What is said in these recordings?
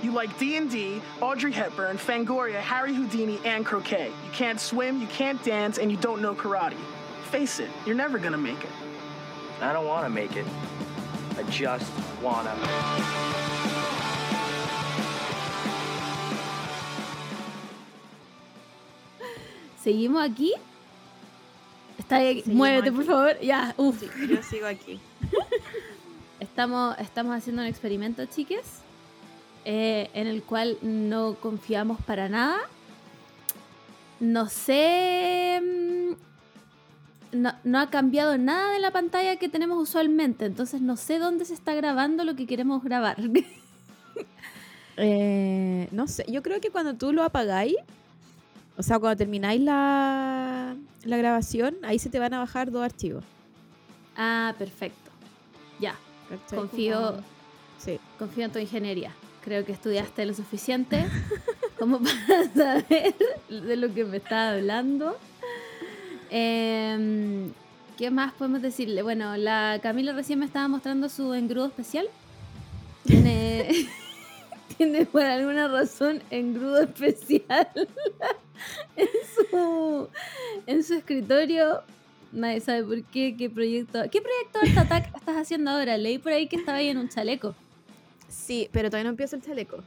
You like D&D, Audrey Hepburn, Fangoria, Harry Houdini, and croquet. You can't swim, you can't dance, and you don't know karate. Face it, you're never gonna make it. I don't want to make it. I just wanna. ¿Seguimos aquí? ¿Está ahí? Muévete, aquí. por favor. Ya, uf. Sí, yo sigo aquí. Estamos haciendo un experimento, chiques, en el cual no confiamos para nada. No sé... No ha cambiado nada de la pantalla que tenemos usualmente, entonces no sé dónde se está grabando lo que queremos grabar. No sé, yo creo que cuando tú lo apagáis, o sea, cuando termináis la grabación, ahí se te van a bajar 2 archivos. Ah, perfecto. Ya, ¿Cachai? confío Sí. en tu ingeniería. Creo que estudiaste lo suficiente como para saber de lo que me estás hablando. ¿Qué más podemos decirle? Bueno, la Camila recién me estaba mostrando su engrudo especial. Tiene por alguna razón engrudo especial en su escritorio. Nadie sabe por qué, qué proyecto Art Attack estás haciendo ahora. Leí por ahí que estaba ahí en un chaleco. Sí, pero todavía no empiezo el chaleco.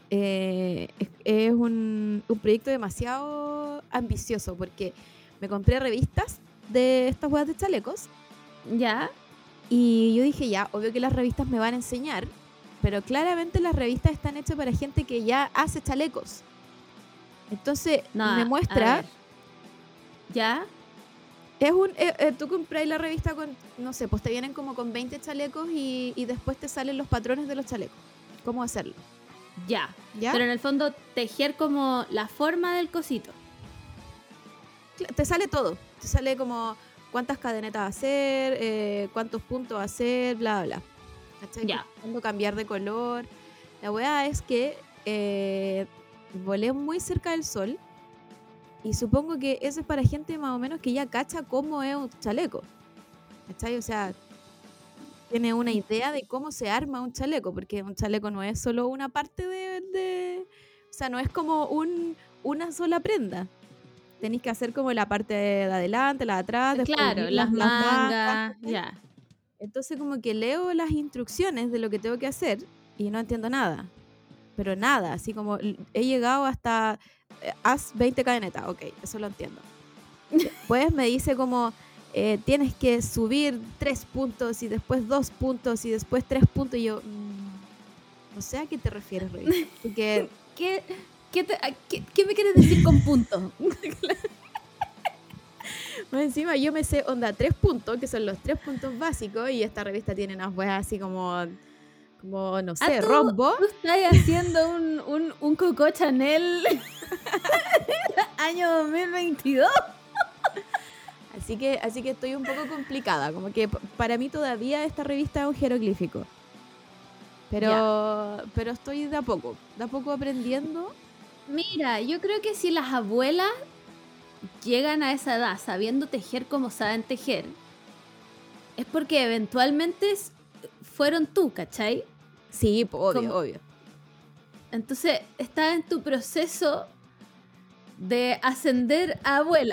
Es un proyecto demasiado ambicioso porque me compré revistas de estas huevas de chalecos Ya, y yo dije ya, obvio que las revistas me van a enseñar, pero claramente las revistas están hechas para gente que ya hace chalecos. Entonces no, me a muestra, ver. Ya, tú compras la revista con, no sé, pues te vienen como con 20 chalecos y después te salen los patrones de los chalecos. ¿Cómo hacerlo? ya. ¿Ya? Pero en el fondo tejer como la forma del cosito. Te sale todo. Te sale como cuántas cadenetas hacer, cuántos puntos hacer, bla, bla. ¿Cachai? Ya. Cuándo cambiar de color. La weá es que volé muy cerca del sol y supongo que eso es para gente más o menos que ya cacha cómo es un chaleco. ¿Cachai? O sea, tiene una idea de cómo se arma un chaleco, porque un chaleco no es solo una parte o sea, no es como una sola prenda. Tenéis que hacer como la parte de adelante, la de atrás, después Claro, unir las mangas, ¿cachai? ya. Entonces como que leo las instrucciones de lo que tengo que hacer y no entiendo nada. Pero nada, así como he llegado hasta haz 20 cadenetas, ok, eso lo entiendo. Después me dice como tienes que subir 3 puntos y después 2 puntos y después 3 puntos y yo no sé a qué te refieres, Rey. Porque ¿Qué me quieres decir con puntos? más encima yo me sé, onda, 3 puntos, que son los 3 puntos básicos, y esta revista tiene unas weas así como no sé, rombo. ¿Tú estás haciendo un Coco Chanel año 2022? Así que estoy un poco complicada, como que para mí todavía esta revista es un jeroglífico. Pero estoy de a poco aprendiendo. Mira, yo creo que si las abuelas llegan a esa edad sabiendo tejer como saben tejer, es porque eventualmente fueron tú, ¿cachai? Sí, obvio. Entonces, estás en tu proceso de ascender a abuela.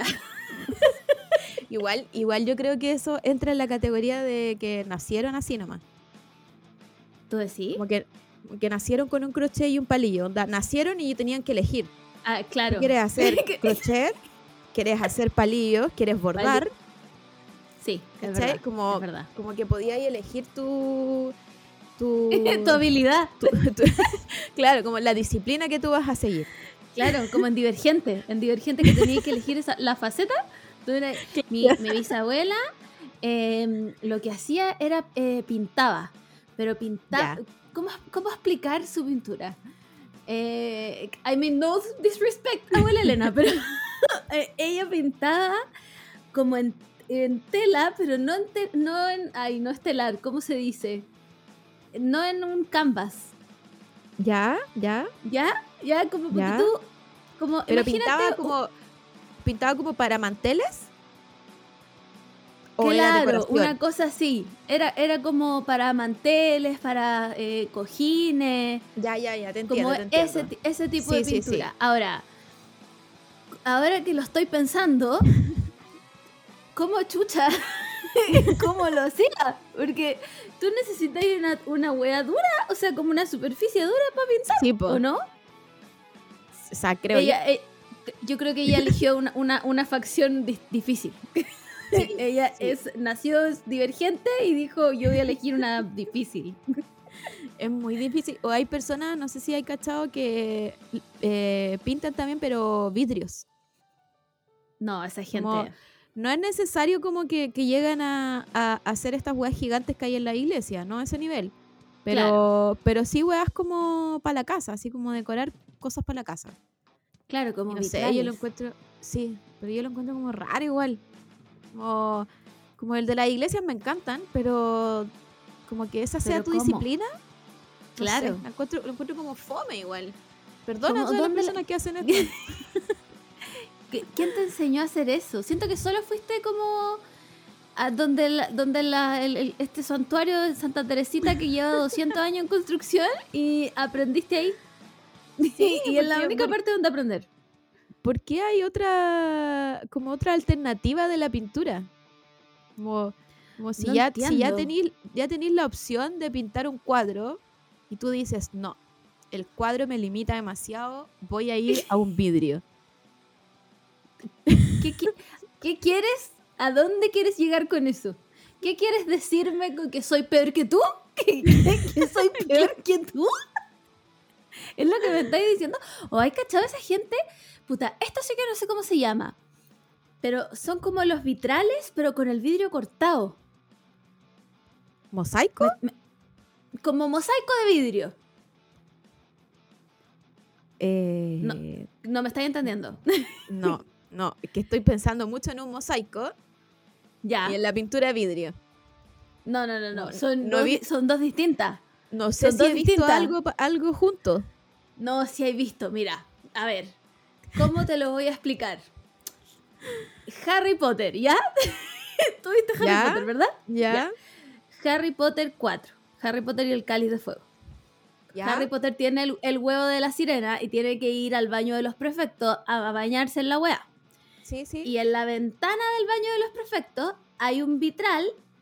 Igual yo creo que eso entra en la categoría de que nacieron así nomás. ¿Tú decís? Como que nacieron con un crochet y un palillo. Onda, nacieron y tenían que elegir. Ah, claro. ¿Tú quieres hacer crochet? ¿Quieres hacer palillos? ¿Quieres bordar? Sí, es ¿Cachai? verdad, es verdad. Como que podías elegir tu Tu habilidad. claro, como la disciplina que tú vas a seguir. Claro, como en Divergente que tenías que elegir la faceta. Mi bisabuela lo que hacía era pintaba, pero pintaba. ¿Cómo explicar su pintura? I mean, no disrespect a abuela Elena, pero ella pintaba como en tela, pero no no estelar, ¿cómo se dice? No en un canvas. Ya, como ya. tú, como pero imagínate, pintaba como para manteles. ¿O era Claro, decoración? una cosa así. Era como para manteles, para cojines, Ya, te como entiendo. ese tipo Sí, de sí, sí. pintura. Ahora que lo estoy pensando, ¿cómo chucha? ¿Cómo lo hacía? Porque tú necesitas una hueá dura, o sea, como una superficie dura para pintar, Sí, po. ¿o no? O sea, creo Yo creo que ella eligió una facción difícil. Sí, Ella sí. nació divergente y dijo, yo voy a elegir una difícil. Es muy difícil. O hay personas, no sé si hay cachado, que pintan también, pero vidrios. No, esa gente... Como, no es necesario como que lleguen a hacer estas weas gigantes que hay en la iglesia, no a ese nivel. Pero sí weas como para la casa, así como decorar cosas para la casa. Claro, como Y no sé, vitrales. yo lo encuentro, sí, pero yo lo encuentro como raro igual. Como el de las iglesias me encantan, pero como que esa sea ¿Pero tu cómo? disciplina. No Claro. sé, lo encuentro como fome igual. Perdona a Como, todas las ¿dónde la- personas que hacen esto. ¿Quién te enseñó a hacer eso? Siento que solo fuiste como a donde este santuario de Santa Teresita que lleva 200 años en construcción y aprendiste ahí. Sí, y es la porque- única parte donde aprender. ¿Por qué hay otra alternativa de la pintura? Como si No ya entiendo. tenéis la opción de pintar un cuadro y tú dices, no, el cuadro me limita demasiado, voy a ir a un vidrio. ¿Qué quieres? ¿A dónde quieres llegar con eso? ¿Qué quieres decirme con que soy peor que tú? ¿Que soy peor que tú? ¿Es lo que me estáis diciendo? ¿O hay cachado esa gente? Puta, esto sí que no sé cómo se llama. Pero son como los vitrales, pero con el vidrio cortado. ¿Mosaico? Como mosaico de vidrio. No. No me estáis entendiendo. No, es que estoy pensando mucho en un mosaico Ya. y en la pintura de vidrio. No. Son no vi- son dos distintas. No sé Son si dos he visto distintas. algo junto. No, sí he visto. Mira, a ver. ¿Cómo te lo voy a explicar? Harry Potter, ¿ya? ¿Tú viste Harry ¿Ya? Potter, verdad? ¿Ya? Harry Potter 4. Harry Potter y el Cáliz de Fuego. ¿Ya? Harry Potter tiene el huevo de la sirena y tiene que ir al baño de los prefectos a bañarse en la wea. Sí. Y en la ventana del baño de los prefectos hay un vitral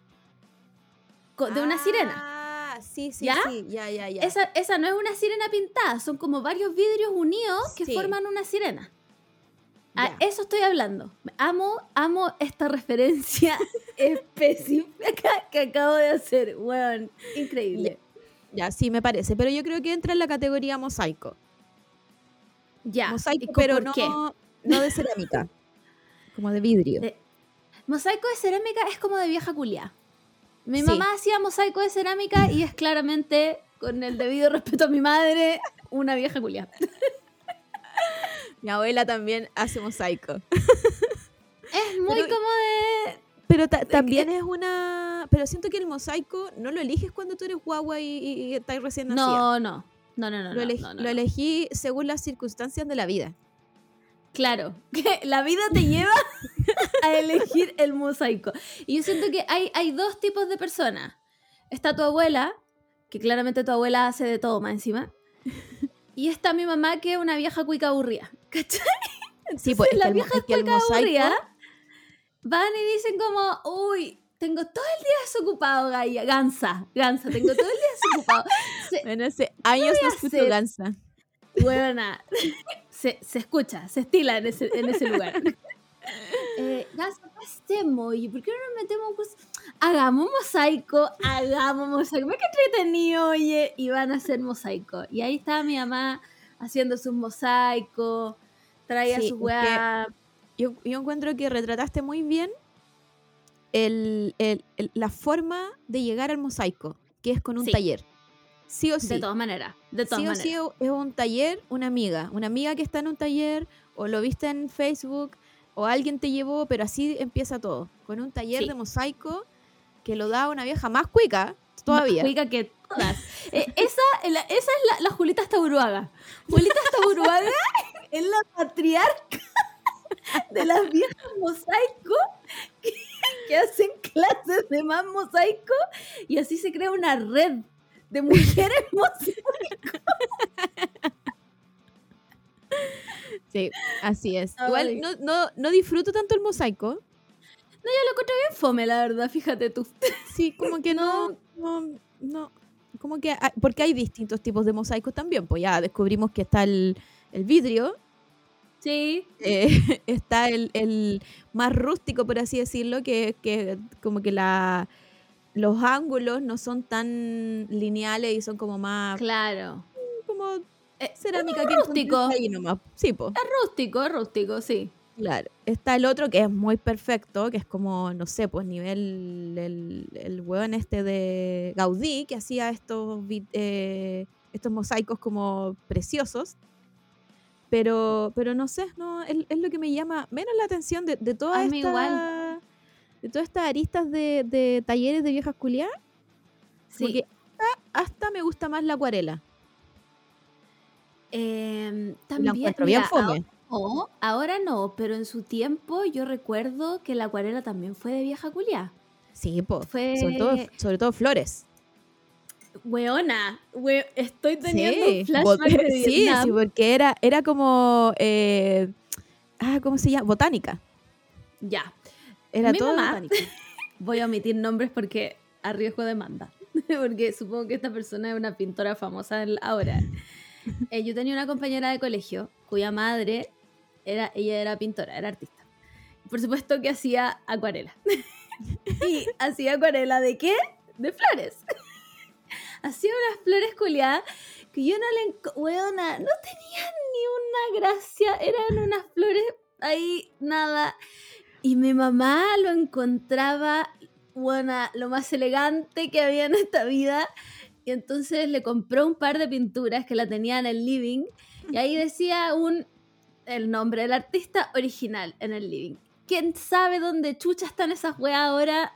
de una sirena. Ah, sí, ¿Ya? sí, ya. Esa no es una sirena pintada, son como varios vidrios unidos que Sí. forman una sirena. A Ya. eso estoy hablando. Amo esta referencia específica que acabo de hacer. Weón, increíble. Ya, sí, me parece. Pero yo creo que entra en la categoría mosaico. Ya. Mosaico, ¿Y pero por qué? no de cerámica. Como de vidrio. Mosaico de cerámica es como de vieja culia. Mi Sí. mamá hacía mosaico de cerámica y es claramente, con el debido respeto a mi madre, una vieja culia. Mi abuela también hace mosaico. Es muy Pero- como de... Pero también es una... Pero siento que el mosaico no lo eliges cuando tú eres guagua y estás recién nacida. No. Lo elegí según las circunstancias de la vida. Claro, que la vida te lleva a elegir el mosaico. Y yo siento que hay dos tipos de personas. Está tu abuela, que claramente tu abuela hace de todo más encima. Y está mi mamá, que es una vieja cuica aburrida. ¿Cachai? Sí, pues es las que viejas el cuicas mosaico... aburridas van y dicen como, uy, tengo todo el día desocupado, gansa, tengo todo el día desocupado. Bueno, hace años no escucho hacer? gansa. Buena. Se escucha, se estila en ese lugar. Gansa, ¿qué hacemos? Oye, ¿por qué no nos metemos en cosas? Hagamos mosaico. Me que entretenido, oye. Y van a hacer mosaico. Y ahí estaba mi mamá haciendo sus mosaicos, traía Sí, sus es que- weas. Yo encuentro que retrataste muy bien la forma de llegar al mosaico, que es con un Sí. taller. Sí o sí. De todas maneras. De todas Sí o maneras. sí es un taller, una amiga que está en un taller, o lo viste en Facebook, o alguien te llevó, pero así empieza todo, con un taller Sí. de mosaico que lo da una vieja más cuica todavía. Más cuica que todas. Esa es la Julita Stauruaga. Julita Stauruaga es la patriarca de las viejas mosaico que hacen clases de más mosaico y así se crea una red de mujeres mosaico. Sí, así es. Ay. Igual no disfruto tanto el mosaico. Yo lo encontré bien fome, la verdad, fíjate tú. Sí, como que no, como que porque hay distintos tipos de mosaicos también, pues ya descubrimos que está el vidrio, Sí. está el más rústico, por así decirlo, que como que los ángulos no son tan lineales y son como más Claro. como cerámica que rústico. encontraste ahí nomás. Sí, pues. Rústico, sí. Claro, está el otro que es muy perfecto, que es como, no sé, pues nivel el hueón este de Gaudí, que hacía estos mosaicos como preciosos, pero no sé, no es lo que me llama menos la atención de toda A mí igual. de todas estas aristas de talleres de viejas culiadas, Sí. porque hasta me gusta más la acuarela. También, La encuentro bien fome. Ahora no, pero en su tiempo yo recuerdo que la acuarela también fue de vieja culiá. Sí, pues, Fue... sobre todo flores. Weona, estoy teniendo Sí, un flashback de Vietnam. sí, porque era como ¿cómo se llama? Botánica. Ya. Era Mi todo mamá, botánica. voy a omitir nombres porque a riesgo de demanda, porque supongo que esta persona es una pintora famosa ahora. Yo tenía una compañera de colegio cuya madre ella era pintora, era artista. Por supuesto que hacía acuarela. ¿Y hacía acuarela de qué? De flores. Hacía unas flores culiadas que yo weona, no tenían ni una gracia, eran unas flores ahí, nada. Y mi mamá lo encontraba, weona, lo más elegante que había en esta vida. Y entonces le compró un par de pinturas que la tenía en el living. Y ahí decía el nombre del artista original en el living. ¿Quién sabe dónde chucha están esas weas ahora?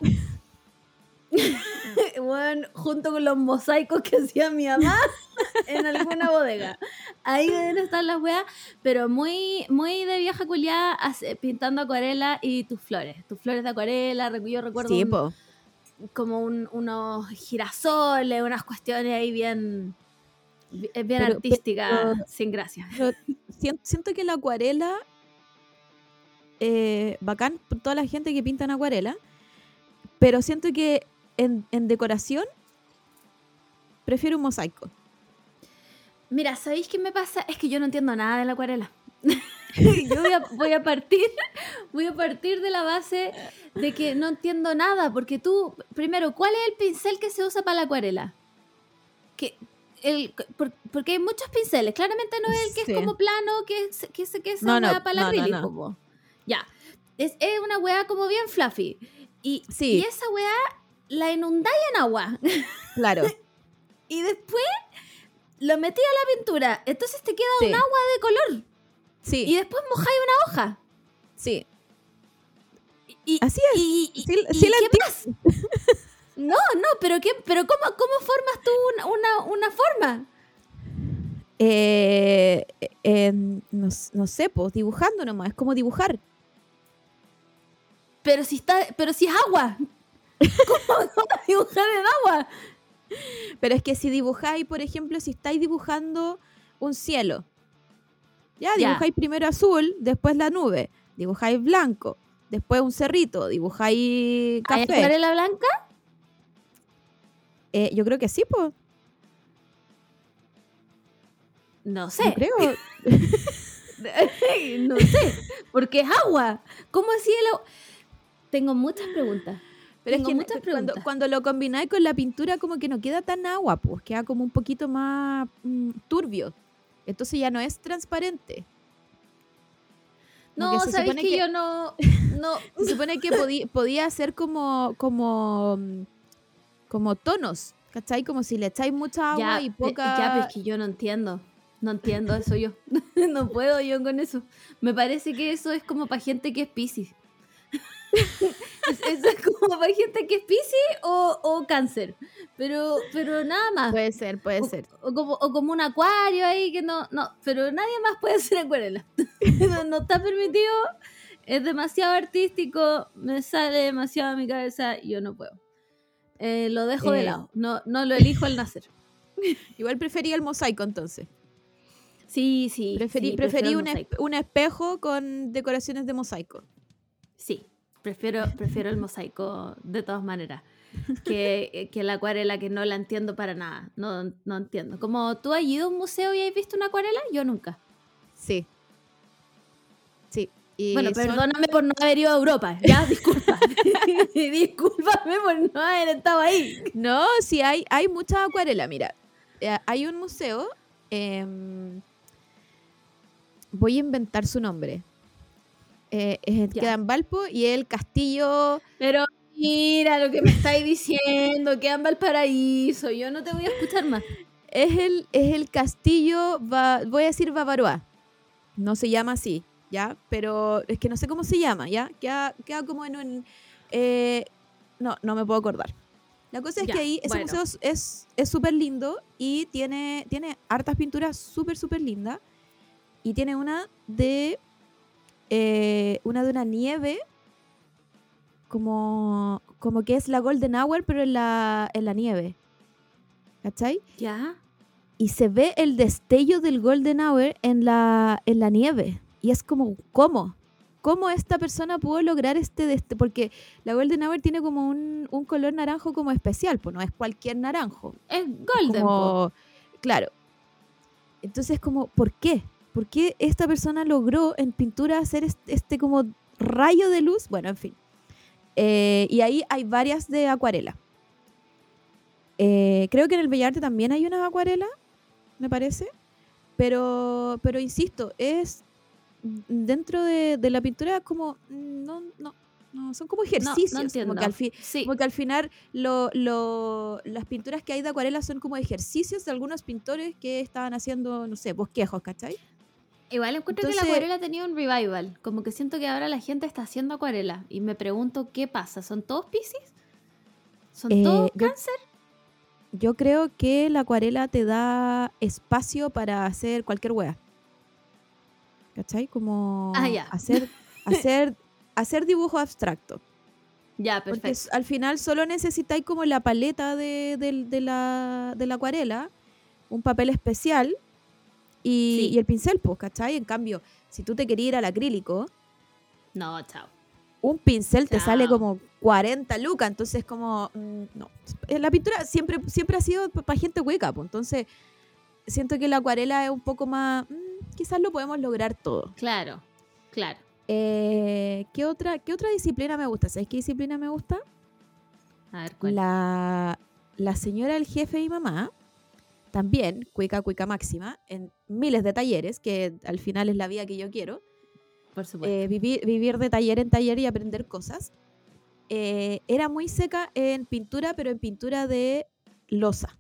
Bueno, junto con los mosaicos que hacía mi mamá en alguna bodega. Ahí deben estar las weas, pero muy, muy de vieja culiada pintando acuarela y tus flores de acuarela. Yo recuerdo Sí, po. como unos girasoles, unas cuestiones ahí bien artísticas, sin gracia. Pero siento que la acuarela, bacán por toda la gente que pinta en acuarela, pero siento que en decoración prefiero un mosaico. Mira, ¿sabéis qué me pasa? Es que yo no entiendo nada de la acuarela. Yo voy a partir de la base de que no entiendo nada, porque tú, primero, ¿cuál es el pincel que se usa para la acuarela? Porque hay muchos pinceles, claramente no es el que Sí. es como plano, que es No, una para la acrílico, no. po. Ya, es una weá como bien fluffy. Y esa weá la inundáis en agua. Claro. Y después lo metí a la pintura, entonces te queda un agua de color. Sí. Y después mojáis una hoja. Sí. Y, así es. ¿Y sí qué más? No, pero ¿cómo formas tú una forma? No sé, pues dibujando nomás, es como dibujar. Pero si es agua. ¿Cómo vas a dibujar en agua? Pero es que si dibujáis, por ejemplo, si estáis dibujando un cielo, ya dibujáis primero azul, después la nube, dibujáis blanco, después un cerrito, dibujáis café. ¿Hay acuarela blanca? Yo creo que sí, pues. No sé. Yo creo. No sé, porque es agua. ¿Cómo así el agua? Tengo muchas preguntas. Pero es que cuando lo combináis con la pintura como que no queda tan agua, pues queda como un poquito más turbio. Entonces ya no es transparente. No, sabéis que yo no... Se supone que podía ser como tonos, ¿cachai? Como si le echáis mucha agua y poca... Ya, pero es que yo no entiendo. No entiendo eso yo. No puedo yo con eso. Me parece que eso es como para gente que es Piscis. Eso es como para gente que es Piscis o Cáncer. Pero nada más. Puede ser. O como un acuario ahí que no. Pero nadie más puede hacer acuarela. No está permitido es demasiado artístico, me sale demasiado a mi cabeza, yo no puedo. Lo dejo de lado, no lo elijo al nacer. Igual prefería el mosaico entonces. Sí. Preferí prefiero el un espejo con decoraciones de mosaico. Sí, prefiero el mosaico de todas maneras. Que la acuarela, que no la entiendo para nada. No entiendo. Como tú has ido a un museo y has visto una acuarela, yo nunca. Sí. Y bueno, perdóname por no haber ido a Europa. Ya, disculpa. Discúlpame por no haber estado ahí. No, sí, hay muchas acuarelas. Mira, hay un museo. Voy a inventar su nombre. Queda en Valpo y el castillo. Pero mira lo que me estáis diciendo, queda en Valparaíso. Yo no te voy a escuchar más. Es el castillo, voy a decir Bavarois. No se llama así, ¿ya? Pero es que no sé cómo se llama, ¿ya? Queda como en un... no me puedo acordar. La cosa es que ahí ese museo es súper lindo y tiene hartas pinturas súper, súper lindas. Y tiene una de una nieve como que es la Golden Hour, pero en la nieve. ¿Cachai? Ya. Y se ve el destello del Golden Hour en la nieve. Y es como, ¿cómo esta persona pudo lograr porque la Golden Hour tiene como un color naranjo como especial, pues no es cualquier naranjo. Es golden. Claro. Entonces, como, ¿por qué? ¿Por qué esta persona logró en pintura hacer este como rayo de luz? Bueno, en fin. Y ahí hay varias de acuarela. Creo que en el Bellarte también hay unas acuarelas, me parece. Pero insisto, es dentro de la pintura como... No, son como ejercicios. No entiendo. Como que al final las pinturas que hay de acuarela son como ejercicios de algunos pintores que estaban haciendo, no sé, bosquejos, ¿cachai? Igual encuentro que la acuarela ha tenido un revival. Como que siento que ahora la gente está haciendo acuarela. Y me pregunto qué pasa. ¿Son todos Piscis? ¿Son todos Cáncer? Yo creo que la acuarela te da espacio para hacer cualquier wea. ¿Cachai? Como hacer dibujo abstracto. Ya, perfecto. Porque al final solo necesitáis como la paleta de la acuarela, un papel especial y el pincel, pues, ¿cachai? En cambio, si tú te querías ir al acrílico, no, chao. Un pincel te sale como 40 lucas, entonces como, no. La pintura siempre ha sido para gente hueca, pues, entonces siento que la acuarela es un poco más, quizás lo podemos lograr todo. Claro. ¿Qué otra disciplina me gusta? ¿Sabes qué disciplina me gusta? A ver, ¿cuál? La señora, el jefe y mamá, también, cuica máxima, en miles de talleres, que al final es la vida que yo quiero. Por supuesto. Vivir de taller en taller y aprender cosas. Era muy seca en pintura, pero en pintura de loza.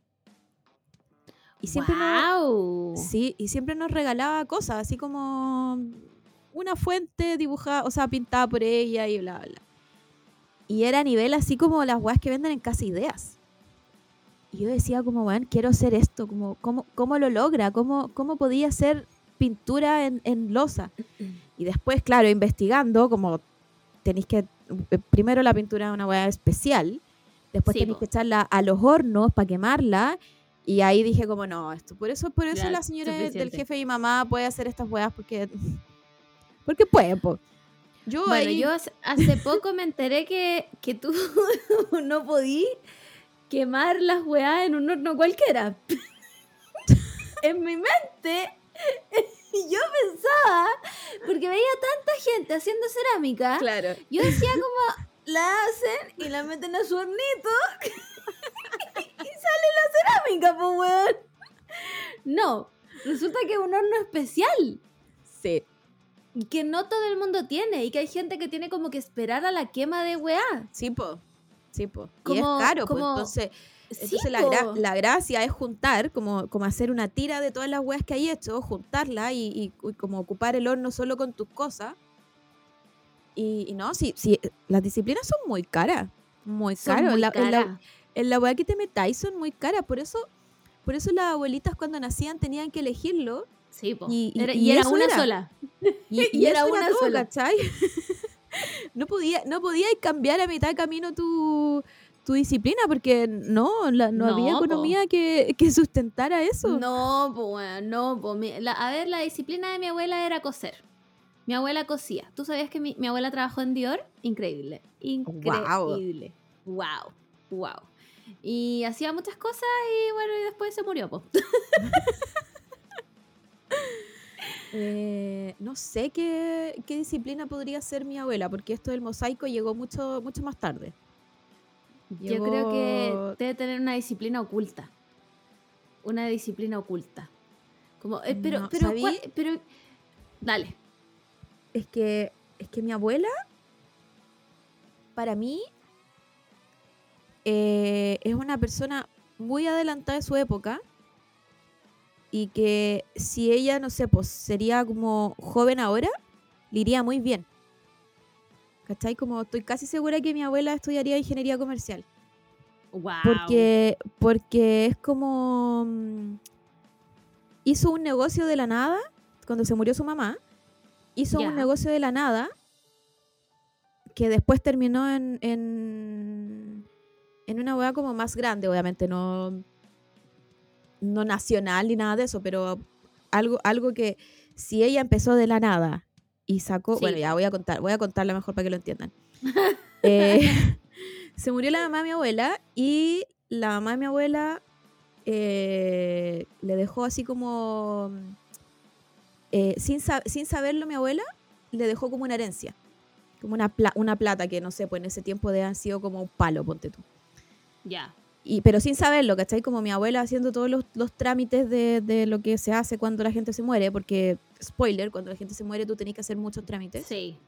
Y siempre y siempre nos regalaba cosas, así como una fuente dibujada, o sea, pintada por ella y bla, bla. Y era a nivel así como las weas que venden en Casa Ideas. Y yo decía como, bueno, quiero hacer esto, como, ¿cómo lo logra? ¿Cómo podía hacer pintura en loza? Y después, claro, investigando, como tenéis que, primero la pintura es una hueá especial, después tenéis que echarla a los hornos para quemarla, y ahí dije como, no, por eso ya, la señora del jefe y mamá puede hacer estas hueás porque puede, po. Yo hace poco me enteré que tú no podías quemar las hueás en un horno cualquiera. En mi mente... Yo pensaba, porque veía tanta gente haciendo cerámica, claro. Yo decía como, la hacen y la meten a su hornito y sale la cerámica, pues weón. No, resulta que es un horno especial. Sí. Que no todo el mundo tiene y que hay gente que tiene como que esperar a la quema de weá. Sí, po. Y es caro, pues entonces la gracia es juntar, como hacer una tira de todas las weas que hay hecho, juntarla y como ocupar el horno solo con tus cosas. Y no, sí, las disciplinas son muy caras. Muy caras. En la wea que te metáis son muy caras. Por eso las abuelitas cuando nacían tenían que elegirlo Sí, po. Y era eso una era. sola. Y era eso una todo, sola. ¿cachai? No podía cambiar a mitad de camino tu disciplina porque no había No, po. economía que sustentara eso. No, pues, no, pues. A ver, la disciplina de mi abuela era coser. Mi abuela cosía. ¿Tú sabías que mi abuela trabajó en Dior? Increíble. Increíble. Wow. Y hacía muchas cosas y bueno, y después se murió, pues. No sé qué disciplina podría ser mi abuela, porque esto del mosaico llegó mucho más tarde. Yo creo que debe tener una disciplina oculta. Una disciplina oculta. Como, No, ¿sabí? pero, dale. Es que mi abuela, para mí, es una persona muy adelantada de su época y que si ella, no sé, pues sería como joven ahora, le iría muy bien. ¿Cachai? Como estoy casi segura que mi abuela estudiaría ingeniería comercial. Wow. Porque es como... hizo un negocio de la nada, cuando se murió su mamá, hizo un negocio de la nada que después terminó en una hueá como más grande, obviamente, no nacional ni nada de eso, pero algo que si ella empezó de la nada y sacó... Sí. Bueno, ya voy a contarla mejor para que lo entiendan. Se murió la mamá de mi abuela y la mamá de mi abuela le dejó así como... sin saberlo mi abuela, le dejó como una herencia. Como una plata que, no sé, pues en ese tiempo han sido como un palo, ponte tú. Ya. Pero sin saberlo, ¿cachai? Como mi abuela haciendo todos los trámites de lo que se hace cuando la gente se muere, porque, spoiler, cuando la gente se muere tú tenés que hacer muchos trámites. Sí.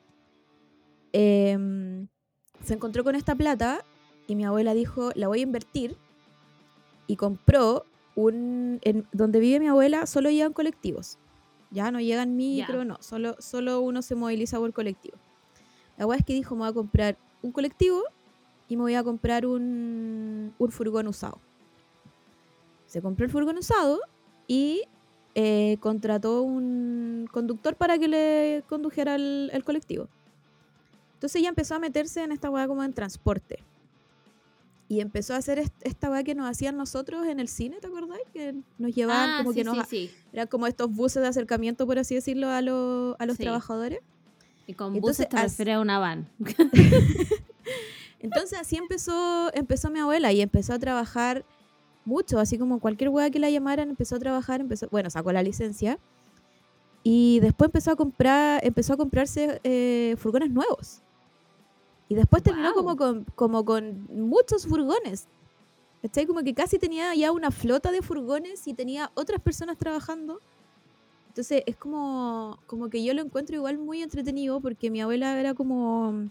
Se encontró con esta plata y mi abuela dijo, la voy a invertir, y compró donde vive mi abuela solo llegan colectivos. Ya no llegan micro, no, solo uno se moviliza por colectivo. La abuela es que dijo, me voy a comprar un colectivo y me voy a comprar un furgón usado. Se compró el furgón usado y contrató un conductor para que le condujera el colectivo. Entonces ella empezó a meterse en esta hueá como en transporte. Y empezó a hacer esta hueá que nos hacían nosotros en el cine, ¿te acordás? Que nos llevaban como sí, que sí. Eran como estos buses de acercamiento, por así decirlo, a los trabajadores. Y con buses te refieres a una van. Entonces así empezó mi abuela y empezó a trabajar mucho, así como cualquier hueá que la llamaran, empezó a trabajar, sacó la licencia y después empezó a comprarse furgones nuevos. Y después terminó como con muchos furgones. ¿Cachai? Como que casi tenía ya una flota de furgones y tenía otras personas trabajando. Entonces es como que yo lo encuentro igual muy entretenido porque mi abuela era como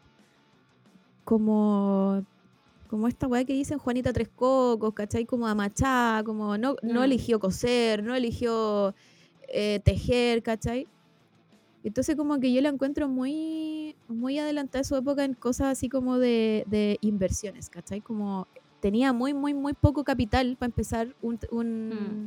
esta weá que dicen Juanita Tres Cocos, ¿cachai? Como amachá, como no eligió coser, no eligió tejer, ¿cachai? Entonces como que yo la encuentro muy, muy adelantada de su época en cosas así como de inversiones, ¿cachai? Como tenía muy, muy, muy poco capital para empezar un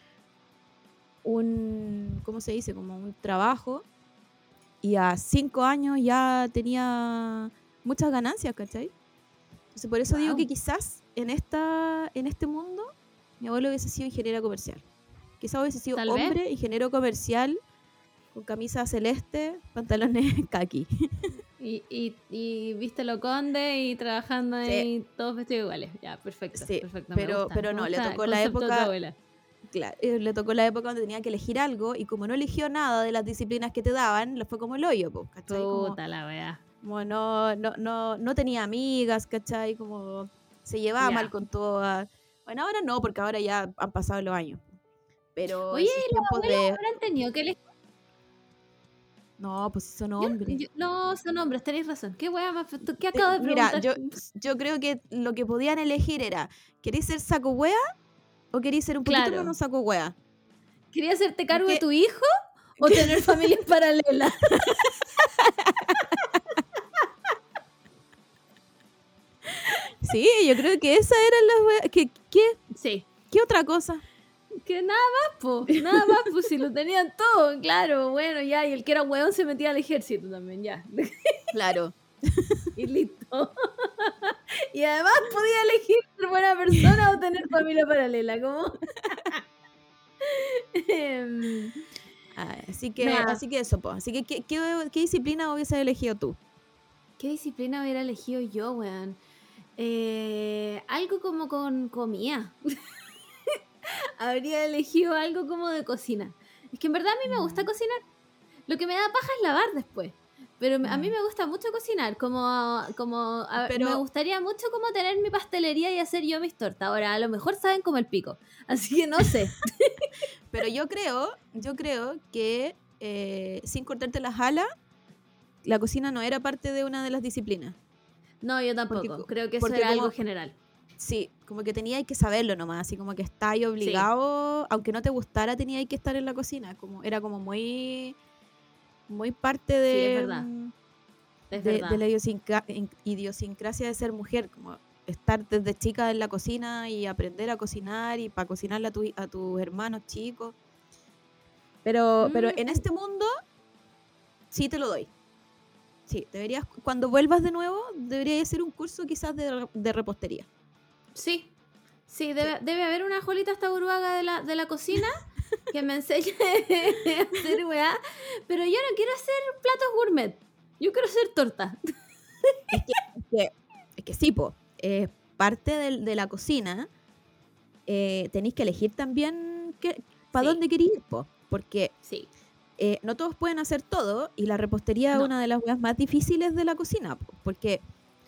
¿cómo se dice? Como un trabajo, y a 5 años ya tenía muchas ganancias, ¿cachai? Entonces por eso digo que quizás en este mundo mi abuelo hubiese sido ingeniero comercial. Quizás hubiese sido hombre, ingeniero comercial, con camisa celeste, pantalones kaki. Y viste lo conde y trabajando ahí todos vestidos iguales. Ya, perfecto. Sí, perfecto, pero no, le tocó la época. Claro, le tocó la época donde tenía que elegir algo y como no eligió nada de las disciplinas que te daban, le fue como el hoyo, ¿cachai? Puta la wea. Como no tenía amigas, ¿cachai? Como se llevaba mal con todas. Bueno, ahora no, porque ahora ya han pasado los años. Pero oye, los abuelos habrán tenido que elegir. No, pues son hombres. No, son hombres, tenéis razón. ¿Qué wea más? ¿Qué acabo de preguntar? Mira, yo creo que lo que podían elegir era, ¿queréis ser saco wea o queréis ser un poquito menos saco wea? ¿Querías hacerte cargo de tu hijo o tener familias paralelas? Sí, yo creo que esas eran las weas. ¿Qué? Sí. ¿Qué otra cosa? que nada más, pues si lo tenían todo, claro, bueno, ya, y el que era hueón se metía al ejército también, ya. Claro. Y listo. Y además podía elegir ser buena persona o tener familia paralela, como... Así que Nada. eso, pues. Así que, ¿qué disciplina hubieses elegido tú? ¿Qué disciplina hubiera elegido yo, weón? Algo como con comida. Habría elegido algo como de cocina. Es que en verdad a mí me gusta cocinar. Lo que me da paja es lavar después. Pero a mí me gusta mucho cocinar. Me gustaría mucho como tener mi pastelería y hacer yo mis tortas. Ahora, a lo mejor saben como el pico. Así que no sé. Pero yo creo que sin cortarte las alas, la cocina no era parte de una de las disciplinas. No, yo tampoco. Porque- Creo que eso porque era como- algo general. Sí, como que teníais que saberlo nomás, así como que estáis obligado, aunque no te gustara, teníais que estar en la cocina. Era como muy, muy parte de, Sí, es verdad. Es verdad. de la idiosincrasia de ser mujer, como estar desde chica en la cocina y aprender a cocinar y para cocinarle a tus hermanos chicos. Pero en este mundo sí te lo doy. Sí, cuando vuelvas de nuevo, deberías hacer un curso quizás de repostería. Sí, debe haber una Jolita hasta Uruaga de la cocina que me enseñe a hacer weá. Pero yo no quiero hacer platos gourmet. Yo quiero hacer torta. Es que sí, po. Parte de la cocina, tenéis que elegir también para Sí. dónde queréis ir, po. Porque Sí. no todos pueden hacer todo y la repostería es No. una de las weas más difíciles de la cocina, po, porque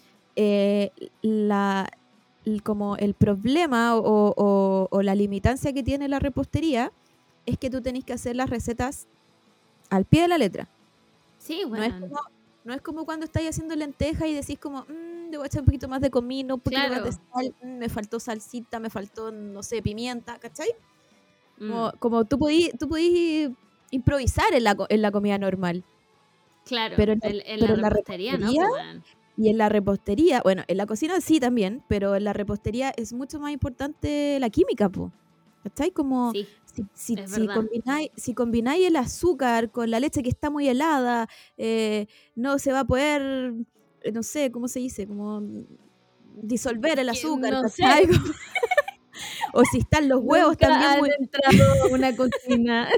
como el problema o la limitancia que tiene la repostería es que tú tenés que hacer las recetas al pie de la letra. Sí, No bueno. no es como cuando estáis haciendo lentejas y decís como, le voy a echar un poquito más de comino, un poquito Claro. más de sal, me faltó salsita, me faltó, no sé, pimienta, ¿cachai? Mm, Como tú podís improvisar en la comida normal. claro, pero en pero la repostería no, repostería, pues, weón. y en la repostería, bueno, en la cocina sí también, pero en la repostería es mucho más importante la química, po. ¿Cachai? Como Sí, si es verdad. combináis el azúcar con la leche que está muy helada, no se va a poder, no sé, ¿cómo se dice? Como disolver el Que azúcar, no ¿cachai? sé. O si están los huevos Nunca también han muy... entrado a una cocina.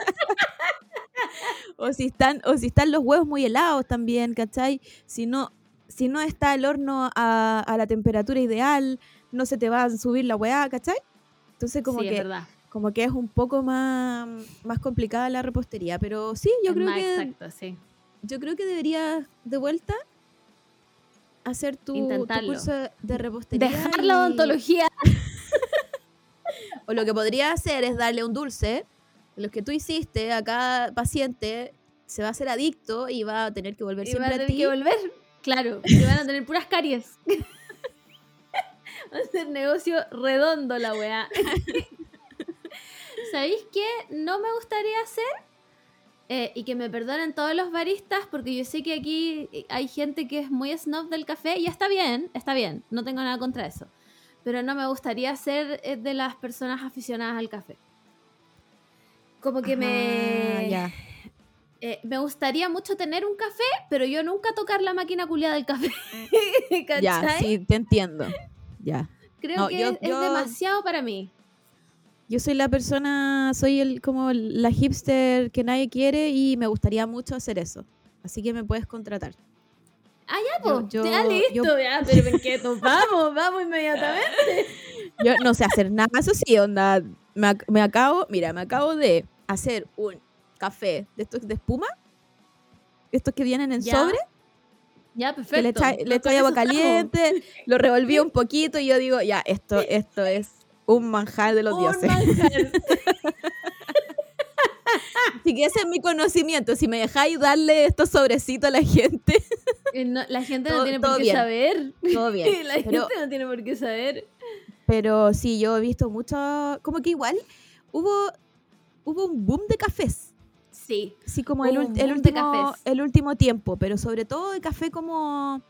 O si están los huevos muy helados también, ¿cachai? Si no está el horno a la temperatura ideal, no se te va a subir la weá, ¿cachai? Entonces Sí, es verdad. como que es un poco más complicada la repostería, pero sí, yo Es creo más que exacto, sí. deberías de vuelta hacer tu Intentarlo. curso de repostería. Dejar la odontología. O lo que podría hacer es darle un dulce, de los que tú hiciste a cada paciente, se va a hacer adicto y va a tener que volver Y siempre van a a tener ti. que volver. Claro, y van a tener puras caries. Va a ser negocio redondo la weá. ¿Sabéis qué no me gustaría hacer? Y que me perdonen todos los baristas, porque yo sé que aquí hay gente que es muy snob del café, y está bien, no tengo nada contra eso. Pero no me gustaría ser de las personas aficionadas al café. Como que Ya. me gustaría mucho tener un café, pero yo nunca tocar la máquina culiada del café. ¿Cachai? Ya, sí, te entiendo. Ya. Creo No, que es demasiado para mí. Yo soy la persona, como la hipster que nadie quiere y me gustaría mucho hacer eso. Así que me puedes contratar. Ah, ya, pues. Yo- Ya, listo, ya, pero ¿en qué? Vamos inmediatamente. Yo no sé hacer nada, eso sí, onda. Me acabo de hacer un café de estos de espuma, estos que vienen en Ya, sobre, Ya, que perfecto. le Con echáis agua eso estamos. caliente, lo revolví un poquito y yo digo, ya, esto es un manjar de los Un dioses. manjar. Así que ese es mi conocimiento. Si me dejáis darle estos sobrecitos a la gente, La gente no Todo- tiene todo por qué bien. saber. todo bien. La Pero, gente no tiene por qué saber. pero sí, yo he visto mucho, como que igual hubo un boom de cafés. Sí. Sí, como Hubo un boom de cafés. el último tiempo, pero sobre todo de café como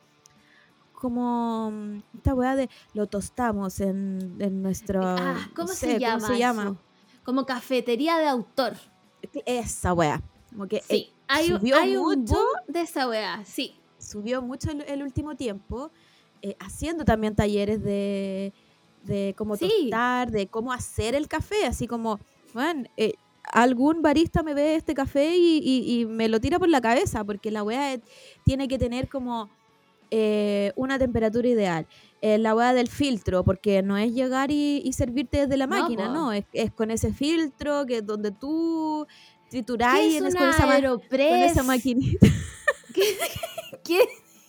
esta weá de lo tostamos en nuestro... ¿Cómo no se sé, llama? ¿cómo se llama? Eso? como cafetería de autor. Esa weá. Como que Sí, hay un mucho, boom de esa weá, sí. subió mucho el último tiempo, haciendo también talleres de cómo Sí. tostar, de cómo hacer el café, así como, bueno, algún barista me ve este café y me lo tira por la cabeza, porque la weá tiene que tener como una temperatura ideal. La weá del filtro, porque no es llegar y servirte desde la No, máquina, po. no, es con ese filtro que es donde tú trituráis ¿Qué es con una esa Aeropress? maquinita. ¿Qué?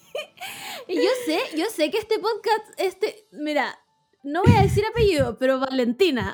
Yo sé que este podcast, mira, no voy a decir apellido, pero Valentina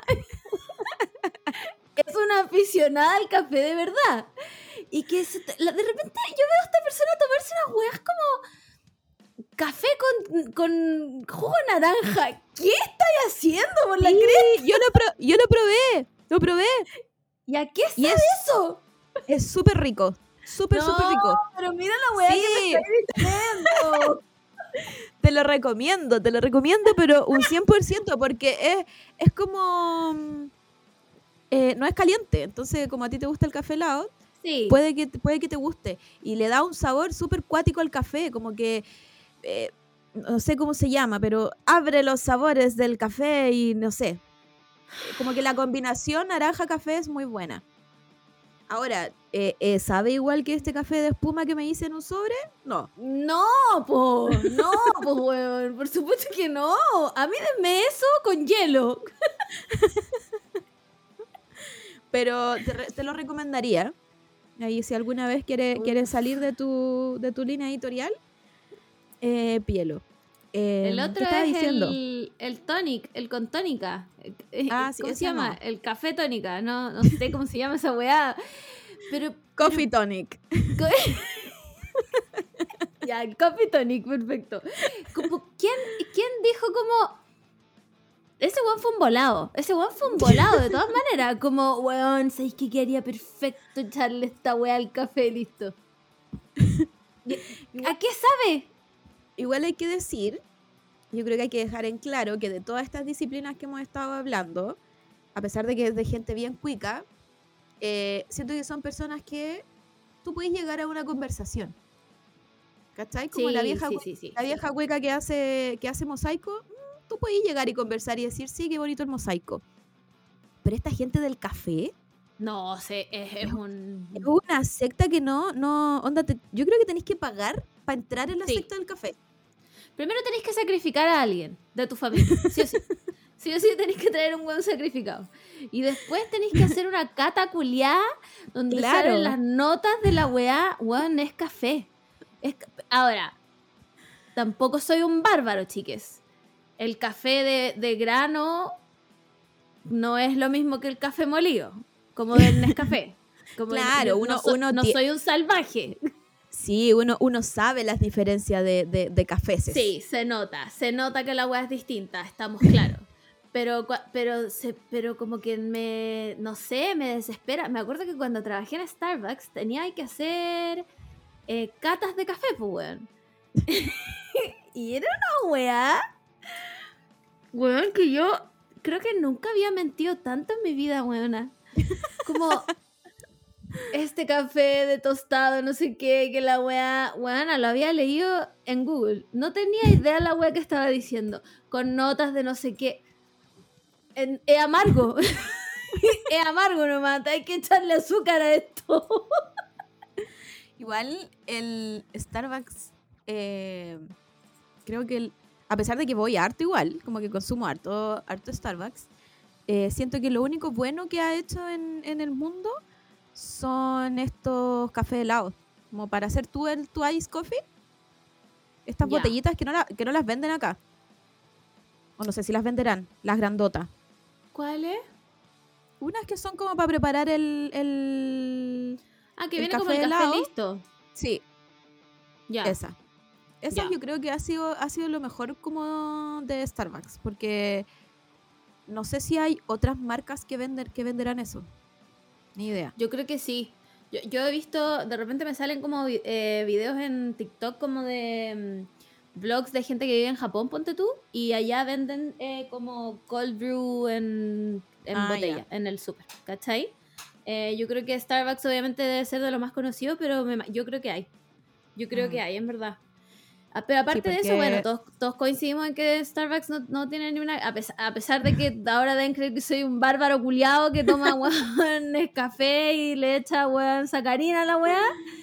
es una aficionada al café de verdad. Y que de repente yo veo a esta persona tomarse unas weas como café con jugo de naranja. ¿Qué estáis haciendo por la cresta? Yo lo probé. ¿Y a qué Y sabe eso? es súper rico, súper rico. Pero mira la wea Sí. que me estáis diciendo. Te lo recomiendo, pero un 100%, porque es como... no es caliente, entonces como a ti te gusta el café helado, Sí. puede que te guste. Y le da un sabor súper cuático al café, como que... no sé cómo se llama, pero abre los sabores del café y no sé. Como que la combinación naranja-café es muy buena. Ahora, ¿sabe igual que este café de espuma que me hice en un sobre? No. No, weón, por supuesto que no. A mí denme eso con hielo. Pero te lo recomendaría. Ahí si alguna vez quieres salir de tu línea editorial, píelo. El ¿qué otro estaba es diciendo? el tonic, el con tónica. Sí, ¿Cómo se ese llama? no. El café tónica. No sé cómo se llama esa weá. Pero Coffee tonic. ya, el coffee tonic, perfecto. ¿Quién dijo como... Ese weón fue un volado. De todas maneras. Como, weón, ¿sabéis que quedaría perfecto echarle esta weá al café? Listo. ¿A qué sabe? Igual hay que decir, yo creo que hay que dejar en claro que de todas estas disciplinas que hemos estado hablando, a pesar de que es de gente bien cuica, siento que son personas que tú puedes llegar a una conversación. ¿Cachai? Como Sí, la vieja sí. la vieja cueca que hace mosaico, tú puedes llegar y conversar y decir, sí, qué bonito el mosaico. Pero esta gente del café No, sé, es es un... una secta que no, onda, yo creo que tenéis que pagar para entrar en la Sí. secta del café. Primero tenés que sacrificar a alguien de tu familia, sí o sí. Sí o sí tenés que traer un hueón sacrificado. Y después tenés que hacer una cata culiá donde Claro. salen las notas de la weá. Weón, es café. Ahora, tampoco soy un bárbaro, chiques. El café de grano no es lo mismo que el café molido, como del Nescafé. Claro, uno soy un salvaje. Sí, uno sabe las diferencias de cafés. Sí, se nota que la weá es distinta, estamos claros. Pero como que no sé, me desespera. Me acuerdo que cuando trabajé en Starbucks tenía que hacer catas de café, pues, weón. Y era una weón, que yo creo que nunca había mentido tanto en mi vida, weona. Como este café de tostado, no sé qué, que la weona, lo había leído en Google. No tenía idea la wea que estaba diciendo. Con notas de no sé qué. Es amargo. Es amargo nomás, hay que echarle azúcar a esto. Igual el Starbucks, creo que a pesar de que voy harto igual, como que consumo harto Starbucks, siento que lo único bueno que ha hecho en el mundo son estos cafés helados. Como para hacer tu ice coffee. Estas Ya. botellitas que no las venden acá. O no sé si las venderán, las grandotas. ¿Cuál es? Unas que son como para preparar Que el viene café como el café helado. listo. Sí, Ya. esa Ya. yo creo que ha sido lo mejor como de Starbucks, porque no sé si hay otras marcas que venderán eso. Ni idea. Yo creo que sí. Yo he visto, de repente me salen como videos en TikTok como de vlogs de gente que vive en Japón, ponte tú, y allá venden como cold brew en en botella, en el súper, ¿cachai? Yo creo que Starbucks obviamente debe ser de lo más conocido, pero yo creo que hay. Yo creo que hay, en verdad. Pero aparte de eso, bueno, todos coincidimos en que Starbucks no tiene ni una... A pesar de que ahora deben creer que soy un bárbaro culiado que toma, weón, Nescafé y le echa, weón, sacarina a la weá.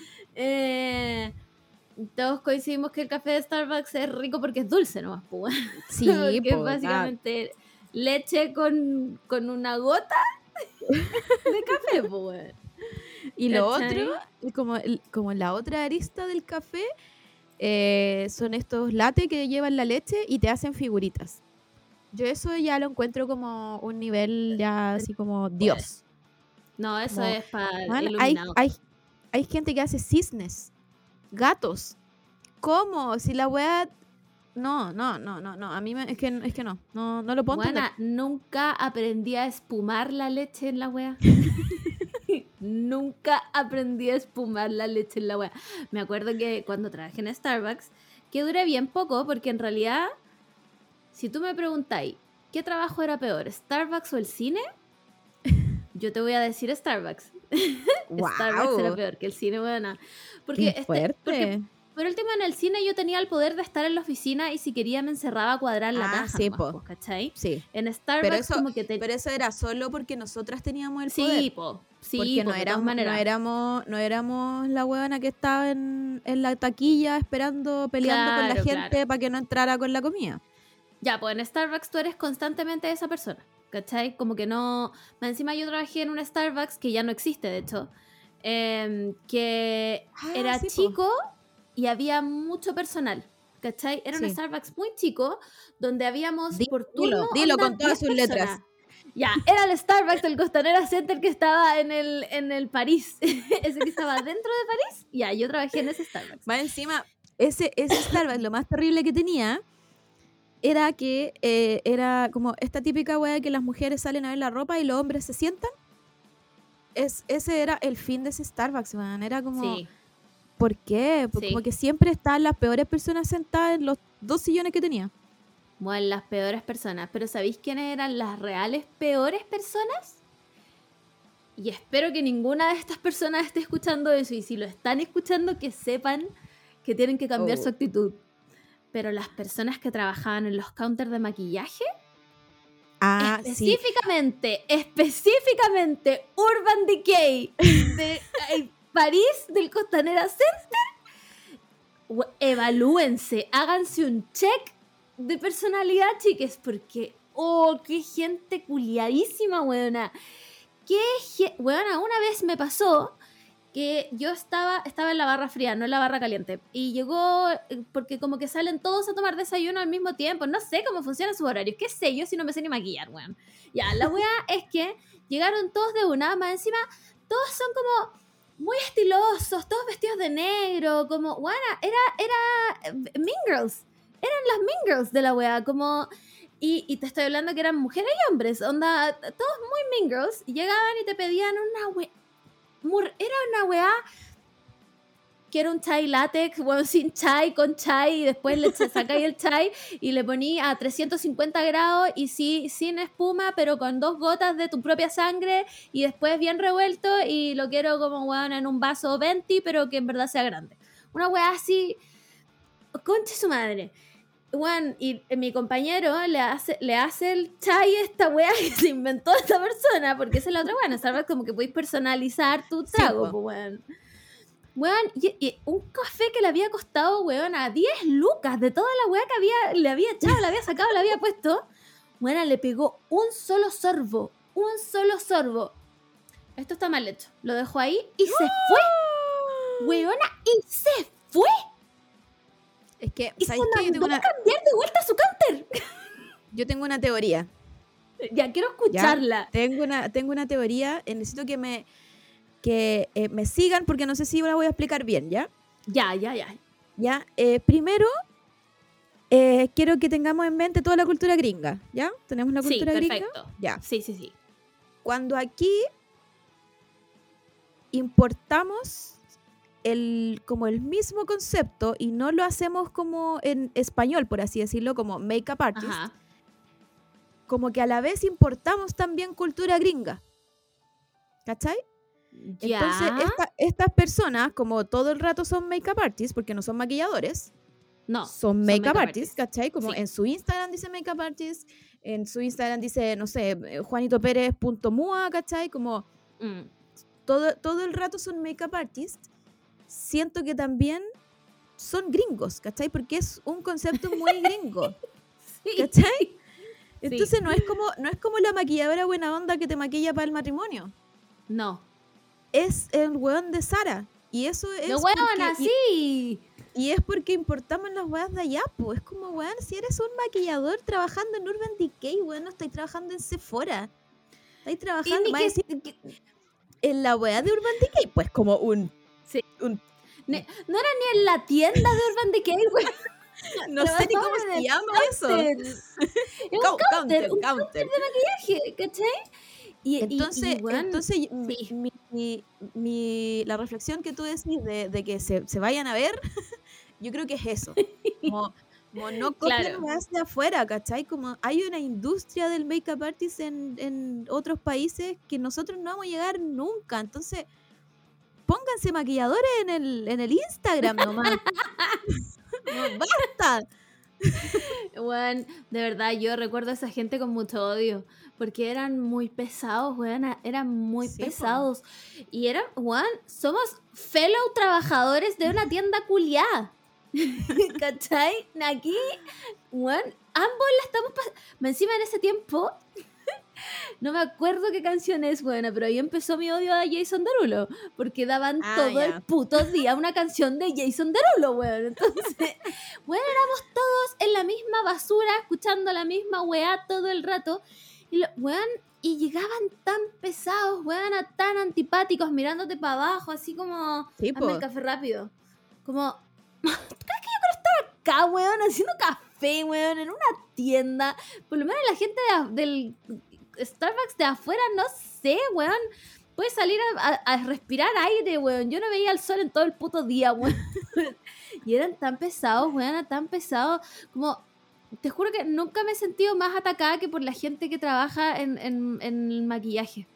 Todos coincidimos que el café de Starbucks es rico porque es dulce nomás, pues. Sí, porque es básicamente leche con una gota de café, pues. Y lo otro, como la otra arista del café, son estos latte que llevan la leche y te hacen figuritas. Yo eso ya lo encuentro como un nivel ya así como Dios. No, eso como, es para iluminado. Hay gente que hace cisnes, gatos. ¿Cómo? Si la weá... No. A mí es que no lo puedo entender. Nunca aprendí a espumar la leche en la weá. Nunca aprendí a espumar la leche en la weá. Me acuerdo que cuando trabajé en Starbucks, que duré bien poco, porque en realidad, si tú me preguntáis, ¿qué trabajo era peor, Starbucks o el cine? Yo te voy a decir Starbucks. Wow. Starbucks era peor que el cine, buena. Porque por último, en el cine yo tenía el poder de estar en la oficina y si quería me encerraba a cuadrar la caja. Sí, nomás, ¿cachai? Sí. En Starbucks pero eso era solo porque nosotras teníamos el poder. Sí, porque no éramos la huevona que estaba en la taquilla peleando con la gente para que no entrara con la comida. Ya, pues en Starbucks tú eres constantemente esa persona, ¿cachai? Como que no... Encima yo trabajé en un Starbucks que ya no existe, de hecho, que era chico... Y había mucho personal, ¿cachai? Era un Starbucks muy chico, donde habíamos por turno... Dilo con todas sus letras. Ya, era el Starbucks del Costanera Center que estaba en el París. Ese que estaba dentro de París. Ya, yo trabajé en ese Starbucks. Más encima, ese Starbucks, lo más terrible que tenía era que era como esta típica weá que las mujeres salen a ver la ropa y los hombres se sientan. Ese era el fin de ese Starbucks, man. Era como... Sí. ¿Por qué? Porque como que siempre estaban las peores personas sentadas en los 2 sillones que tenía. Bueno, las peores personas. Pero ¿sabéis quiénes eran las reales peores personas? Y espero que ninguna de estas personas esté escuchando eso. Y si lo están escuchando, que sepan que tienen que cambiar su actitud. Pero las personas que trabajaban en los counters de maquillaje... específicamente Urban Decay de... París del Costanera Center, evalúense, háganse un check de personalidad, chiques, porque, qué gente culiadísima, weona. Weona, una vez me pasó que yo estaba en la barra fría, no en la barra caliente, y llegó, porque como que salen todos a tomar desayuno al mismo tiempo, no sé cómo funcionan sus horarios, qué sé yo si no me sé ni maquillar, weón. Ya, la wea es que llegaron todos de una, más encima, todos son como... muy estilosos, todos vestidos de negro, como, bueno, era Mean Girls, eran las Mean Girls de la wea, como, y te estoy hablando que eran mujeres y hombres, onda, todos muy Mean Girls, y llegaban y te pedían una wea, era una wea que era un chai látex, bueno, sin chai, con chai, y después le sacáis el chai y le poní a 350 grados y sí, sin espuma, pero con 2 gotas de tu propia sangre y después bien revuelto y lo quiero como, weón, en un vaso 20, pero que en verdad sea grande. Una weá así, conche su madre. Weón, y mi compañero le hace el chai a esta weá que se inventó esta persona, porque esa es la otra weá, ¿sabes? Como que podéis personalizar tu trago, pues weón. Weón, y un café que le había costado, weón, a 10 lucas de toda la weá que le había echado, le había sacado, le había puesto. Weón, le pegó un solo sorbo. Esto está mal hecho. Lo dejó ahí y se fue. Weona, y se fue. Es que, y se mandó a cambiar de vuelta a su counter. Yo tengo una teoría. Ya, quiero escucharla. Ya, tengo una teoría. Necesito que me sigan porque no sé si la voy a explicar bien, ¿ya? Ya, primero, quiero que tengamos en mente toda la cultura gringa, ¿ya? ¿Tenemos la cultura gringa? Perfecto. Ya. Sí. Cuando aquí importamos como el mismo concepto y no lo hacemos como en español, por así decirlo, como make-up artist, como que a la vez importamos también cultura gringa. ¿Cachai? Ya. Entonces, estas personas, como todo el rato son make-up artists, porque no son maquilladores, No, son make-up artists, artists. ¿cachai? Como Sí. en su Instagram dice make-up artist, en su Instagram dice, no sé, juanitopérez.mua, ¿cachai? Como Mm. todo el rato son make-up artists. Siento que también son gringos, ¿cachai? Porque es un concepto muy gringo, Sí. ¿cachai? Entonces no es como la maquilladora buena onda que te maquilla para el matrimonio. No. Es el weón de Sara. Y eso es No, weón, porque- así. Y es porque importamos las weas de allá, pues. Es como, weón, si eres un maquillador trabajando en Urban Decay, weón, no estáis trabajando en Sephora. Estáis trabajando ni más que- decir, en la wea de Urban Decay, pues como un... Sí. un- No era ni en la tienda de Urban Decay, weón. no sé ni cómo Trabajaba en se el llama eso. counter. Es un counter, un counter. maquillaje, ¿cachai? Y Entonces, weón, entonces sí. la reflexión que tú decís de que se vayan a ver, yo creo que es eso. Como no copien Claro. más de afuera, ¿cachai? Como hay una industria del make-up artist en otros países que nosotros no vamos a llegar nunca. Entonces, pónganse maquilladores en el Instagram nomás. No, basta. Weón, de verdad, yo recuerdo a esa gente con mucho odio. Porque eran muy pesados, weón. Eran muy Sí, po. pesados. Y eran, weón, somos fellow trabajadores de una tienda culiada. ¿Cachai? Aquí, weón, ambos la estamos pasando. Encima en ese tiempo, no me acuerdo qué canción es, weón, pero ahí empezó mi odio a Jason Derulo. Porque daban todo ya. el puto día una canción de Jason Derulo, weón. Entonces, weón, éramos todos en la misma basura, escuchando la misma weá todo el rato. Y llegaban tan pesados, weón, tan antipáticos, mirándote para abajo, así como... Sí, hazme po. el café rápido. Como... ¿Crees que yo quiero estar acá, weón, haciendo café, weón, en una tienda? Por lo menos la gente del Starbucks de afuera, no sé, weón. Puede salir a respirar aire, weón. Yo no veía el sol en todo el puto día, weón. Y eran tan pesados, weón, tan pesados. Como, te juro que nunca me he sentido más atacada que por la gente que trabaja en el maquillaje.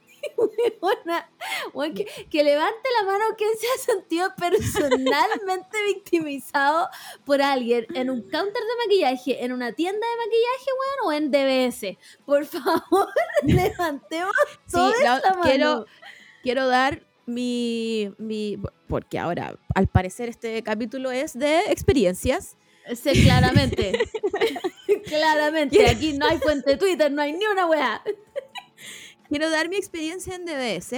Weón, que levante la mano quien se ha sentido personalmente victimizado por alguien en un counter de maquillaje, en una tienda de maquillaje, weón, o en DBS. Por favor, levantemos toda esta mano. Quiero dar porque ahora, al parecer, este capítulo es de experiencias. Sí, claramente. Claramente. Aquí no hay fuente Twitter, no hay ni una weá. Quiero dar mi experiencia en DBS.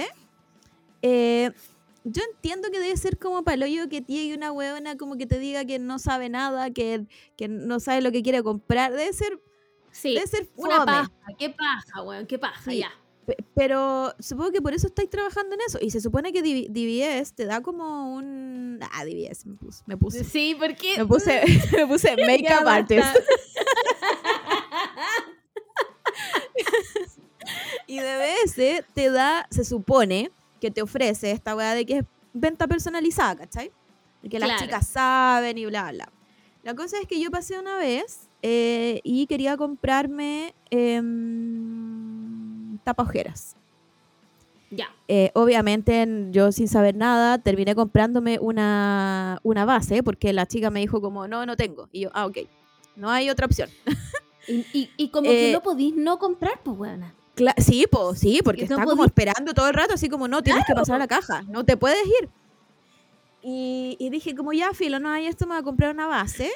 Yo entiendo que debe ser como paloyo que llegue una huevona como que te diga que no sabe nada, que no sabe lo que quiere comprar. Debe ser Una fome. paja. Qué paja, weón, qué paja, Sí. ya. Pero supongo que por eso estáis trabajando en eso. Y se supone que DBS te da como un... DBS me puse. Sí, porque... Me puse Ya make-up basta. artist. Y DBS te da, se supone que te ofrece esta weá de que es venta personalizada, ¿cachai? De que las Claro. chicas saben y bla, bla. La cosa es que yo pasé una vez y quería comprarme tapaojeras. Ya. Obviamente yo sin saber nada terminé comprándome una base porque la chica me dijo como no tengo. Y yo, ok, no hay otra opción. Y como que no podís no comprar, pues, weona. Sí, porque Que no está como podí- esperando todo el rato, así como no, tienes que pasar a la caja, no te puedes ir. Y dije como ya, filo, no hay esto, me voy a comprar una base.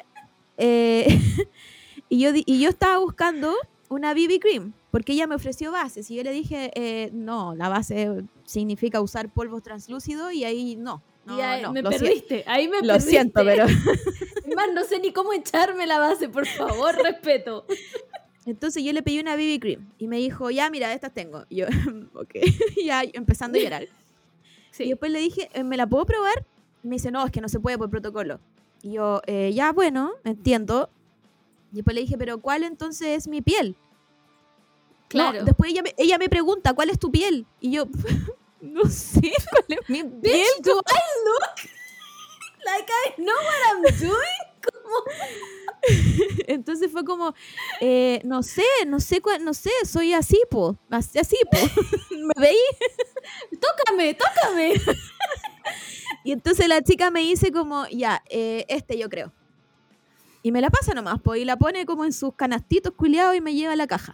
y yo estaba buscando una BB Cream, porque ella me ofreció bases, y yo le dije, no, la base significa usar polvos translúcidos, y ahí no. Y ahí me lo perdiste, ahí me Lo perdiste. siento, pero... Es más, no sé ni cómo echarme la base, por favor, respeto. Entonces yo le pedí una BB Cream, y me dijo, ya, mira, estas tengo. Y yo, ok, ya empezando a llorar. Sí. Y después le dije, ¿me la puedo probar? Y me dice, no, es que no se puede por protocolo. Y yo, ya, bueno, entiendo. Y después le dije, pero ¿cuál entonces es mi piel? Claro. No, después ella me pregunta, ¿cuál es tu piel? Y yo, no sé cuál es mi piel. Bitch, do I look like I know what I'm doing? Entonces fue como, no sé, soy así, po. Así, po. ¿Me veí? tócame. Y entonces la chica me dice como, ya, yo creo. Y me la pasa nomás, po, y la pone como en sus canastitos culiados y me lleva a la caja.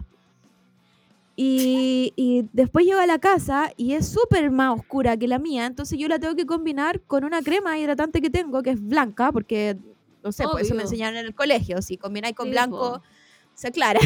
Y después llego a la casa y es súper más oscura que la mía, entonces yo la tengo que combinar con una crema hidratante que tengo, que es blanca, porque, no sé, por eso me enseñaron en el colegio, si combináis con blanco, se aclara.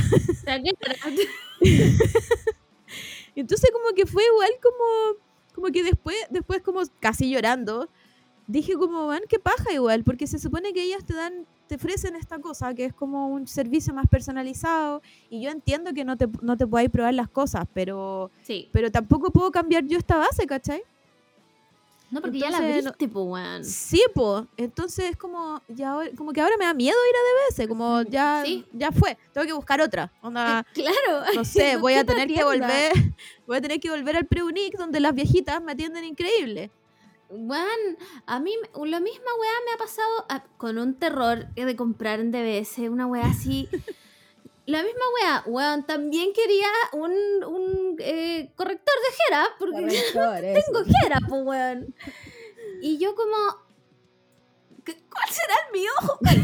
Entonces como que fue igual como que después como casi llorando, dije como, man, qué paja igual, porque se supone que ellas te ofrecen esta cosa que es como un servicio más personalizado, y yo entiendo que no te podáis probar las cosas, pero tampoco puedo cambiar yo esta base, ¿cachai? No, porque entonces, ya la viste, po, weón. Sí, po. Entonces es como que ahora me da miedo ir a DBS, como ya fue, tengo que buscar otra. Onda, claro. No sé, voy a tener que volver al Preunic, donde las viejitas me atienden increíble. Bueno, a mí la misma weá me ha pasado con un terror de comprar en DBS, una weá así. La misma weá, weón, también quería un corrector de jera, porque tengo jera, pues weón. Y yo como, ¿cuál será el mío?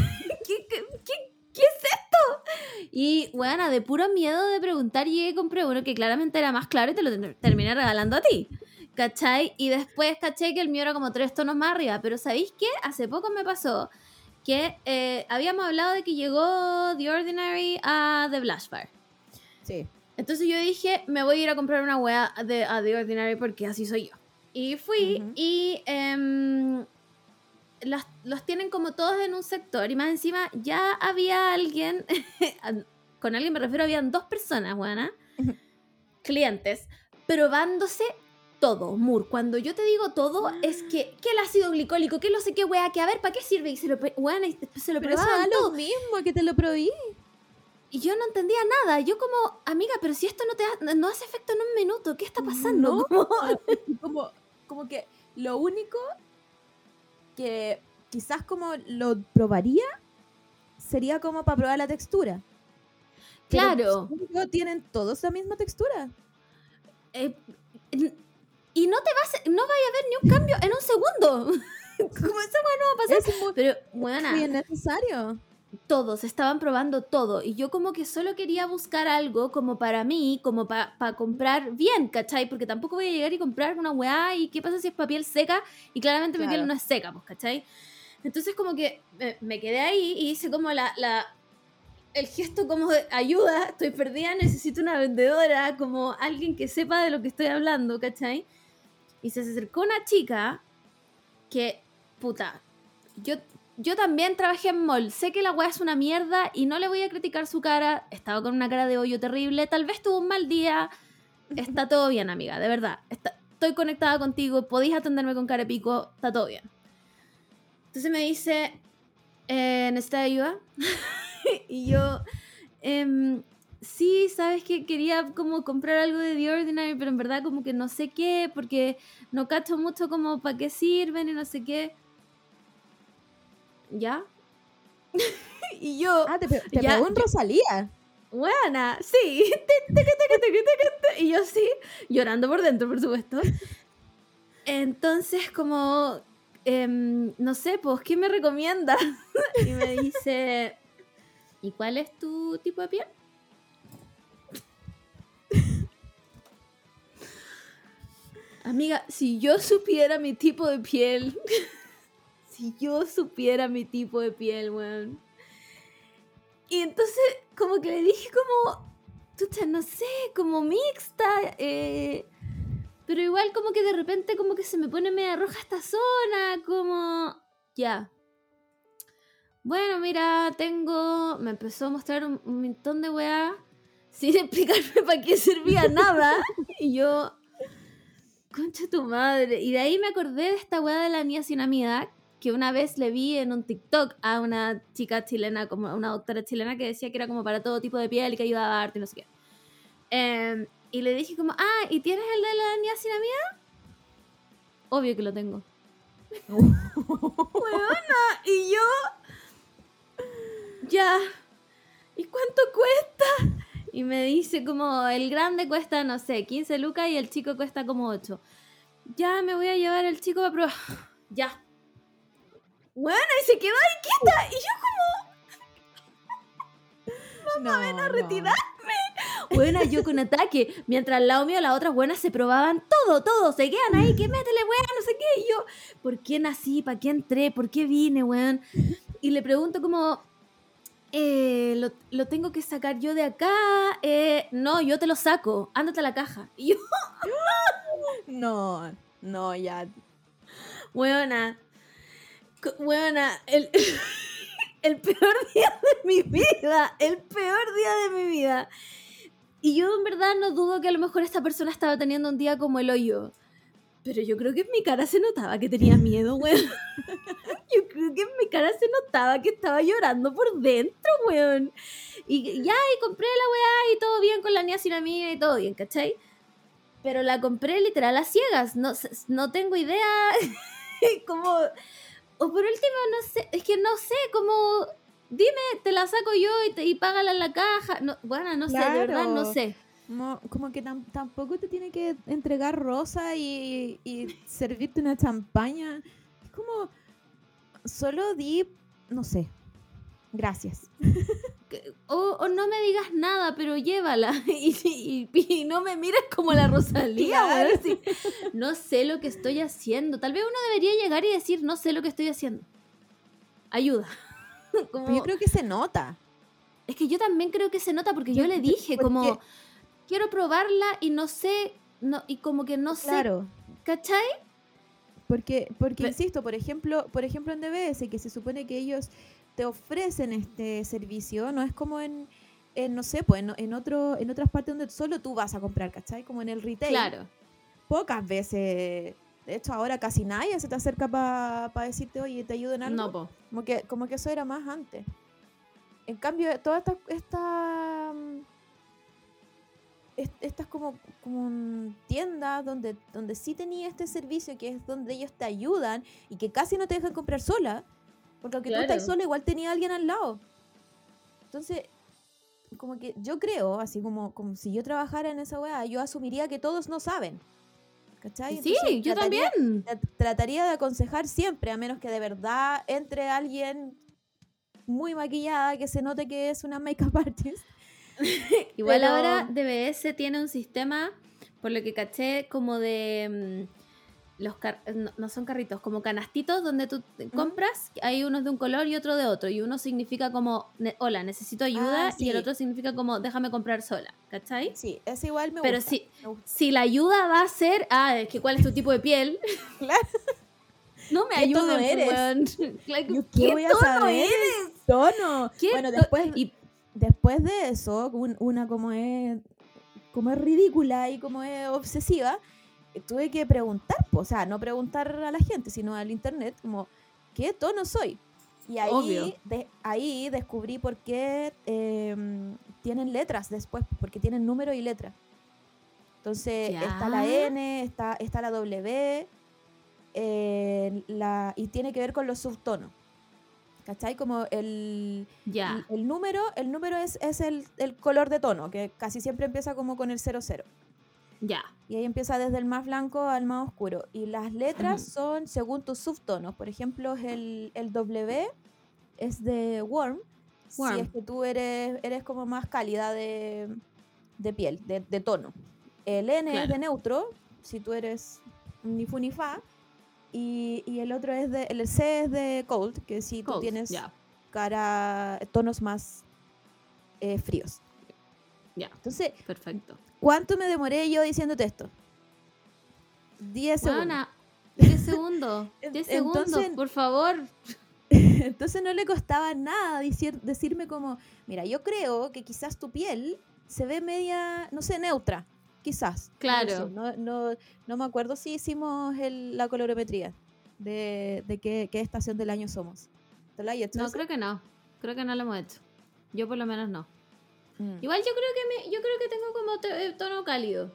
¿Qué es esto? Y weón, de puro miedo de preguntar, llegué y compré uno que claramente era más claro y te lo terminé regalando a ti. ¿Cachai? Y después caché que el mío era como 3 tonos más arriba. Pero ¿sabéis qué? Hace poco me pasó que habíamos hablado de que llegó The Ordinary a The Blush Bar. Sí. Entonces yo dije, me voy a ir a comprar una wea a The Ordinary porque así soy yo. Y fui y los tienen como todos en un sector. Y más encima ya había alguien, con alguien me refiero, habían 2 personas, weona, clientes, probándose todo, Mur. Cuando yo te digo todo, es que el ácido glicólico, que no sé qué, wea, que a ver, ¿para qué sirve? Y se lo probaban todo. Lo mismo, que te lo probé. Y yo no entendía nada. Yo como, amiga, pero si esto no hace efecto en un minuto, ¿qué está pasando? ¿No? Como que lo único que quizás como lo probaría sería como para probar la textura. Claro. Pero tienen todos la misma textura. Y no vaya a ver ni un cambio en un segundo. Como esa weá no va a pasar. Pero, buena. Es muy necesario. Todos estaban probando todo. Y yo como que solo quería buscar algo como para mí, como para comprar bien, ¿cachai? Porque tampoco voy a llegar y comprar una weá. ¿Y qué pasa si es para piel seca? Y claramente mi piel no es seca, pues, ¿cachai? Entonces como que me quedé ahí y hice como el gesto como de ayuda, estoy perdida, necesito una vendedora, como alguien que sepa de lo que estoy hablando, ¿cachai? Y se acercó una chica que, puta, yo también trabajé en mall, sé que la weá es una mierda y no le voy a criticar su cara, estaba con una cara de hoyo terrible, tal vez tuvo un mal día, está todo bien, amiga, de verdad, estoy conectada contigo, podéis atenderme con cara de pico, está todo bien. Entonces me dice, ¿necesitas ayuda? Y yo, sí, sabes que quería como comprar algo de The Ordinary, pero en verdad como que no sé qué, porque no cacho mucho como para qué sirven y no sé qué. ¿Ya? Y yo... te pegó en Rosalía. Buena, sí. Y yo sí, llorando por dentro, por supuesto. Entonces como, no sé, pues, ¿qué me recomiendas? Y me dice... ¿Y cuál es tu tipo de piel? Amiga, si yo supiera mi tipo de piel, weón. Y entonces, como que le dije como, chucha, no sé, como mixta, pero igual como que de repente como que se me pone media roja esta zona, como, ya. Bueno, mira, me empezó a mostrar un montón de weá sin explicarme para qué servía nada. Y yo, concha tu madre. Y de ahí me acordé de esta weá de la niacinamida, que una vez le vi en un TikTok a una chica chilena, como una doctora chilena, que decía que era como para todo tipo de piel y que ayudaba a darte y no sé qué. Y le dije como, ¿y tienes el de la niacinamida? Obvio que lo tengo. Weona, y yo... ya, ¿y cuánto cuesta? Y me dice como, el grande cuesta, no sé, 15 lucas y el chico cuesta como 8. Ya, me voy a llevar el chico a probar. Ya. Bueno, y se quedó ahí quieta. Y yo No, retirar. Buena, yo con ataque. Mientras al lado mío las otras buenas se probaban todo. Se quedan ahí, que métele, weón, no sé qué. Y yo, ¿por qué nací? ¿Para qué entré? ¿Por qué vine, weón? Y le pregunto como, ¿lo tengo que sacar yo de acá? No, yo te lo saco. Ándate a la caja. Y yo, no, ya. weona, el, el peor día de mi vida. El peor día de mi vida. Y yo en verdad no dudo que a lo mejor esta persona estaba teniendo un día como el hoyo. Pero yo creo que en mi cara se notaba que tenía miedo, weón. Yo creo que en mi cara se notaba que estaba llorando por dentro, weón. Y ya, y compré la weá y todo bien con la niacinamida y todo bien, ¿cachai? Pero la compré literal a ciegas. No tengo idea como... O por último, no sé, es que no sé, como... Dime, te la saco yo y págala en la caja. No, bueno, no sé, de verdad no sé. Como que tampoco te tiene que entregar rosa y servirte una champaña. Es como, solo di, no sé, gracias. O no me digas nada, pero llévala. Y no me mires como la Rosalía, Claro. weón. Así, no sé lo que estoy haciendo. Tal vez uno debería llegar y decir, no sé lo que estoy haciendo. Ayuda. Como, Pero yo creo que se nota. es que yo también creo que se nota porque yo le dije, como, quiero probarla y no sé, y como que no Claro. sé, ¿cachai? Porque insisto, por ejemplo en DBS, que se supone que ellos te ofrecen este servicio, no es como en no sé, pues en otras partes donde solo tú vas a comprar, ¿cachai? Como en el retail. Claro. Pocas veces, de hecho ahora casi nadie se te acerca para decirte, oye, ¿te ayudo en algo? No, po. Como que eso era más antes. En cambio, todas estas como tiendas donde sí tenía este servicio, que es donde ellos te ayudan y que casi no te dejan comprar sola, porque aunque tú estás sola, igual tenía alguien al lado. Entonces, como que yo creo, así como si yo trabajara en esa weá, yo asumiría que todos no saben. ¿Cachai? Sí, Entonces, yo también. Trataría de aconsejar siempre, a menos que de verdad entre alguien muy maquillada que se note que es una make-up artist. Igual Pero- ahora DBS tiene un sistema, por lo que caché, como de no son carritos, como canastitos donde tú compras, hay unos de un color y otro de otro, y uno significa como, hola, necesito ayuda, sí. y el otro significa como, déjame comprar sola, ¿cachai? Sí, es igual me Pero gusta. Me gusta. si la ayuda va a ser, es que cuál es tu tipo de piel, Claro. no me ¿Qué ayuden, tono pues, eres? weón. Like, Yo, ¿qué voy a tono saber? eres? Tono. ¿Qué Bueno, to- y- después de eso, una como es ridícula y como es obsesiva, tuve que preguntar, o sea, no preguntar a la gente, sino al internet, como, ¿qué tono soy? Y ahí, Obvio. ahí descubrí por qué tienen letras después, porque tienen número y letra. Entonces, Ya. está la N, está la W, y tiene que ver con los subtonos. ¿Cachai? Como el número es el color de tono, que casi siempre empieza como con el 00. Ya. Y ahí empieza desde el más blanco al más oscuro. Y las letras son según tus subtonos. Por ejemplo, el W es de warm. Si es que tú eres como más cálida de piel, de tono. El N es de neutro, si tú eres ni fu ni fa. Y el otro es el C es de cold, que si tú tienes tonos más fríos. Ya. Entonces, Perfecto. ¿cuánto me demoré yo diciéndote esto? 10 segundos. Buena, 10 segundos. 10 segundos, Entonces, por favor. Entonces no le costaba nada decirme como, mira, yo creo que quizás tu piel se ve media, no sé, neutra. Quizás. Claro. No me acuerdo si hicimos la colorimetría de qué estación del año somos. ¿Te la has hecho? No, creo que no. Creo que no lo hemos hecho. Yo por lo menos no. Mm. Igual yo creo que tengo como tono cálido.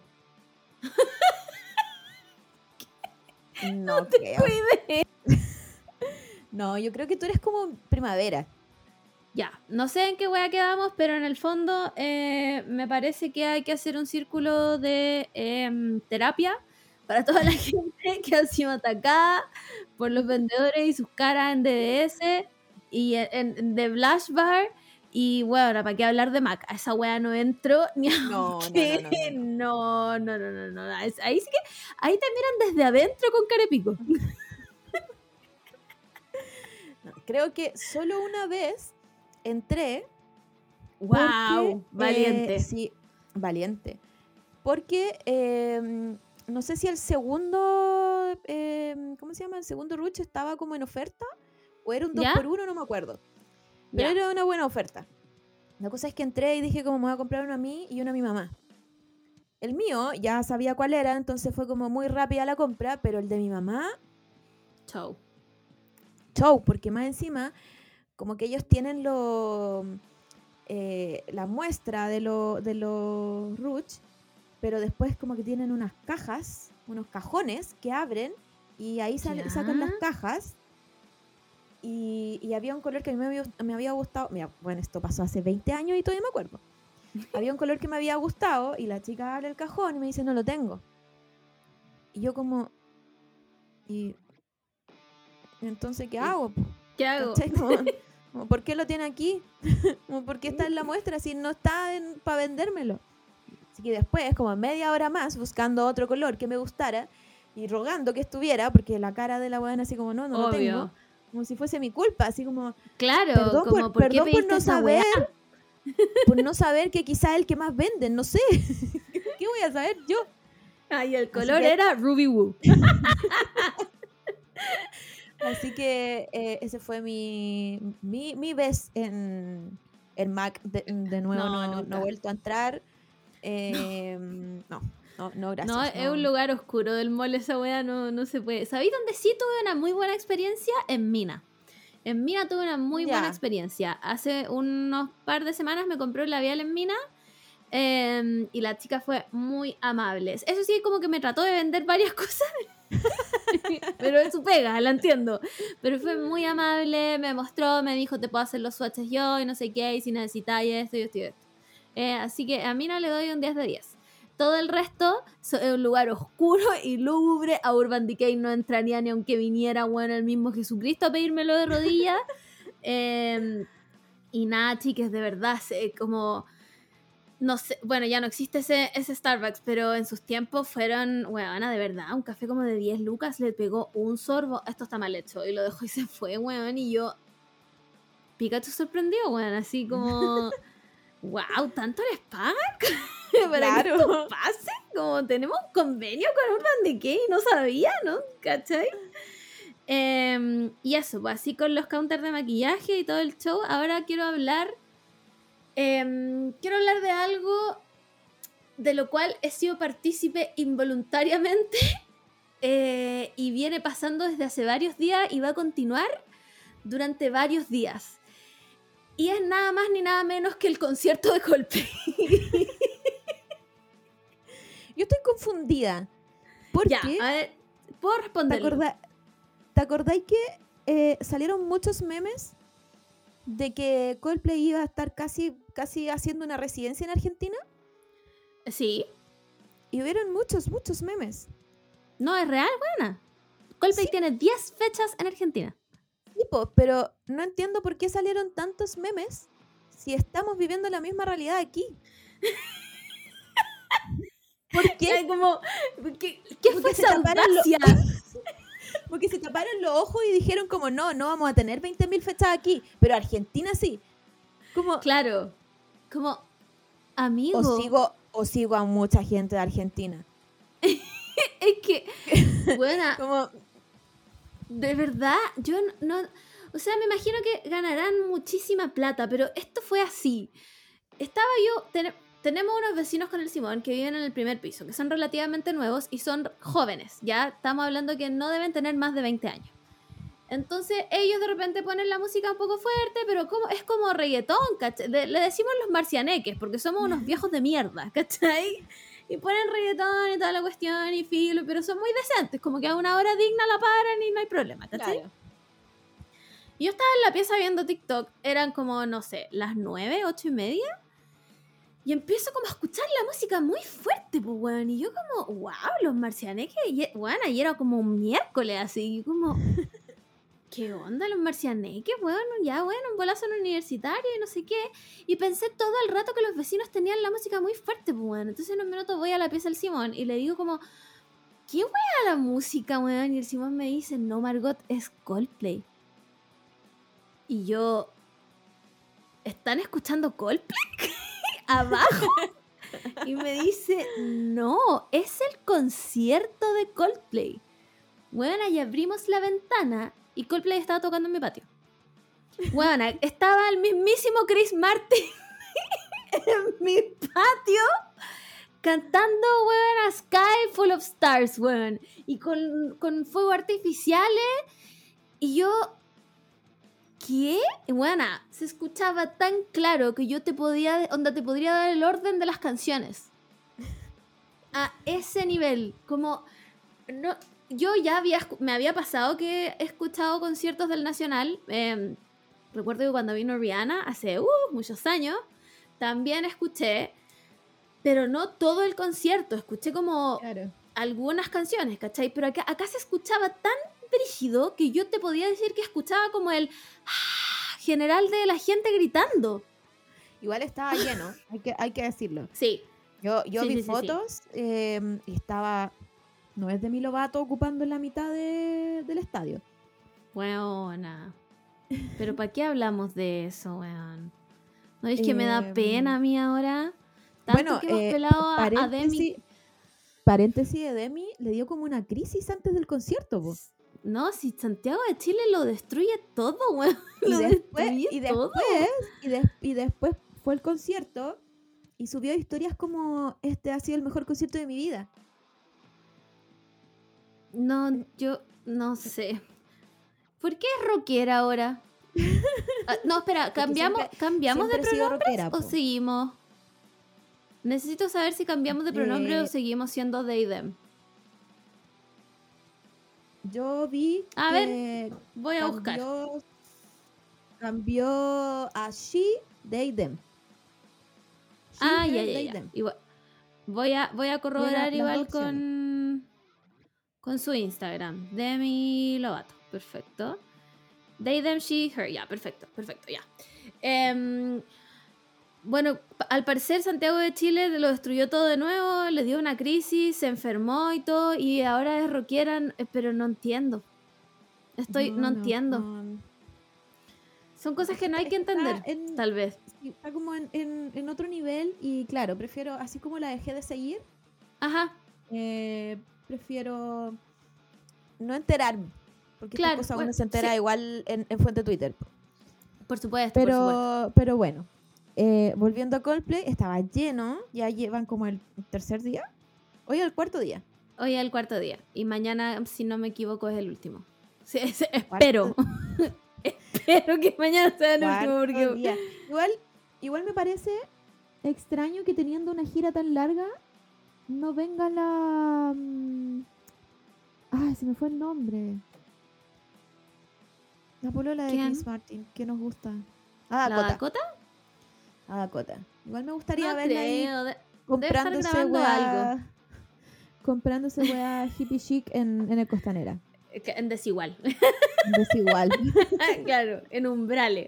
No creo. No, yo creo que tú eres como primavera. Ya, no sé en qué wea quedamos, pero en el fondo me parece que hay que hacer un círculo de terapia para toda la gente que ha sido atacada por los vendedores y sus caras en DDS y de Blush Bar. Y bueno, ¿para qué hablar de Mac? A esa wea no entro ni aunque... No. Ahí sí que... Ahí te miran desde adentro con carepico. No, creo que solo una vez entré. ¡Wow! Valiente. Sí, valiente. Porque no sé si el segundo, ¿cómo se llama? El segundo Ruch estaba como en oferta o era un 2x1, no me acuerdo. Pero era una buena oferta. La cosa es que entré y dije como me voy a comprar uno a mí y uno a mi mamá. El mío ya sabía cuál era, entonces fue como muy rápida la compra, pero el de mi mamá... Chau, porque más encima, como que ellos tienen la muestra de los Ruch, pero después como que tienen unas cajas, unos cajones que abren y ahí sacan las cajas. Y había un color que a mí me había gustado. Mira, bueno, esto pasó hace 20 años y todavía me acuerdo. Había un color que me había gustado y la chica abre el cajón y me dice, no lo tengo. Y yo como... ¿Y entonces qué hago? ¿Qué hago? Como, ¿por qué lo tiene aquí? Como, ¿por qué está en la muestra si no está para vendérmelo? Así que después, como media hora más, buscando otro color que me gustara y rogando que estuviera, porque la cara de la buena así como, no lo tengo. Como si fuese mi culpa, así como... Claro, perdón como por qué no esa saber, por no saber que quizá es el que más venden, no sé. ¿Qué voy a saber yo? Ay, el color era Ruby Woo. Así que ese fue mi vez en Mac. De nuevo no he vuelto a entrar. No, gracias. No, es un lugar oscuro del mall, esa wea no se puede. ¿Sabéis dónde sí tuve una muy buena experiencia? En Mina. En Mina tuve una muy buena experiencia. Hace unos par de semanas me compré un labial en Mina y la chica fue muy amable. Eso sí, como que me trató de vender varias cosas. Pero es su pega, la entiendo. Pero fue muy amable, me mostró, me dijo, te puedo hacer los swatches yo y no sé qué, y si necesitáis esto y esto y esto. Así que a Mina le doy un 10 de 10. Todo el resto es un lugar oscuro y lúgubre. A Urban Decay no entraría ni aunque viniera, bueno, el mismo Jesucristo a pedírmelo de rodillas. Y nada, chiques, de verdad, como... No sé, bueno, ya no existe ese Starbucks, pero en sus tiempos fueron, weona, de verdad, un café como de 10 lucas, le pegó un sorbo, esto está mal hecho, y lo dejó y se fue, weón, y yo, Pikachu sorprendió, weón, así como, wow, ¿tanto les pagan? Para que esto pase, como tenemos un convenio con Urban Decay, no sabía, ¿no? ¿Cachai? Y eso, pues así con los counters de maquillaje y todo el show, ahora quiero hablar de algo de lo cual he sido partícipe involuntariamente y viene pasando desde hace varios días y va a continuar durante varios días. Y es nada más ni nada menos que el concierto de Coldplay. Yo estoy confundida. ¿Por ya, qué? A ver, ¿puedo responder? ¿Te acordáis que salieron muchos memes de que Coldplay iba a estar casi haciendo una residencia en Argentina? Sí. Y hubieron muchos memes. No, es real, buena. Coldplay tiene 10 fechas en Argentina. Sí, pero no entiendo por qué salieron tantos memes si estamos viviendo la misma realidad aquí. ¿Por qué? Como, ¿qué fue esa audacia? Porque se taparon los ojos y dijeron como no vamos a tener 20.000 fechas aquí, pero Argentina sí. Como, claro, como, amigo. O sigo a mucha gente de Argentina. Es que, buena, como, de verdad, yo no, o sea, me imagino que ganarán muchísima plata, pero esto fue así. Estaba yo, tenemos unos vecinos con el Simón que viven en el primer piso, que son relativamente nuevos y son jóvenes. Ya estamos hablando que no deben tener más de 20 años. Entonces ellos de repente ponen la música un poco fuerte, pero es como reggaetón, ¿cachai? Le decimos los marcianeques, porque somos unos viejos de mierda, ¿cachai? Y ponen reggaetón y toda la cuestión y filo, pero son muy decentes, como que a una hora digna la paran y no hay problema, ¿cachai? Claro. Y yo estaba en la pieza viendo TikTok, eran como, no sé, las 9, 8:30, y empiezo como a escuchar la música muy fuerte, pues, weón, y yo como, wow, los Marcianeques, y, weón, y era como un miércoles, así, y como, ¿qué onda los Marcianeques, weón? Ya, bueno, un bolazo en universitario y no sé qué, y pensé todo el rato que los vecinos tenían la música muy fuerte, pues, weón, entonces en un minuto voy a la pieza del Simón, y le digo como, ¿qué wea la música, weón? Y el Simón me dice, no, Margot, es Coldplay. Y yo, ¿están escuchando Coldplay? Abajo. Y me dice, no, es el concierto de Coldplay. Bueno, y abrimos la ventana y Coldplay estaba tocando en mi patio. Bueno, estaba el mismísimo Chris Martin en mi patio cantando, weón, a Sky Full of Stars, weón. Y con fuegos artificiales. Y yo, ¿qué? Bueno, se escuchaba tan claro que yo te podría dar el orden de las canciones. A ese nivel. Como, no, yo ya me había pasado que he escuchado conciertos del Nacional. Recuerdo que cuando vino Rihanna, hace muchos años, también escuché, pero no todo el concierto. Escuché como algunas canciones, ¿cachai? Pero acá se escuchaba tan brígido que yo te podía decir que escuchaba como el general de la gente gritando. Igual estaba lleno, hay que decirlo. Sí. Yo Sí, vi sí, fotos y estaba, no es Demi Lovato ocupando la mitad del estadio. Buena. Pero ¿para qué hablamos de eso, weón? ¿No es que me da pena a mí ahora? Tanto que hemos pelado a Demi. Paréntesis de Demi, le dio como una crisis antes del concierto, po. No, si Santiago de Chile lo destruye todo, weón. Y después fue el concierto y subió historias como, este ha sido el mejor concierto de mi vida. No, yo no sé. ¿Por qué es rockera ahora? No, espera, ¿cambiamos de pronombres rockera, o seguimos? Necesito saber si cambiamos de pronombre o seguimos siendo they, them. Yo vi a que ver, voy a buscar. Cambió a she, they, them. She, ya. Igual, voy a corroborar igual con su Instagram. Demi Lovato. Perfecto. They, them, she, her. Ya, perfecto, ya. Bueno, al parecer Santiago de Chile lo destruyó todo de nuevo, le dio una crisis, se enfermó y todo, y ahora es rockera, pero no entiendo. No entiendo. No. Son cosas que no hay que entender, tal vez. Está como en otro nivel y claro, prefiero, así como la dejé de seguir, prefiero no enterarme. Porque claro, esta cosa uno se entera igual en fuente Twitter. Por supuesto, pero bueno. Volviendo a Coldplay, estaba lleno, ya llevan como el tercer día. Hoy es el cuarto día. Y mañana, si no me equivoco, es el último. Sí, espero. Espero que mañana sea el último. Porque... Igual me parece extraño que teniendo una gira tan larga no venga la... Ay, se me fue el nombre. La polola de Chris Martin, que nos gusta. ¿La Dakota? A Dakota. Igual me gustaría verla ahí comprándose weá hippie chic en el Costanera. En Desigual. Claro, en Umbrales.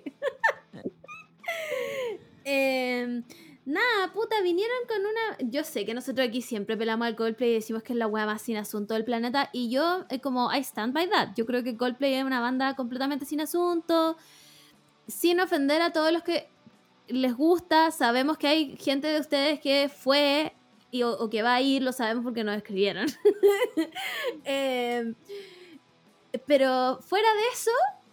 Nada, puta, vinieron con una... Yo sé que nosotros aquí siempre pelamos al Coldplay y decimos que es la weá más sin asunto del planeta. Y yo, como, I stand by that. Yo creo que Coldplay es una banda completamente sin asunto. Sin ofender a todos los que les gusta. Sabemos que hay gente de ustedes que fue o que va a ir, lo sabemos porque nos escribieron. Pero fuera de eso,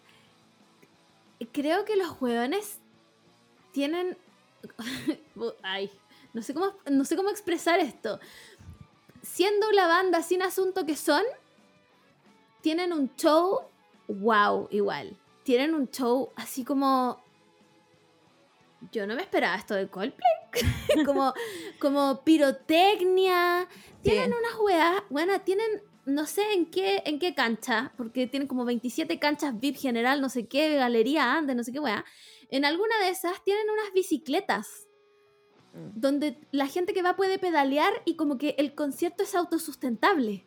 creo que los hueones tienen... Ay, no sé cómo expresar esto. Siendo la banda sin asunto que son, tienen un show wow, igual. Tienen un show así como... Yo no me esperaba esto de Coldplay. como pirotecnia. Tienen unas weas. Bueno, tienen no sé en qué cancha, porque tienen como 27 canchas VIP general, no sé qué, galería Andes, no sé qué weá. En alguna de esas tienen unas bicicletas donde la gente que va puede pedalear y como que el concierto es autosustentable.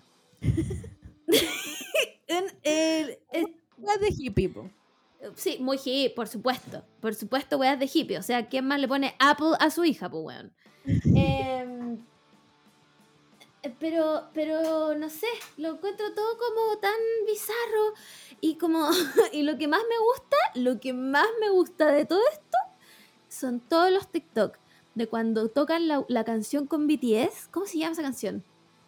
Weas de hippie, po. Sí, muy hippie, por supuesto. Por supuesto, weas de hippie. O sea, ¿quién más le pone Apple a su hija, pues, weón? Pero no sé, lo encuentro todo como tan bizarro y como y lo que más me gusta de todo esto son todos los TikTok de cuando tocan la canción con BTS. ¿Cómo se llama esa canción?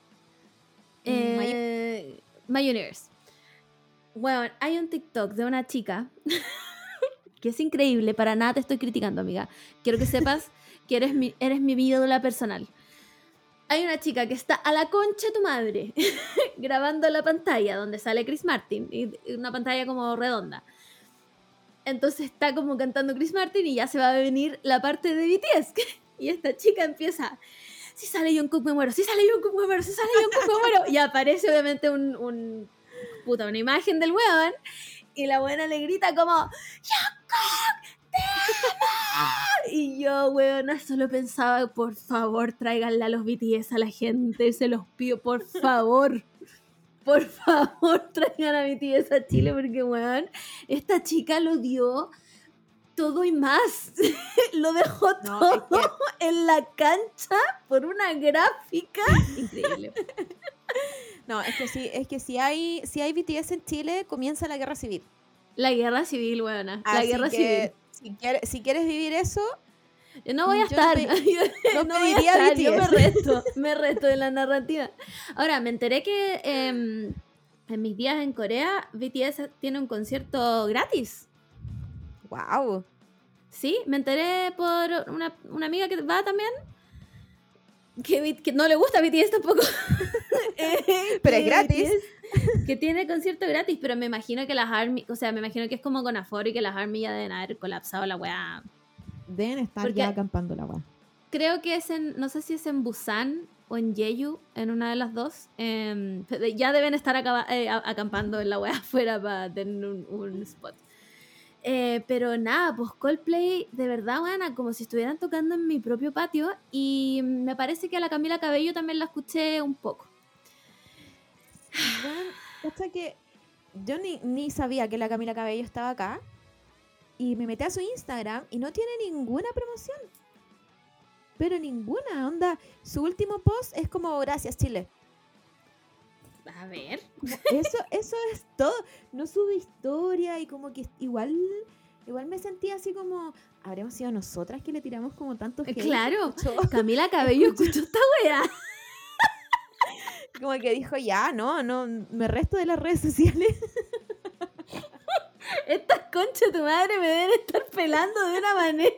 My Universe. Bueno, hay un TikTok de una chica que es increíble, para nada te estoy criticando, amiga. Quiero que sepas que eres mi ídola personal. Hay una chica que está a la concha de tu madre grabando la pantalla donde sale Chris Martin, y una pantalla como redonda. Entonces está como cantando Chris Martin y ya se va a venir la parte de BTS. Y esta chica empieza: si sale Jungkook me muero, si sale Jungkook me muero, si sale Jungkook me muero. Y aparece obviamente una imagen del weón y la buena le grita como: ¡Jungkook, te amo! Y yo, weona, solo pensaba: por favor, tráiganle a los BTS a la gente, se los pido, por favor. Por favor, traigan a BTS a Chile porque, weón, esta chica lo dio todo y más. Lo dejó todo en la cancha por una gráfica increíble. No, es que si hay BTS en Chile, comienza la guerra civil. La guerra civil, weona. La guerra civil. Si quieres vivir eso, yo no voy a estar. No no voy a estar. Yo me resto de la narrativa. Ahora, me enteré que en mis días en Corea, BTS tiene un concierto gratis. ¡Wow! Sí, me enteré por una amiga que va también. Que no le gusta BTS tampoco. Pero es gratis. BTS, que tiene concierto gratis, pero me imagino que las ARMY, o sea, me imagino que es como con aforo y que las ARMY ya deben haber colapsado la weá. Deben estar ya acampando la weá. Creo que no sé si es en Busan o en Jeju, en una de las dos. Ya deben estar acampando en la weá afuera para tener un spot. Pero nada, pues Coldplay, de verdad, weana, como si estuvieran tocando en mi propio patio. Y me parece que a la Camila Cabello también la escuché un poco. Bueno, hasta que yo ni sabía que la Camila Cabello estaba acá. Y me metí a su Instagram y no tiene ninguna promoción. Pero ninguna, onda. Su último post es como: gracias, Chile. A ver. Eso es todo. No sube historia y como que igual me sentía así como: ¿habremos sido nosotras que le tiramos como tantos hate? Claro, Camila Cabello escuchó esta wea. Como que dijo: ya, no, me resto de las redes sociales. Estas conchas de tu madre me deben estar pelando de una manera.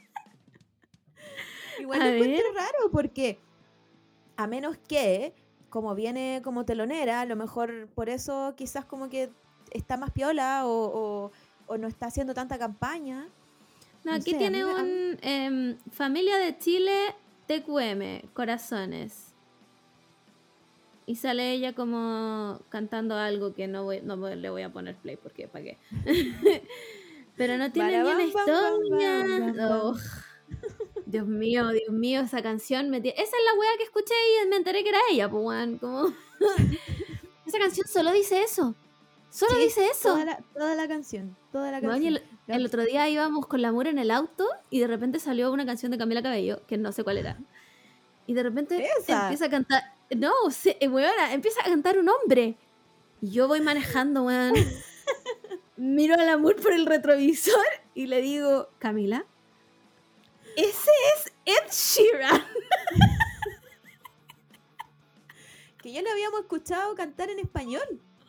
Igual me encuentro raro porque, a menos que, como viene como telonera, a lo mejor por eso quizás como que está más piola o no está haciendo tanta campaña. No, aquí tiene Familia de Chile TQM, Corazones. Y sale ella como cantando algo que no le voy a poner play porque ¿para qué? Pero no tiene ni una historia. Dios mío, esa canción esa es la wea que escuché y me enteré que era ella, pues weón, como esa canción solo dice eso. Dice eso. Toda la canción. Bueno, el otro día íbamos con la Mura en el auto y de repente salió una canción de Camila Cabello, que no sé cuál era. Y de repente empieza a cantar. No, weona, empieza a cantar un hombre. Y yo voy manejando, weón. Miro al amor por el retrovisor y le digo: Camila, ese es Ed Sheeran. Que ya lo habíamos escuchado cantar en español.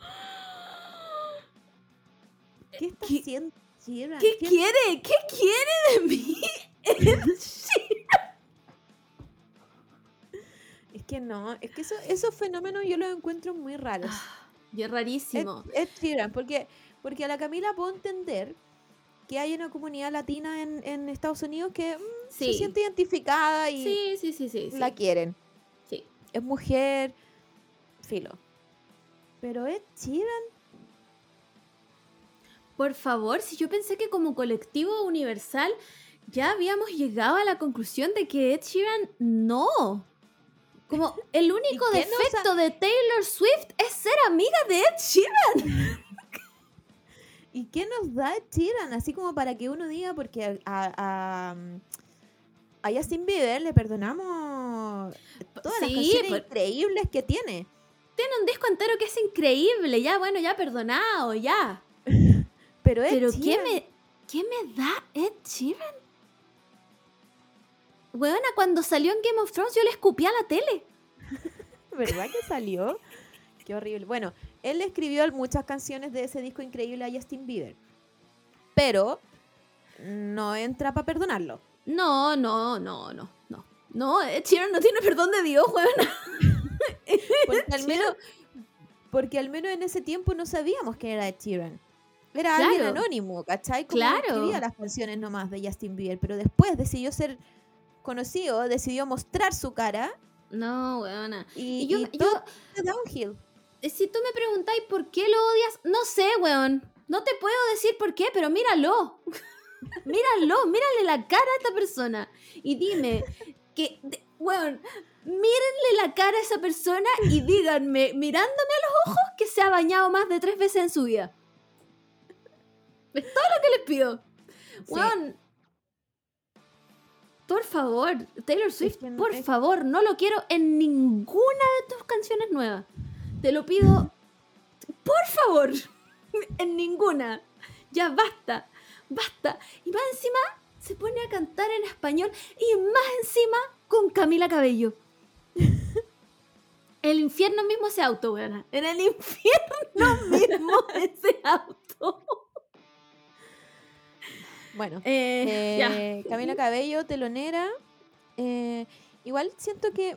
¿Qué está haciendo Sheeran? ¿Qué quiere? ¿Qué quiere de mí Ed Sheeran? Es que no, es que esos fenómenos yo los encuentro muy raros. Y es rarísimo. Ed Sheeran, porque a la Camila puedo entender que hay una comunidad latina en Estados Unidos que se siente identificada y sí. la quieren. Sí. Es mujer, filo. Pero Ed Sheeran, Por favor, si yo pensé que como colectivo universal ya habíamos llegado a la conclusión de que Ed Sheeran no. Como el único ¿Y qué nos defecto de Taylor Swift es ser amiga de Ed Sheeran. ¿y qué nos da Ed Sheeran? Así como para que uno diga, porque a Justin Bieber le perdonamos todas las Sí, canciones increíbles que tiene. Tiene un disco entero que es increíble, ya, bueno, ya perdonado, ya. Pero Ed Pero Sheeran, ¿qué me da Ed Sheeran? Weona, cuando salió en Game of Thrones yo le escupí a la tele. ¿verdad que salió? Qué horrible. Bueno, él le escribió muchas canciones de ese disco increíble a Justin Bieber. Pero no entra para perdonarlo. No. No, Ed Sheeran no tiene perdón de Dios, weona. Porque al menos en ese tiempo no sabíamos quién era Ed Sheeran. Era Claro. alguien anónimo, ¿cachai? Como Claro. escribía las canciones nomás de Justin Bieber, pero después decidió ser conocido, decidió mostrar su cara No, weona. y, Y yo- y todo fue downhill. Si tú me preguntáis por qué lo odias, no sé, weón. No te puedo decir por qué, pero míralo. Mírale la cara a esta persona. Y dime weón, mírenle la cara a esa persona y díganme, mirándome a los ojos, que se ha bañado más de 3 veces en su vida. Es todo lo que les pido. Sí. Weón. Por favor, Taylor Swift, que no- por es- favor, no lo quiero en ninguna de tus canciones nuevas. Te lo pido, por favor, en ninguna. Ya basta. Y más encima se pone a cantar en español y más encima con Camila Cabello. El infierno mismo ese auto, weona. En el infierno mismo ese auto. Bueno, Ya. Camila Cabello, telonera. Igual siento que,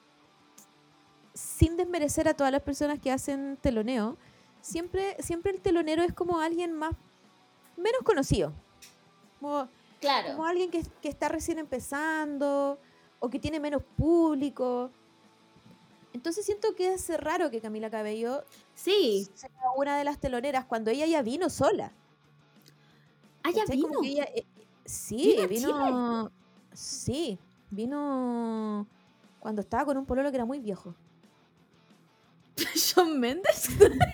sin desmerecer a todas las personas que hacen teloneo, siempre el telonero es como alguien menos conocido. Como Claro. alguien que está recién empezando o que tiene menos público. Entonces siento que es raro que Camila Cabello Sí. sea una de las teloneras cuando ella ya vino sola. Ah, ya ¿Cachai? vino. Como que ella, sí, ¿Vino a vino. Sí, vino cuando estaba con un pololo que era muy viejo. Shawn Mendes.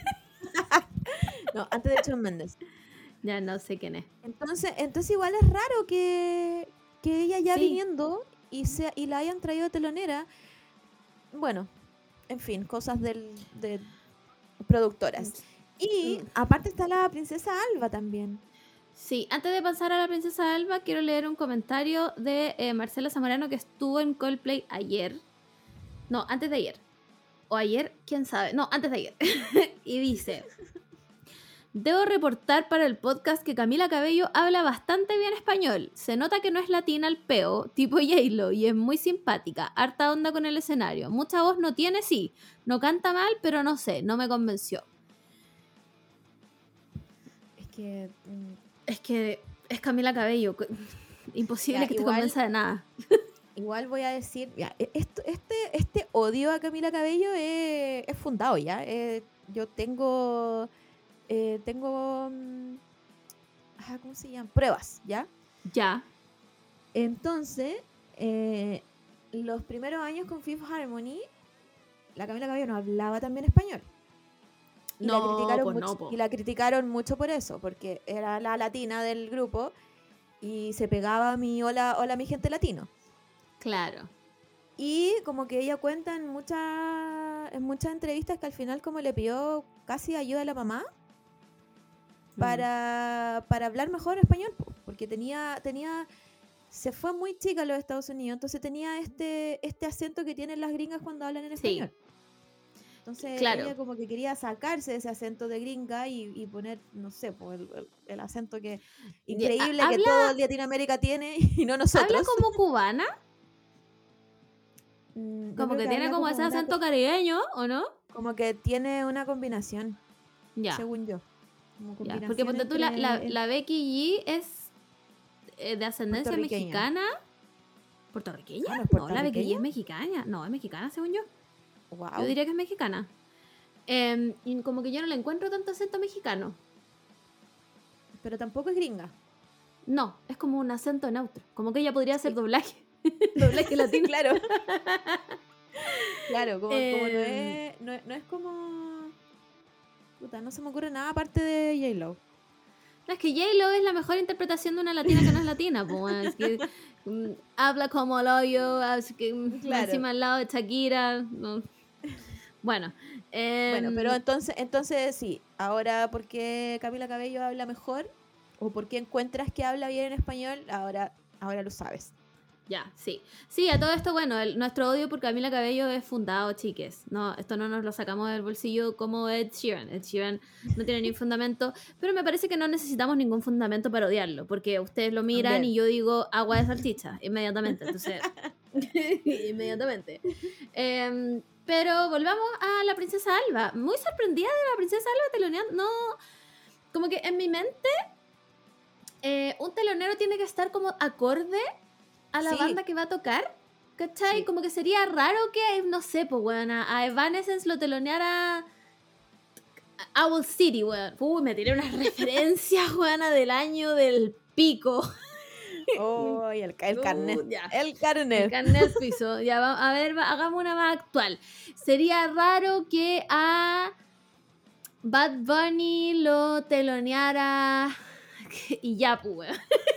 No, antes de Shawn Mendes. Ya no sé quién es. Entonces igual es raro que ella ya Sí. viniendo y la hayan traído de telonera. Bueno, en fin, cosas de productoras. Y aparte está la princesa Alba también. Sí, antes de pasar a la princesa Alba, quiero leer un comentario de Marcela Zamorano que estuvo en Coldplay ayer. No, antes de ayer. O ayer, quién sabe. No, antes de ayer. Y dice: debo reportar para el podcast que Camila Cabello habla bastante bien español. Se nota que no es latina al peo, tipo J-Lo, y es muy simpática. Harta onda con el escenario. Mucha voz no tiene, sí. No canta mal, pero no sé, no me convenció. Es que Es Camila Cabello. Imposible Ya, que te igual- convenza de nada. igual voy a decir, ya, este odio a Camila Cabello es fundado ya. Yo tengo ¿cómo se llama? Pruebas, ¿ya? Ya. Entonces, los primeros años con Fifth Harmony, la Camila Cabello no hablaba también español. Y la No, criticaron pues mucho, no, po. y la criticaron mucho por eso, porque era la latina del grupo y se pegaba a mi hola mi gente latino. Claro. Y como que ella cuenta en muchas entrevistas que al final como le pidió casi ayuda a la mamá para hablar mejor español, po, porque se fue muy chica a los Estados Unidos, entonces tenía este acento que tienen las gringas cuando hablan en Sí. español. Entonces Claro. ella como que quería sacarse de ese acento de gringa y poner, no sé, pues el acento que increíble que habla- todo Latinoamérica tiene y no nosotros. ¿Habla como cubana? Yo Como creo que tiene habla como ese una acento caribeño, ¿o no? Como que tiene una combinación, Ya. según yo. Como Ya, combinación porque ponte tú, entre- la Becky G es de ascendencia Puertorriqueña. mexicana. ¿Puertorriqueña? Ah, ¿no es No, la Becky G puertorriqueña? es mexicana. No, es mexicana, según yo. Wow. Yo diría que es mexicana. Y como que yo no le encuentro tanto acento mexicano. Pero tampoco es gringa. No, es como un acento neutro. Como que ella podría hacer doblaje. Doblaje latino. Claro. Claro, como no es como... Puta, no se me ocurre nada aparte de J-Lo. No, es que J-Lo es la mejor interpretación de una latina que no es latina, pues. Es que habla como el hoyo, así que Claro. encima al lado de Shakira. No. Bueno. Bueno, pero entonces sí. Ahora, ¿por qué Camila Cabello habla mejor? ¿O por qué encuentras que habla bien en español? Ahora lo sabes. Ya, sí. Sí, a todo esto, bueno, nuestro odio por Camila Cabello es fundado, chiques. No, esto no nos lo sacamos del bolsillo como Ed Sheeran. Ed Sheeran no tiene ni fundamento, pero me parece que no necesitamos ningún fundamento para odiarlo, porque ustedes lo miran También. y yo digo agua de salchicha, inmediatamente. Entonces, inmediatamente. Pero volvamos a la princesa Alba. Muy sorprendida de la princesa Alba teloneando. No, como que en mi mente, un telonero tiene que estar como acorde a la Sí. banda que va a tocar, ¿cachai? Sí. Como que sería raro que, no sé, pues, weón, a Evanescence lo teloneara Owl City, weón. Uy, me tiré unas referencias, weón, del año del pico. Oh, el carnet. Ya. El carnet. El carnet al piso. Ya, a ver, hagamos una más actual. Sería raro que a Bad Bunny lo teloneara y ya, pues, weón.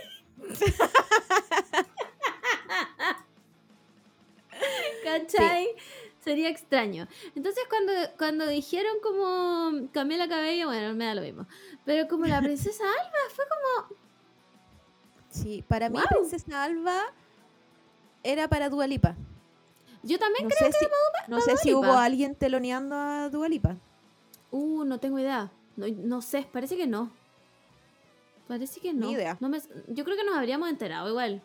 ¿Cachai? Sí. Sería extraño. Entonces cuando dijeron como Camila Cabello, bueno, me da lo mismo. Pero como la princesa Alba fue como... Sí, para mí ¡Wow! Princesa Alba era para Dua Lipa. Yo también No creo sé que si, no sé Dua si Lipa. hubo alguien teloneando a Dua Lipa. No tengo idea. No sé, parece que no. Parece que no. Ni idea. Yo creo que nos habríamos enterado igual.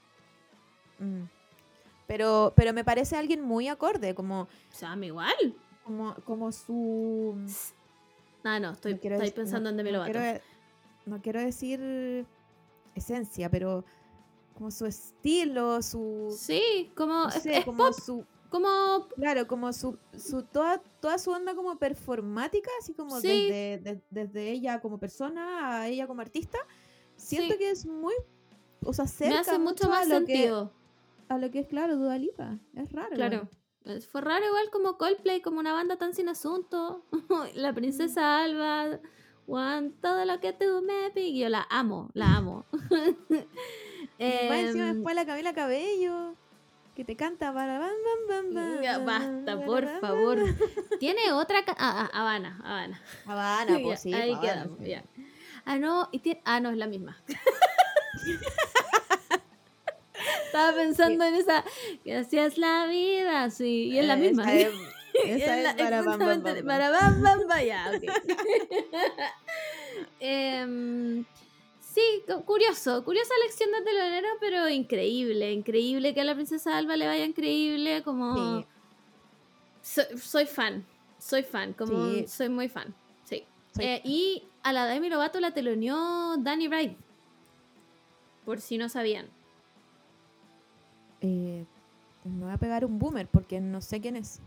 Pero me parece alguien muy acorde, como... O sea, igual. Como su... No, estoy pensando en Demi Lovato. No quiero decir esencia, pero como su estilo, su... Sí, como... No sé, es como pop. su... Como... Claro, como toda su onda como performática, así como sí. desde ella como persona a ella como artista, siento sí. que es muy... O sea, cerca me hace mucho más a sentido. lo que es, claro, Dua Lipa. Es raro. Claro. Igual. Fue raro igual como Coldplay, como una banda tan sin asunto. La princesa Alba, Juan, todo lo que tú me pides. Yo la amo. Encima después la Camila Cabello, que te canta para basta, por favor. Tiene otra Habana. Habana, pues sí. Ahí Habana, quedamos, sí. ya. No, es la misma. Estaba pensando en esa, que así es la vida, sí, y es la misma. Esa es para bam, bam, bam, para bam, bam, bam, ya, ok. Sí, curiosa lección de telonero, pero increíble que a la princesa Alba le vaya increíble, como... Sí. Soy fan, como sí. soy muy fan, sí. Y a la Demi Lovato la teloneó Danny Wright, por si no sabían. Me voy a pegar un boomer porque no sé quién es.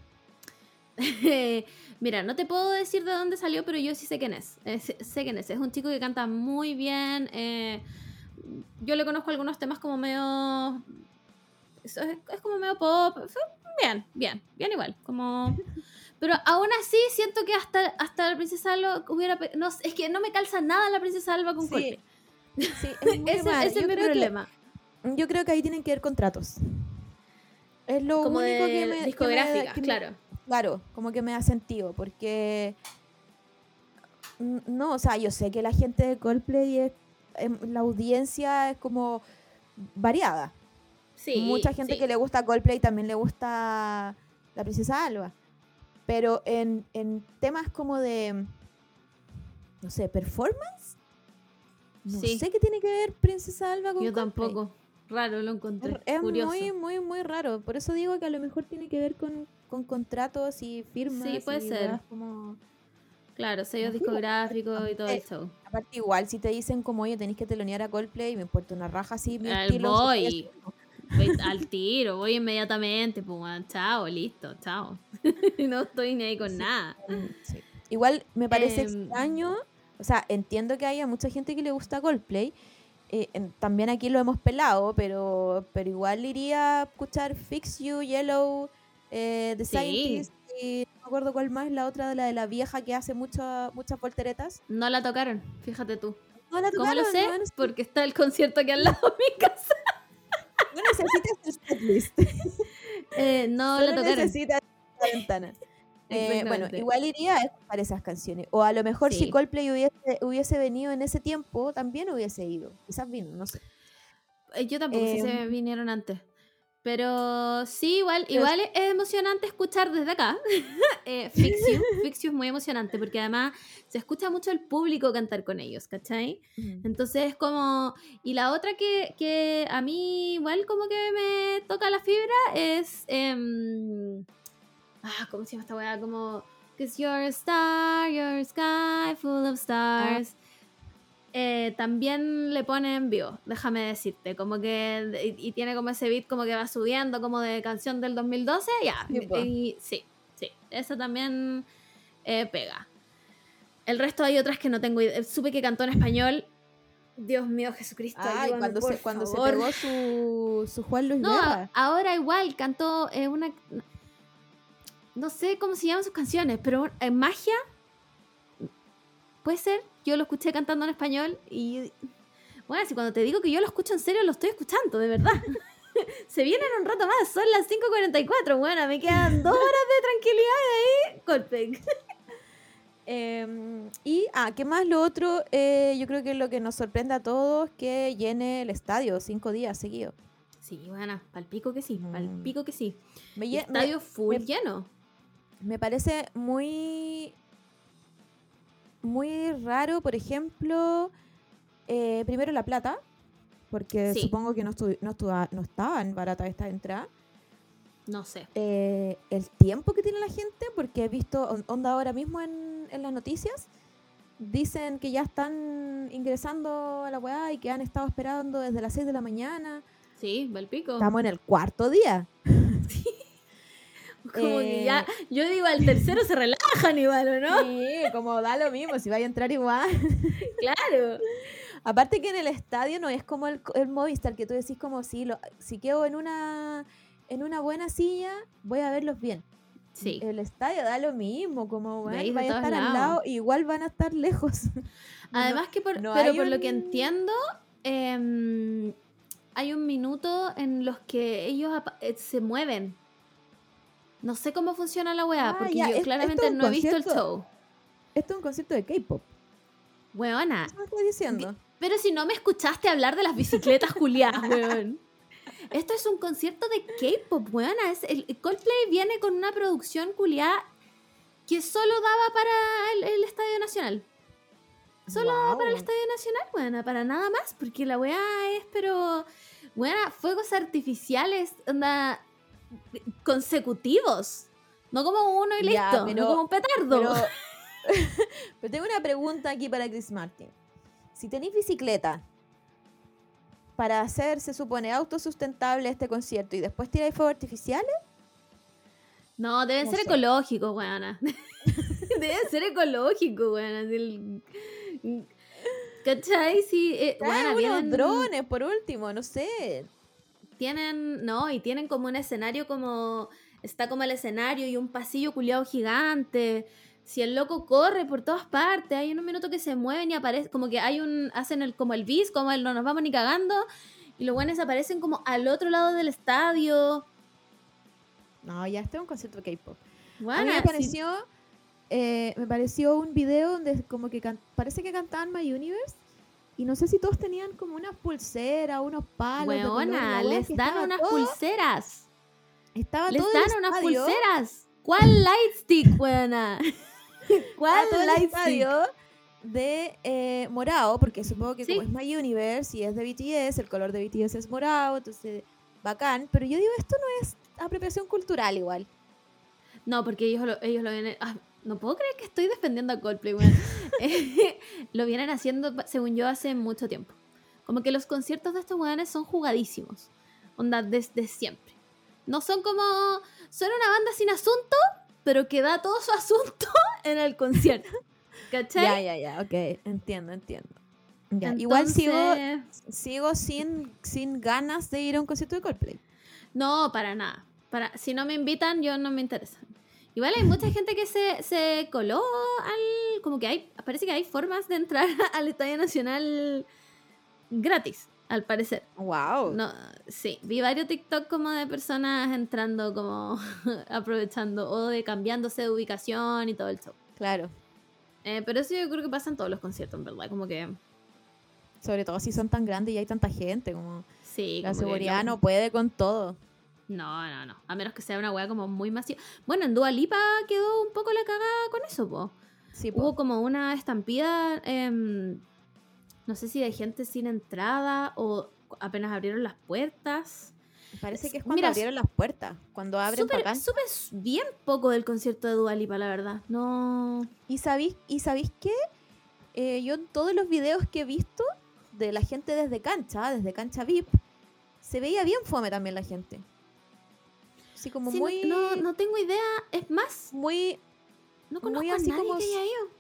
Mira, no te puedo decir de dónde salió, pero yo sí sé quién es. Sé quién es. Es un chico que canta muy bien. Yo le conozco algunos temas como medio... Es como medio pop. Bien igual. Como... Pero aún así siento que hasta la princesa Alba hubiera... No, es que no me calza nada la princesa Alba con Coldplay. Sí, ese es mi problema. Yo creo que ahí tienen que ver contratos. Es lo como único de que me... discográfica, claro. Claro, como que me da sentido, porque... No, o sea, yo sé que la gente de Coldplay la audiencia es como variada. Sí, mucha gente que le gusta Coldplay también le gusta la princesa Alba. Pero en temas como de... No sé, performance... No sé qué tiene que ver Princesa Alba con Yo Coldplay. tampoco. Raro lo encontré. Es curioso. muy raro. Por eso digo que a lo mejor tiene que ver con contratos y firmas. Sí, puede ser. Como... Claro, sellos discográficos y todo el show. Aparte, igual, si te dicen como, oye, tenéis que telonear a Coldplay, me importa una raja así. Mi El estilo, boy. voy al tiro, voy inmediatamente, pues bueno, chao, listo, chao. No estoy ni ahí con nada. Sí. Igual me parece Em, extraño, o sea, entiendo que haya mucha gente que le gusta Coldplay. También aquí lo hemos pelado, pero igual iría a escuchar Fix You, Yellow, The Sí. Scientist, y no me acuerdo cuál más, la otra de la vieja que hace muchas volteretas. No la tocaron, fíjate tú. No la ¿Cómo lo tocaron, sé? no, Porque está el concierto aquí al lado de mi casa. no necesitas el setlist. No Solo la tocaron. necesitas la ventana. Bueno, Exactamente. igual iría a escuchar esas canciones. O a lo mejor Sí. si Coldplay hubiese venido en ese tiempo, también hubiese ido. Quizás vino, no sé. Yo tampoco sé si Em, vinieron antes. Pero sí, igual Pero- es emocionante escuchar desde acá. Fix You. Fix You es muy emocionante porque además se escucha mucho el público cantar con ellos, ¿cachai? Entonces es como... Y la otra que a mí igual como que me toca la fibra es... ¿cómo se llama esta weá? Como... 'Cause you're a star, you're a sky full of stars. También le pone en vivo, déjame decirte, como que y tiene como ese beat como que va subiendo como de canción del 2012, ya, Sí, po. y sí, eso también pega. El resto hay otras que no tengo idea, supe que cantó en español, Dios mío, Jesucristo, Ay, ayúdame, cuando se favor. pegó su Juan Luis No, Guerra. ahora igual cantó una, no sé cómo se llaman sus canciones, pero Magia, puede ser. Yo lo escuché cantando en español y... Bueno, si cuando te digo que yo lo escucho en serio, lo estoy escuchando, de verdad. Se vienen un rato más, son las 5:44. Bueno, me quedan 2 horas de tranquilidad y ahí Coldplay. ¿Qué más? Lo otro, yo creo que lo que nos sorprende a todos es que llene el estadio 5 días seguidos. Sí, bueno, palpico que sí, palpico que sí. Me Estadio full lleno. Me parece muy raro, por ejemplo, primero La Plata, porque Sí. supongo que no estaban baratas estas entradas. No sé. El tiempo que tiene la gente, porque he visto, onda ahora mismo en las noticias, dicen que ya están ingresando a la weá y que han estado esperando desde las 6 de la mañana. Sí, palpico. Estamos en el 4.º día. Como que ya, yo digo, al tercero se relajan igual, ¿o no? Sí, como da lo mismo, si vaya a entrar igual. Claro. Aparte que en el estadio no es como el Movistar, que tú decís como si quedo en una buena silla, voy a verlos bien. Sí. El estadio da lo mismo, como Veis de vaya a todos estar al lados. lado, igual van a estar lejos. Además que no pero hay por lo que un- entiendo, hay un minuto en los que ellos se mueven. No sé cómo funciona la weá, porque ya, yo esto claramente es un no he visto el concierto. show. Esto es un concierto de K-pop. Weona, ¿Qué me estás diciendo? pero si no me escuchaste hablar de las bicicletas juliadas, weón. Esto es un concierto de K-pop, weona. El Coldplay viene con una producción culiada que solo daba para el Estadio Nacional. Solo Guau. para el Estadio Nacional, weona, para nada más, porque la weá es, pero, weona, fuegos artificiales, onda, consecutivos. No como uno y Ya, listo, pero- no como un petardo. Pero tengo una pregunta aquí para Chris Martin. Si tenéis bicicleta para hacer, se supone, autosustentable este concierto y después tiráis fuegos artificiales, No, deben No ser sé. ecológicos, weona. Deben ser ecológicos, weona. ¿Cachai? Sí, trae weona, unos drones por último, no sé. tienen como un escenario como... Está como el escenario y un pasillo culiado gigante. Si el loco corre por todas partes, hay un minuto que se mueven y aparece, como que hacen como el bis, como el no nos vamos ni cagando, y los buenos aparecen como al otro lado del estadio. No, ya este es un concierto de K-pop. A Weona, mí me sí, pareció un video donde como que parece que cantaban My Universe y no sé si todos tenían como unas pulseras, unos palos. de color, weona, la wea, les que dan estaba unas todo- pulseras. Estaba Les todo el dan unas estadio- pulseras. ¿Cuál lightstick, weona? ¿Cuál estaba todo el lightstick? estadio de morado, porque supongo que Sí. como es My Universe y es de BTS, el color de BTS es morado, entonces bacán. Pero yo digo, esto no es apropiación cultural igual. No, porque ellos lo vienen... no puedo creer que estoy defendiendo a Coldplay, weón. Lo vienen haciendo, según yo, hace mucho tiempo. Como que los conciertos de estos weones son jugadísimos. Onda, desde siempre. No son como... Son una banda sin asunto, pero que da todo su asunto en el concierto. ¿Cachai? Ya, ok. Entiendo. Ya. Igual sigo sin ganas de ir a un concierto de Coldplay. No, para nada. Si no me invitan, yo no me interesa. Igual hay mucha gente que se coló al... Como que parece que hay formas de entrar al Estadio Nacional gratis, al parecer. Wow. No, sí, vi varios TikTok como de personas entrando como aprovechando o de cambiándose de ubicación y todo el show. Claro. Pero eso yo creo que pasa en todos los conciertos, en verdad, como que... Sobre todo si son tan grandes y hay tanta gente, como Sí, la como que seguridad no puede con todo. No. A menos que sea una weá como muy masiva. Bueno, en Dua Lipa quedó un poco la cagada con eso, po. Sí, po. Hubo como una estampida, no sé si de gente sin entrada o apenas abrieron las puertas. Parece que es cuando abrieron las puertas, cuando abren bacán. Supe bien poco del concierto de Dua Lipa, la verdad. No. ¿Y sabéis qué? Yo en todos los videos que he visto de la gente desde cancha VIP, se veía bien fome también la gente. Así como Sí, muy... No tengo idea. Es más, Muy... no conozco muy a así nadie como... que haya ido.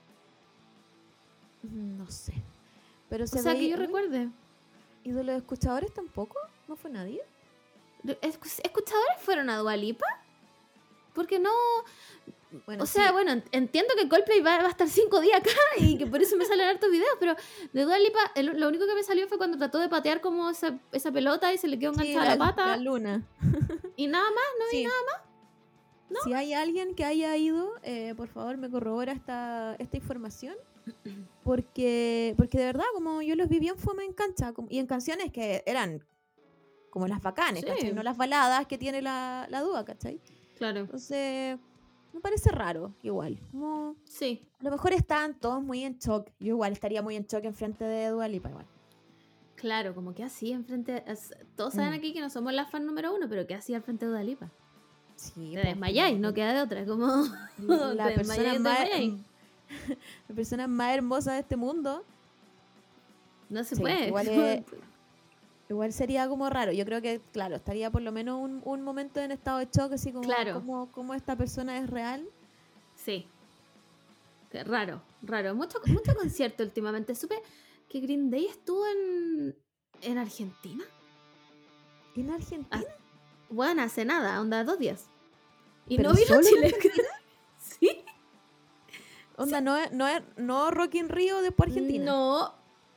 No sé. Pero O se sea, veía... que yo recuerde. ¿Y de los escuchadores tampoco? ¿No fue nadie? ¿Escuchadores fueron a Dua Lipa? Porque no... Bueno, O sea, sí. bueno, entiendo que Coldplay va a estar 5 días acá y que por eso me salen hartos videos, pero de Dua Lipa lo único que me salió fue cuando trató de patear como esa pelota y se le quedó enganchada la pata. La luna. Y nada más, no vi Sí. nada más. ¿No? Si hay alguien que haya ido, por favor me corrobora esta información. Porque de verdad, como yo los vi bien fome en cancha y en canciones que eran como las bacanes, Sí. ¿cachai? No las baladas que tiene la Dua, ¿cachai? Claro, Entonces, me parece raro, igual. Como, sí. a lo mejor están todos muy en shock. Yo igual estaría muy en shock enfrente de Dua Lipa, igual. Claro, como que así enfrente... Todos saben aquí que no somos la fan número 1, pero que así al frente de Dua Lipa. Sí, Te pues, desmayáis, no queda de otra, como... la te persona desmayáis, más, te desmayáis. la persona más hermosa de este mundo. No se Sí, puede. igual sería como raro. Yo creo que, claro, estaría por lo menos un momento en estado de shock, así como Claro. como esta persona es real. Sí. Qué raro. Mucho concierto últimamente. Supe que Green Day estuvo en Argentina. ¿En Argentina? Bueno, hace nada, onda 2 días. Y ¿Pero no vino a solo en Chile. Sí. Onda, no Rock in Rio después Argentina. No.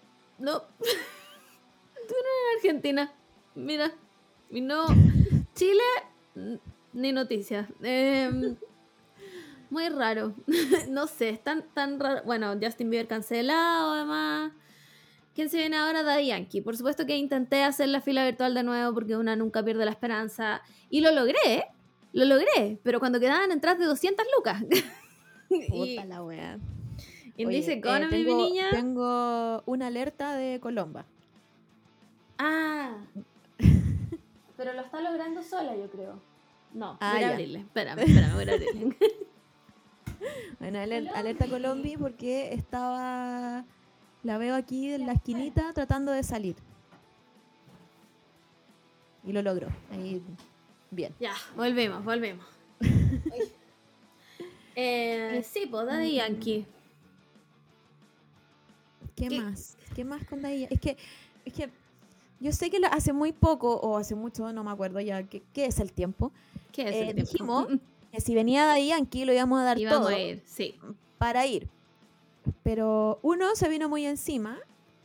Estuvo en Argentina. Mira. Y no. Chile, ni noticias. Muy raro. No sé, es tan raro. Bueno, Justin Bieber cancelado, además. ¿Quién se viene ahora? Daddy Yankee. Por supuesto que intenté hacer la fila virtual de nuevo porque una nunca pierde la esperanza. Y lo logré. Pero cuando quedaban entradas de 200 lucas. Puta la wea. Y Oye, dice Economy, mi niña. Tengo una alerta de Colomba. Ah. Pero lo está logrando sola, yo creo. No, Ah, voy a ya. abrirle. Espérame, voy a abrirle. Bueno, alerta Colombi porque la veo aquí en la esquinita tratando de salir. Y lo logró. Ahí, bien. Ya, volvemos. Sí, pues Daddy Yankee. ¿Qué ¿Qué? más? ¿Qué más con Daddy Yankee? Es que yo sé que hace muy poco, o hace mucho, no me acuerdo ya, ¿qué es el tiempo? ¿Qué es el tiempo? Dijimos que si venía Daddy Yankee lo íbamos a dar Íbamos todo a ir, sí. para ir. Pero uno, se vino muy encima.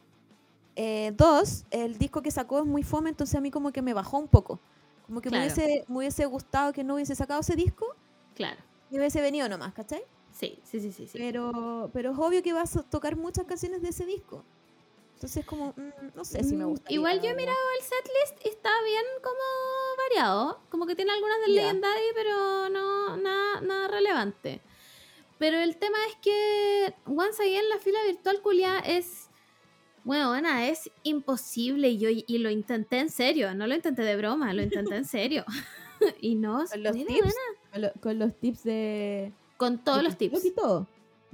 Dos, el disco que sacó es muy fome, entonces a mí como que me bajó un poco. Como que Claro. me hubiese gustado que no hubiese sacado ese disco Claro. y hubiese venido nomás, ¿cachai? Sí. Pero es obvio que vas a tocar muchas canciones de ese disco. Entonces como, no sé si me gusta. Igual yo he mirado el setlist y está bien como variado. Como que tiene algunas del Ya. Legendary, pero no nada relevante. Pero el tema es que once again la fila virtual culia es... Bueno, Ana, es imposible y lo intenté en serio. No lo intenté de broma, lo intenté en serio. Y no... Con los mira, tips, Ana, con los tips de... con todos de los tips. TikTok y todo.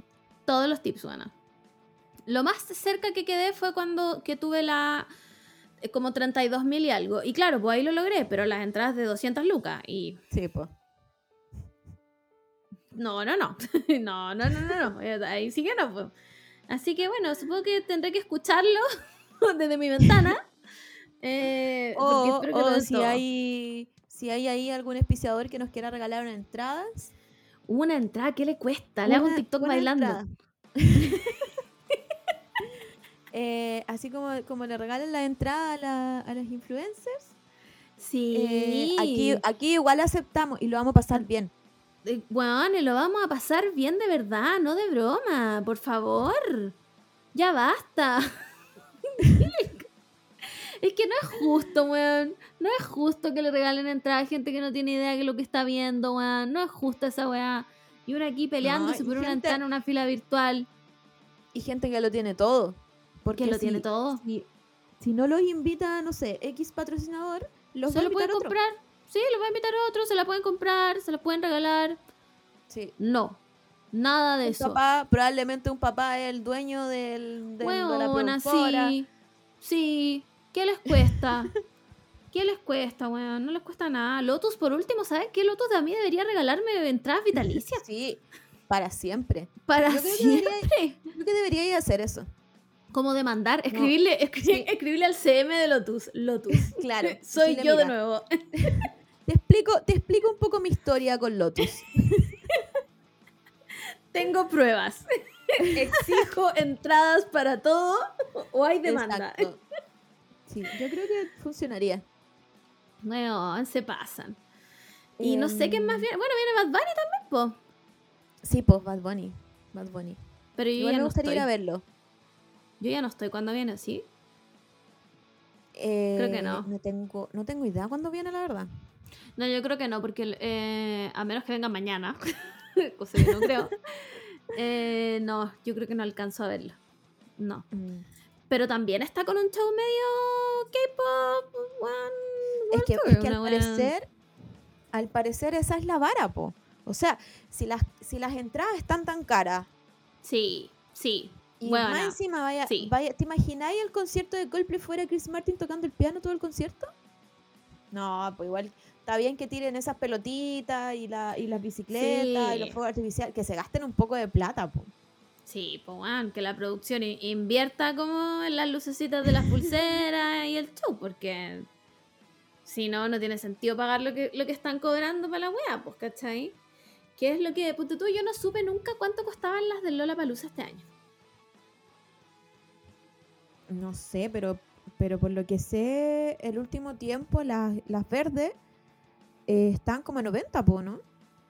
Todos los tips, Ana. Lo más cerca que quedé fue cuando que tuve la como 32.000 y algo. Y claro, pues ahí lo logré, pero las entradas de 200 lucas. Y Sí, pues. no. No. Ahí sí que no, pues. Así que bueno, supongo que tendré que escucharlo desde mi ventana. Porque espero que lo den si todo. hay ahí algún auspiciador que nos quiera regalar unas entradas. Una entrada, ¿qué le cuesta? Le hago un TikTok una bailando. entrada. Así como le regalan la entrada a las influencers. Sí. Aquí igual aceptamos y lo vamos a pasar bien. Bueno, y lo vamos a pasar bien de verdad, no de broma, por favor. Ya basta. Es que no es justo, weón. No es justo que le regalen entrada a gente que no tiene idea de lo que está viendo, weón. No es justo esa weá. Y uno aquí peleándose No, y por una gente- entrada en una fila virtual. Y gente que lo tiene todo. Porque Que lo tiene todo. Si no los invita, no sé, X patrocinador, los va Se a lo pueden invitar otro. comprar. Sí, lo va a invitar otro, se la pueden comprar, se la pueden regalar. Sí. No, nada de eso. Probablemente un papá es el dueño de la Weona, productora. sí. ¿Qué les cuesta? ¿Qué les cuesta, weón? No les cuesta nada. Lotus, por último, ¿sabes qué? Lotus a mí debería regalarme entradas vitalicias. Sí, para siempre. Para Yo creo que siempre. Creo que debería ir a hacer eso. Como demandar, No. escribirle al CM de Lotus. Claro. Soy decirle, yo de mira, nuevo. Te explico un poco mi historia con Lotus. Tengo pruebas. Exijo entradas para todo o hay demanda. Exacto. Sí, yo creo que funcionaría. Weón, se pasan. Y no sé qué más viene. Bueno, viene Bad Bunny también, po. Sí, pues Bad Bunny. Pero yo Igual ya me no gustaría estoy. ir a verlo. Yo ya no estoy cuando viene, ¿sí? Creo que no. No tengo idea cuándo viene, la verdad. No, yo creo que no, porque a menos que venga mañana, cosa que no creo. No, yo creo que no alcanzo a verlo. No. Pero también está con un show medio K-pop. Es que al parecer esa es la vara, po. O sea, si las entradas están tan caras Sí. y Bueno, más encima sí. ¿te imagináis el concierto de Coldplay fuera Chris Martin tocando el piano todo el concierto? No, pues igual está bien que tiren esas pelotitas y las bicicletas Sí. y los fuegos artificiales, que se gasten un poco de plata, po. Sí, pues bueno, que la producción invierta como en las lucecitas de las pulseras y el show, porque si no, no tiene sentido pagar lo que están cobrando para la wea, pues, ¿cachai? ¿Qué es lo que, punto tú, yo no supe nunca cuánto costaban las del Lollapalooza este año? No sé, pero por lo que sé, el último tiempo las verdes están como a 90, po, ¿no?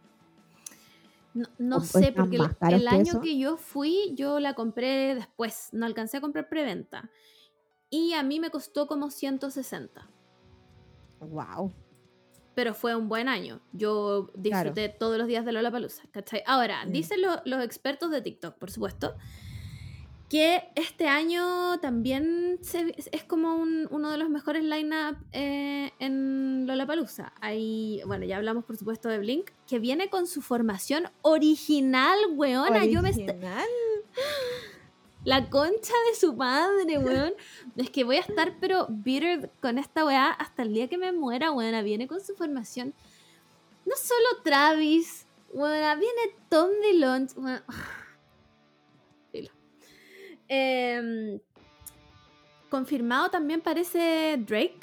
No ¿O sé, están porque más caros el que año eso? que yo fui, yo la compré después, no alcancé a comprar preventa. Y a mí me costó como 160. Wow. Pero fue un buen año. Yo disfruté todos los días de Lollapalooza, ¿cachai? Ahora, dicen los expertos de TikTok, por supuesto, que este año también es como uno de los mejores line-up en Lollapalooza. Bueno, ya hablamos, por supuesto, de Blink, que viene con su formación original, weona. ¿Original? La concha de su madre, weón. Es que voy a estar, pero bitter con esta weá hasta el día que me muera, weona. Viene con su formación. No solo Travis, weona. Viene Tom DeLonge, weona. Filo. Confirmado también parece Drake,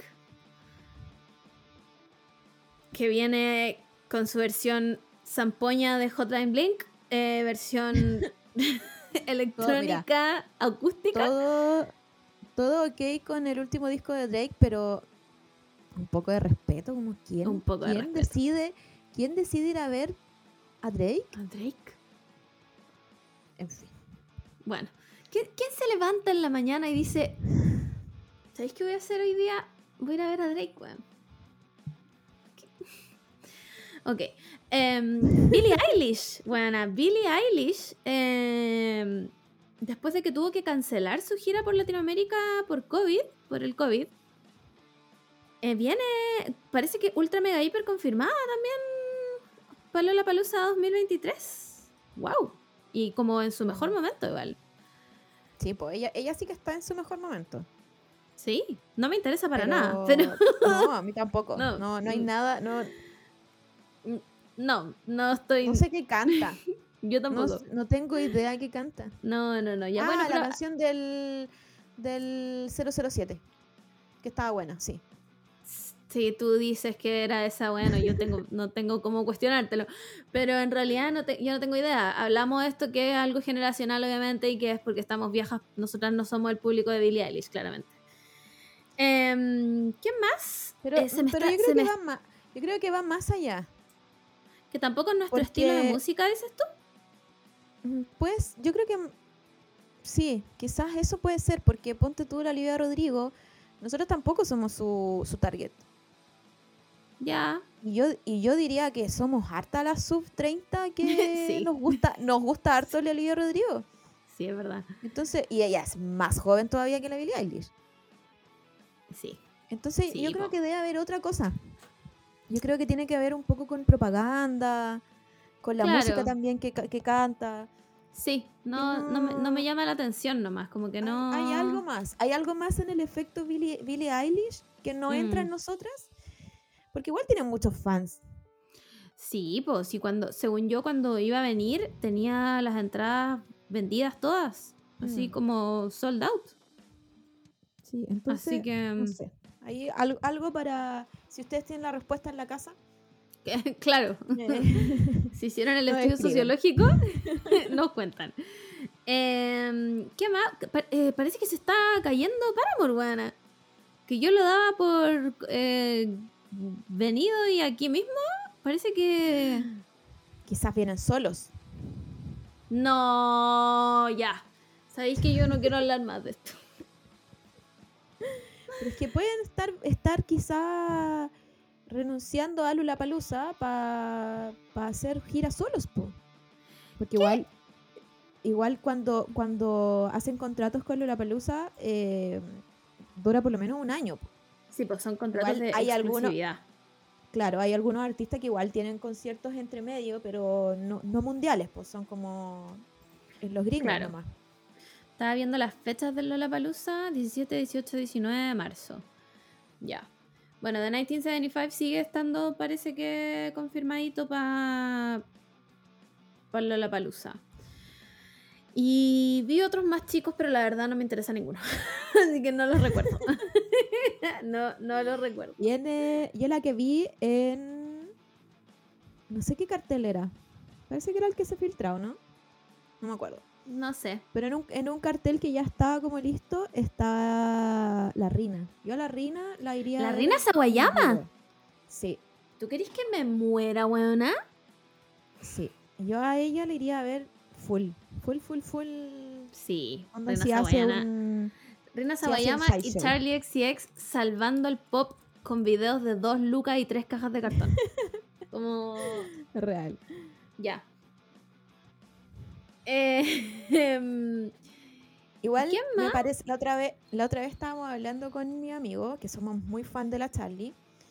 que viene con su versión zampoña de Hotline Blink, versión electrónica, acústica. Todo ok con el último disco de Drake, pero un poco de respeto, como quién. Un poco de respeto. ¿Quién decide ir a ver a Drake? ¿A Drake? En fin. Bueno, ¿quién se levanta en la mañana y dice, ¿sabéis qué voy a hacer hoy día? Voy a ir a ver a Drake, weón. Ok. Billie Eilish. Bueno, Billie Eilish, después de que tuvo que cancelar su gira por Latinoamérica por el COVID, viene, parece que ultra mega hiper confirmada también para Lollapalooza 2023. ¡Wow! Y como en su mejor momento igual. Sí, pues ella sí que está en su mejor momento. Sí, no me interesa para pero nada, pero no, a mí tampoco. No. No hay nada, no no estoy... sé qué canta. Yo No, tampoco. no tengo idea qué canta. No, ya bueno, la pero... canción del 007, que estaba buena, sí. Si tú dices que era esa, bueno, no tengo cómo cuestionártelo, pero en realidad yo no tengo idea. Hablamos de esto que es algo generacional, obviamente, y que es porque estamos viejas. Nosotras no somos el público de Billie Eilish, claramente. ¿Qué más? Pero yo creo que va más allá. Que tampoco es nuestro Porque- estilo de música, dices tú. Pues yo creo que sí, quizás eso puede ser, porque ponte tú la Olivia Rodrigo, nosotros tampoco somos su target. Ya. Y yo diría que somos harta las sub 30 que Sí. nos gusta harto la Olivia Rodrigo. Sí, es verdad. Entonces, y ella es más joven todavía que la Billie Eilish. Sí. Entonces, Sí, yo creo po. que debe haber otra cosa. Yo creo que tiene que ver un poco con propaganda, con la Claro. música también que canta. Sí, no me llama la atención nomás, como que no... Hay algo más en el efecto Billie Eilish que no entra en Mm. nosotras, porque igual tiene muchos fans. Sí, pues, sí, según yo, cuando iba a venir, tenía las entradas vendidas todas, así como sold out. Sí, entonces, Así que, no sé. Hay algo para, si ustedes tienen la respuesta en la casa, claro, si hicieron el Nos estudio escriben. sociológico, nos cuentan. ¿Qué más? Parece que se está cayendo Paramore, buena. Que yo lo daba por venido y aquí mismo, parece que... quizás vienen solos. No, ya. Sabéis que yo no quiero hablar más de esto. Pero es que pueden estar quizá renunciando a Lollapalooza para hacer giras solos, po. Porque igual cuando hacen contratos con Lollapalooza dura por lo menos un año, po. Sí, pues son contratos Igual de hay exclusividad. Claro, hay algunos artistas que igual tienen conciertos entre medio, pero no mundiales, pues son como en los gringos Claro. nomás. Estaba viendo las fechas del Lollapalooza, 17, 18, 19 de marzo. Ya. Bueno, The 1975 sigue estando, parece que confirmadito para Lollapalooza. Y vi otros más chicos, pero la verdad no me interesa ninguno. Así que no los recuerdo. no los recuerdo. Yo la que vi en... no sé qué cartel era. Parece que era el que se filtró, ¿no? No me acuerdo. No sé. Pero en un cartel que ya estaba como listo está la Rina. Yo a la Rina la iría ¿La a ver Rina Sawayama? en vivo. Sí, ¿Tú querés que me muera, weona? sí. Yo a ella le iría a ver full. Sí, Onda Rina si hace Sawayama. un... Rina si hace un Sawayama y sideshow. Charlie XCX salvando el pop con videos de 2 lucas y 3 cajas de cartón. Como... real. Ya. Igual ¿Quién me más? parece, la otra vez estábamos hablando con mi amigo, que somos muy fan de la Charlie,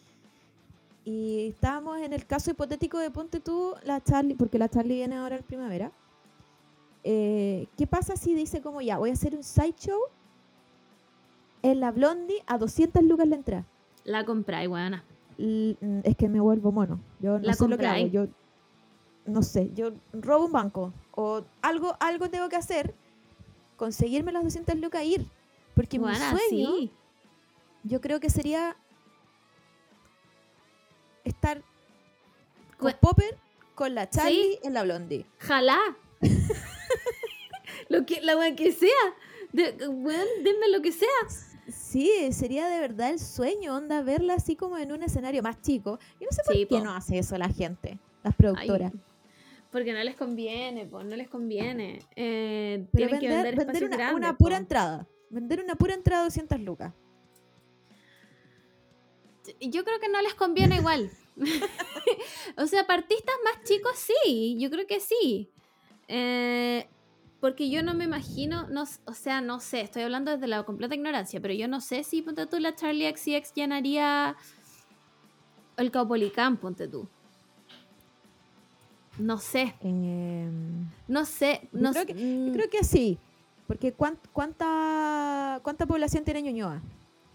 y estábamos en el caso hipotético de ponte tú la Charlie, porque la Charlie viene ahora en primavera. ¿Qué pasa si dice como ya, voy a hacer un sideshow en la Blondie a 200 lucas la entrada? La compráis, weona. Es que me vuelvo mono. Yo no La sé lo que hago. compráis. Yo no sé, yo robo un banco o algo tengo que hacer, conseguirme las 200 lucas e ir. Porque mi Weona, sueño, sí. yo creo que sería estar con Cue- Popper, con la Charlie en la Blondie. Jalá. La weá que sea. Weón, denme lo que sea. Sí, sería de verdad el sueño, onda, verla así como en un escenario más chico. Yo no sé por Sí, qué po. no hace eso la gente, las productoras. Ay, porque no les conviene, pues, no les conviene. Pero Tienen que vender vender espacios grandes, una po. pura entrada. Vender una pura entrada a 200 lucas. Yo creo que no les conviene igual. O sea, para artistas más chicos sí, yo creo que sí. Porque yo no me imagino, o sea, no sé, estoy hablando desde la completa ignorancia, pero yo no sé si, ponte tú, la Charlie XCX llenaría el Caupolicán, ponte tú. No sé, no sé. Yo creo que sí. Porque ¿cuánta población tiene Ñuñoa?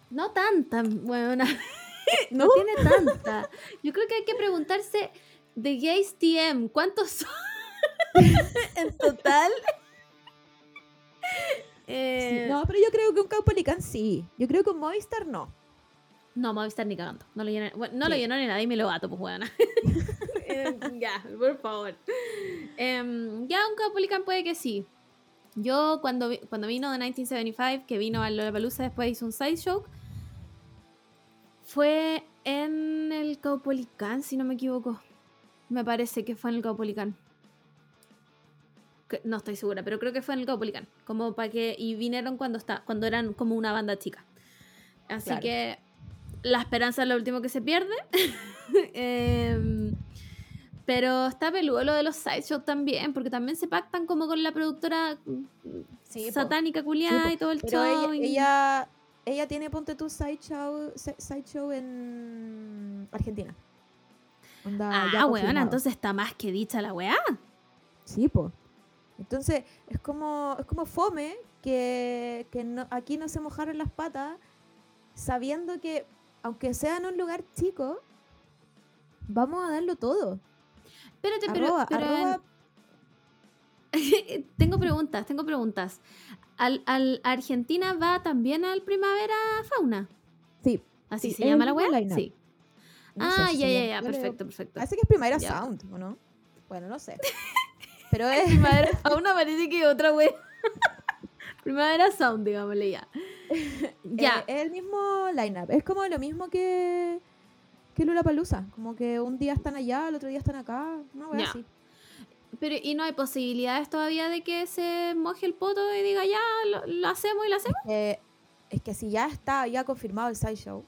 No tanta, bueno, no tiene tanta. Yo creo que hay que preguntarse de Gays TM, ¿cuántos son en total? Sí, no, pero yo creo que un Caupolicán sí. Yo creo que un Movistar no. No, Movistar ni cagando. No lo llenó, bueno, no Sí. lo llenó ni nadie, me lo gato, pues weona. Ya, por favor. Ya un Caupolicán puede que sí. Yo cuando vino de 1975, que vino a Lollapalooza, después hizo un sideshow, fue en el Caupolicán, si no me equivoco. Me parece que fue en el Caupolicán. No estoy segura, pero creo que fue en el Caupolicán. Como para que. Y vinieron cuando eran como una banda chica. Así Claro. que la esperanza es lo último que se pierde. Pero está peludo lo de los sideshows también, porque también se pactan como con la productora Sí, po. satánica culiada Sí, po. y todo el Pero show. ella tiene, ponte tu sideshow en Argentina. Onda, ya Ah, weona, confirmado. entonces está más que dicha la weá. Sí, po. Entonces, es como fome que no, aquí no se mojaron las patas sabiendo que, aunque sea en un lugar chico, vamos a darlo todo. Espérate, Arroba- tengo preguntas. ¿Al Argentina va también al Primavera Fauna? Sí. ¿Así Sí, se es llama el la mismo weá? lineup. Sí. No sé si se llama- Ya, yo le- perfecto. Parece que es Primavera Ya. Sound, ¿o no? Bueno, no sé. Pero es... Primavera Fauna parece que otra weá. Primavera Sound, digámosle ya. Ya. es el mismo lineup. Es como lo mismo que Lollapalooza. Como que un día están allá, el otro día están acá. Una wea Ya. así. Pero, ¿y no hay posibilidades todavía de que se moje el poto y diga ya, lo hacemos y lo hacemos? Es que si ya está ya confirmado el sideshow.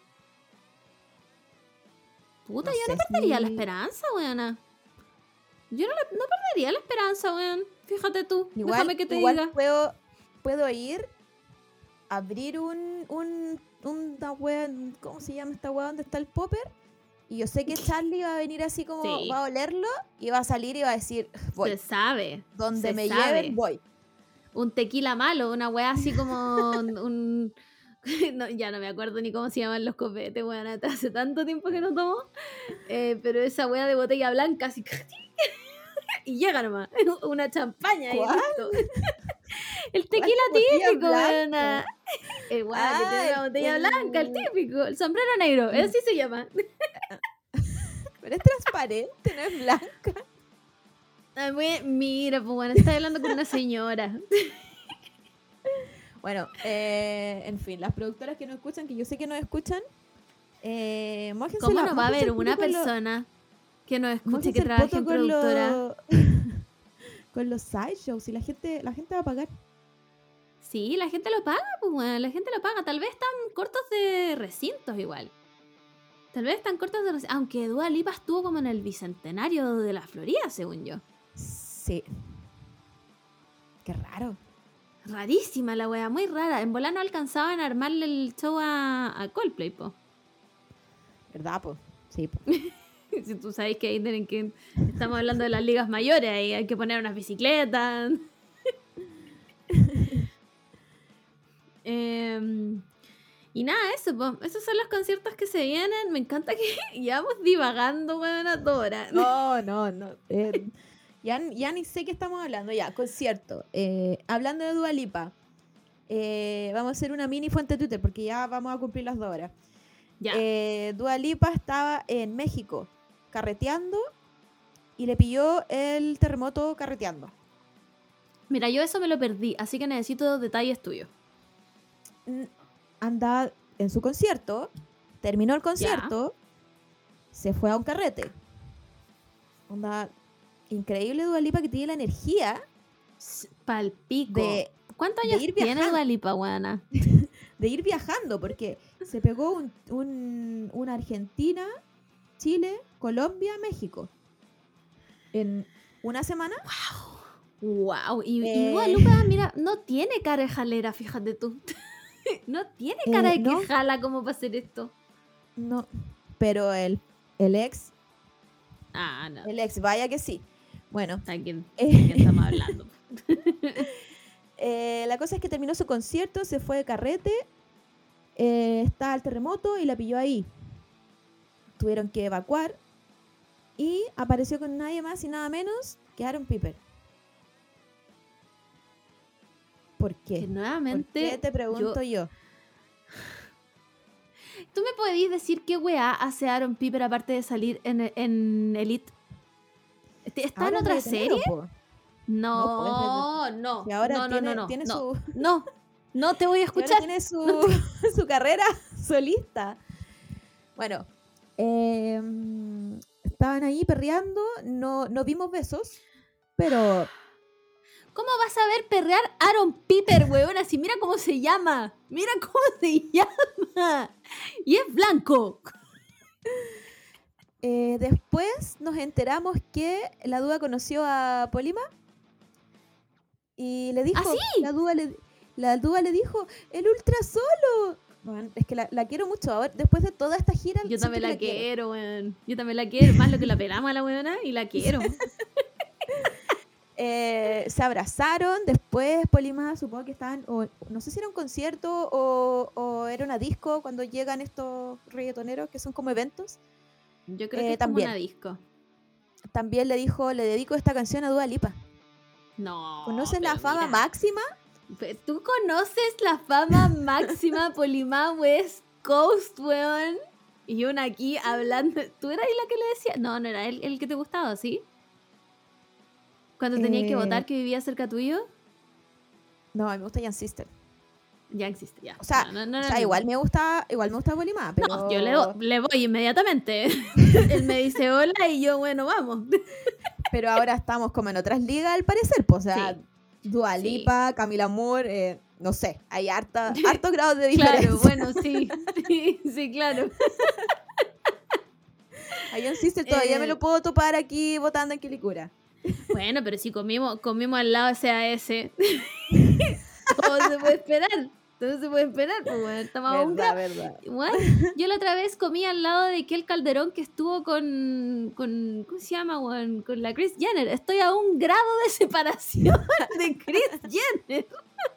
Puta, no yo no sé perdería la si- esperanza, weona. Yo no perdería la esperanza, weón. Fíjate tú. Igual, Déjame que te igual diga. puedo ir, abrir una wea, ¿cómo se llama esta wea donde está el popper? Y yo sé que Charlie va a venir así como, Sí. va a olerlo y va a salir y va a decir, voy, Se sabe. donde se me sabe. lleven, voy. Un tequila malo, una weá así como un... No, ya no me acuerdo ni cómo se llaman los copetes, weón. Hace tanto tiempo que no tomo. Pero esa weá de botella blanca así... y llega nomás. Una champaña y ¿Cuál? listo. El tequila botella típico, blanca? weona. El weón que tiene una botella blanca, el típico. El sombrero negro, así se llama. Pero es transparente, no es blanca. Ay, mira, pues bueno, estás hablando con una señora. Bueno, en fin, las productoras que no escuchan, que yo sé que no escuchan, mójense ¿Cómo no va a mójense haber el una poto con lo- persona que nos escuche mójense que el trabaje poto en con productora? con los sideshows y la gente va a pagar. Sí, la gente lo paga, pues bueno, la gente lo paga. Tal vez están cortos de recintos igual. Tal vez están cortos de recintos. Aunque Dua Lipa estuvo como en el bicentenario de la Florida, según yo. Sí. Qué raro. Rarísima la wea, muy rara. En bola no alcanzaban a armarle el show a Coldplay, po. ¿Verdad, po? Sí, po. Si tú sabes que ahí tienen que... Estamos hablando de las ligas mayores, ahí hay que poner unas bicicletas. Y nada, eso, po. Esos son los conciertos que se vienen. Me encanta que llevamos divagando, weón, a toda hora. No. Ya ni sé qué estamos hablando. Ya, concierto. Hablando de Dua Lipa, vamos a hacer una mini fuente de Twitter porque ya vamos a cumplir las 2 horas. Ya. Dua Lipa estaba en México carreteando y le pilló el terremoto carreteando. Mira, yo eso me lo perdí, así que necesito detalles tuyos. Anda en su concierto, terminó el concierto, se fue a un carrete. Onda, increíble Dua Lipa que tiene la energía Palpico. de ¿Cuántos de años ir tiene viajando. Dua Lipa, weona? ir viajando, porque se pegó una Argentina, Chile, Colombia, México. En una semana. Wow. Y Dua Lipa, mira, no tiene cara de jalera, fíjate tú. No tiene cara de no. que jala como para hacer esto. No, pero el ex, Ah, no. vaya que sí. Bueno, ¿A quién estamos hablando? la cosa es que terminó su concierto, se fue de carrete está el terremoto y la pilló ahí. Tuvieron que evacuar y apareció con nadie más y nada menos que Aaron Piper. ¿Por qué? Que nuevamente. ¿Por qué te pregunto yo? ¿Tú me podís decir qué weá hace Aaron Piper aparte de salir en Elite? ¿Está en otra serie? No. Y ahora tiene No te voy a escuchar. Ahora tiene su carrera solista. Bueno, estaban ahí perreando, no vimos besos, pero... ¿Cómo vas a ver perrear Aaron Piper, weón? Así, mira cómo se llama. Mira cómo se llama. Y es blanco. Después nos enteramos que la Dúa conoció a Polima y le dijo... ¿Ah, sí? La Dúa le dijo, el ultra solo. Bueno, es que la quiero mucho. Ahora, después de toda esta gira... Yo también la quiero, weón. Yo también la quiero. Más lo que la pelamos a la weona y la quiero. Se abrazaron, después Polima supongo que estaban, o no sé si era un concierto o era una disco cuando llegan estos reggaetoneros que son como eventos. Yo creo que es también. como una disco. También le dijo, le dedico esta canción a Dua Lipa. No. ¿Conoces la pero fama mira, máxima? ¿Tú conoces la fama máxima Polima West Coast, weón? Y una aquí hablando. ¿Tú eras la que le decía? No era él el que te gustaba, ¿sí? Cuando tenía que votar que vivía cerca tuyo. No, a mí me gusta Young Sister. Ya existe, ya. O sea, No. igual me gusta Polima, pero... No, yo le voy inmediatamente. Él me dice hola y yo, bueno, vamos. Pero ahora estamos como en otras ligas al parecer, pues, o sea, Sí. Dua Lipa, Camila Moore, no sé, hay hartos grados de diferencia. Claro, bueno, sí, claro. A Young Sister todavía me lo puedo topar aquí votando en Quilicura. Bueno, pero si comimos al lado de SAS. Todo se puede esperar. Pues bueno, estamos a un grado. Verdad. Igual, yo la otra vez comí al lado de Kel Calderón que estuvo con ¿cómo se llama, weón? Con la Kris Jenner. Estoy a un grado de separación de Kris Jenner.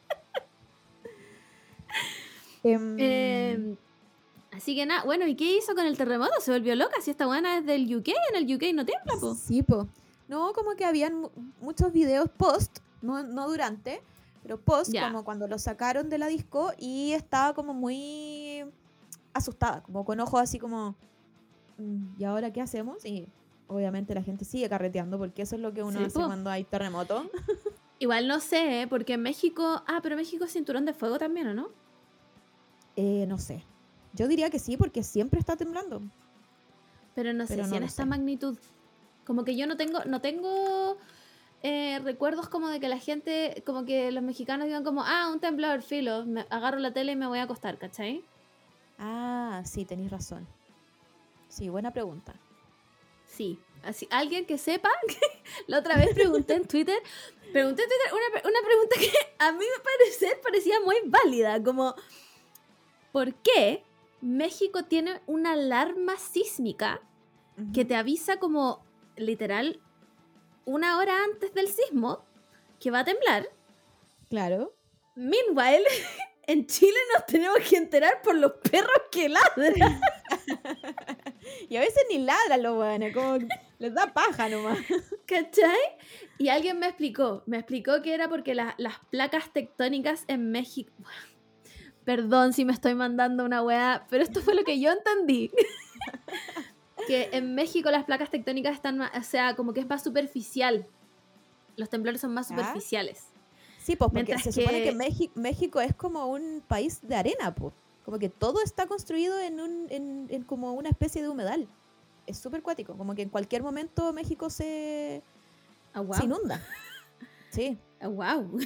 Así que nada, bueno, ¿y qué hizo con el terremoto? ¿Se volvió loca? Si esta buena es del UK, en el UK no tiembla, po. Sí, po. No, como que habían muchos videos post, no durante, pero post, Ya. como cuando lo sacaron de la disco y estaba como muy asustada, como con ojos así como, ¿y ahora qué hacemos? Y obviamente la gente sigue carreteando porque eso es lo que uno Sí, hace po. cuando hay terremoto. Igual no sé, porque en México... pero México es cinturón de fuego también, ¿o no? No sé. Yo diría que sí, porque siempre está temblando. Pero no sé Pero si no en lo esta sé. magnitud. Como que yo no tengo recuerdos como de que la gente, como que los mexicanos digan como, un temblor, filo, agarro la tele y me voy a acostar, ¿cachai? Ah, sí, tenéis razón. Sí, buena pregunta. Sí, así, alguien que sepa, la otra vez pregunté en Twitter una pregunta que a mí me parecía muy válida, como, ¿por qué México tiene una alarma sísmica que te avisa como, literal, 1 hora antes del sismo que va a temblar? Claro. Meanwhile, en Chile nos tenemos que enterar por los perros que ladran. Y a veces ni ladran los weones, como les da paja nomás. ¿Cachai? Y alguien me explicó que era porque las placas tectónicas en México... Perdón si me estoy mandando una weá, pero esto fue lo que yo entendí. Que en México las placas tectónicas están más, o sea, como que es más superficial. Los temblores son más ¿Ah? superficiales. Sí, pues porque Mientras se supone que México es como un país de arena, pues. Como que todo está construido en como una especie de humedal. Es súper cuático, como que en cualquier momento México se Wow. inunda. Sí. Wow.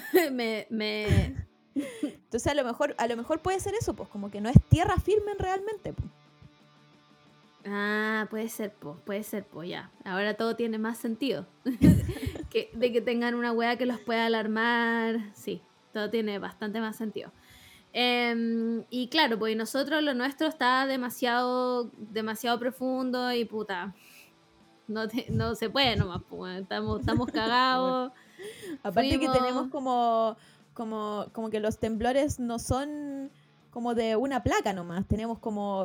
Entonces a lo mejor puede ser eso, pues, como que no es tierra firme realmente, pues. Puede ser, ya. Ahora todo tiene más sentido. de que tengan una wea que los pueda alarmar. Sí, todo tiene bastante más sentido. Y claro, pues nosotros lo nuestro está demasiado profundo y puta. No se puede nomás, pues, estamos cagados. Aparte que tenemos como que los temblores no son como de una placa nomás. Tenemos como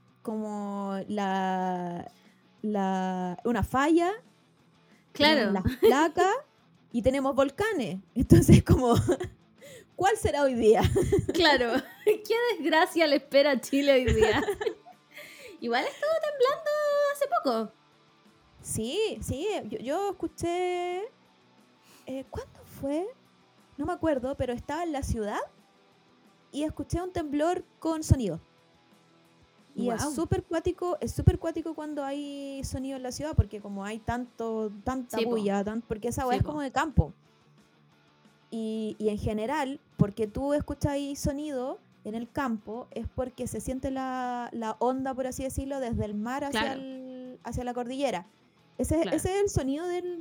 una falla, Claro. tenemos las placas y tenemos volcanes. Entonces, como, ¿cuál será hoy día? Claro. Qué desgracia le espera a Chile hoy día. Igual estuvo temblando hace poco. Sí, yo escuché... ¿cuándo fue? No me acuerdo, pero estaba en la ciudad y escuché un temblor con sonido. Y Guau. es súper cuático cuando hay sonido en la ciudad, porque como hay tanta Sí, po. bulla, porque esa weá Sí, es po. como de campo. Y en general, porque tú escuchas ahí sonido en el campo, es porque se siente la onda, por así decirlo, desde el mar hacia, Claro. hacia la cordillera. Ese Claro. es el sonido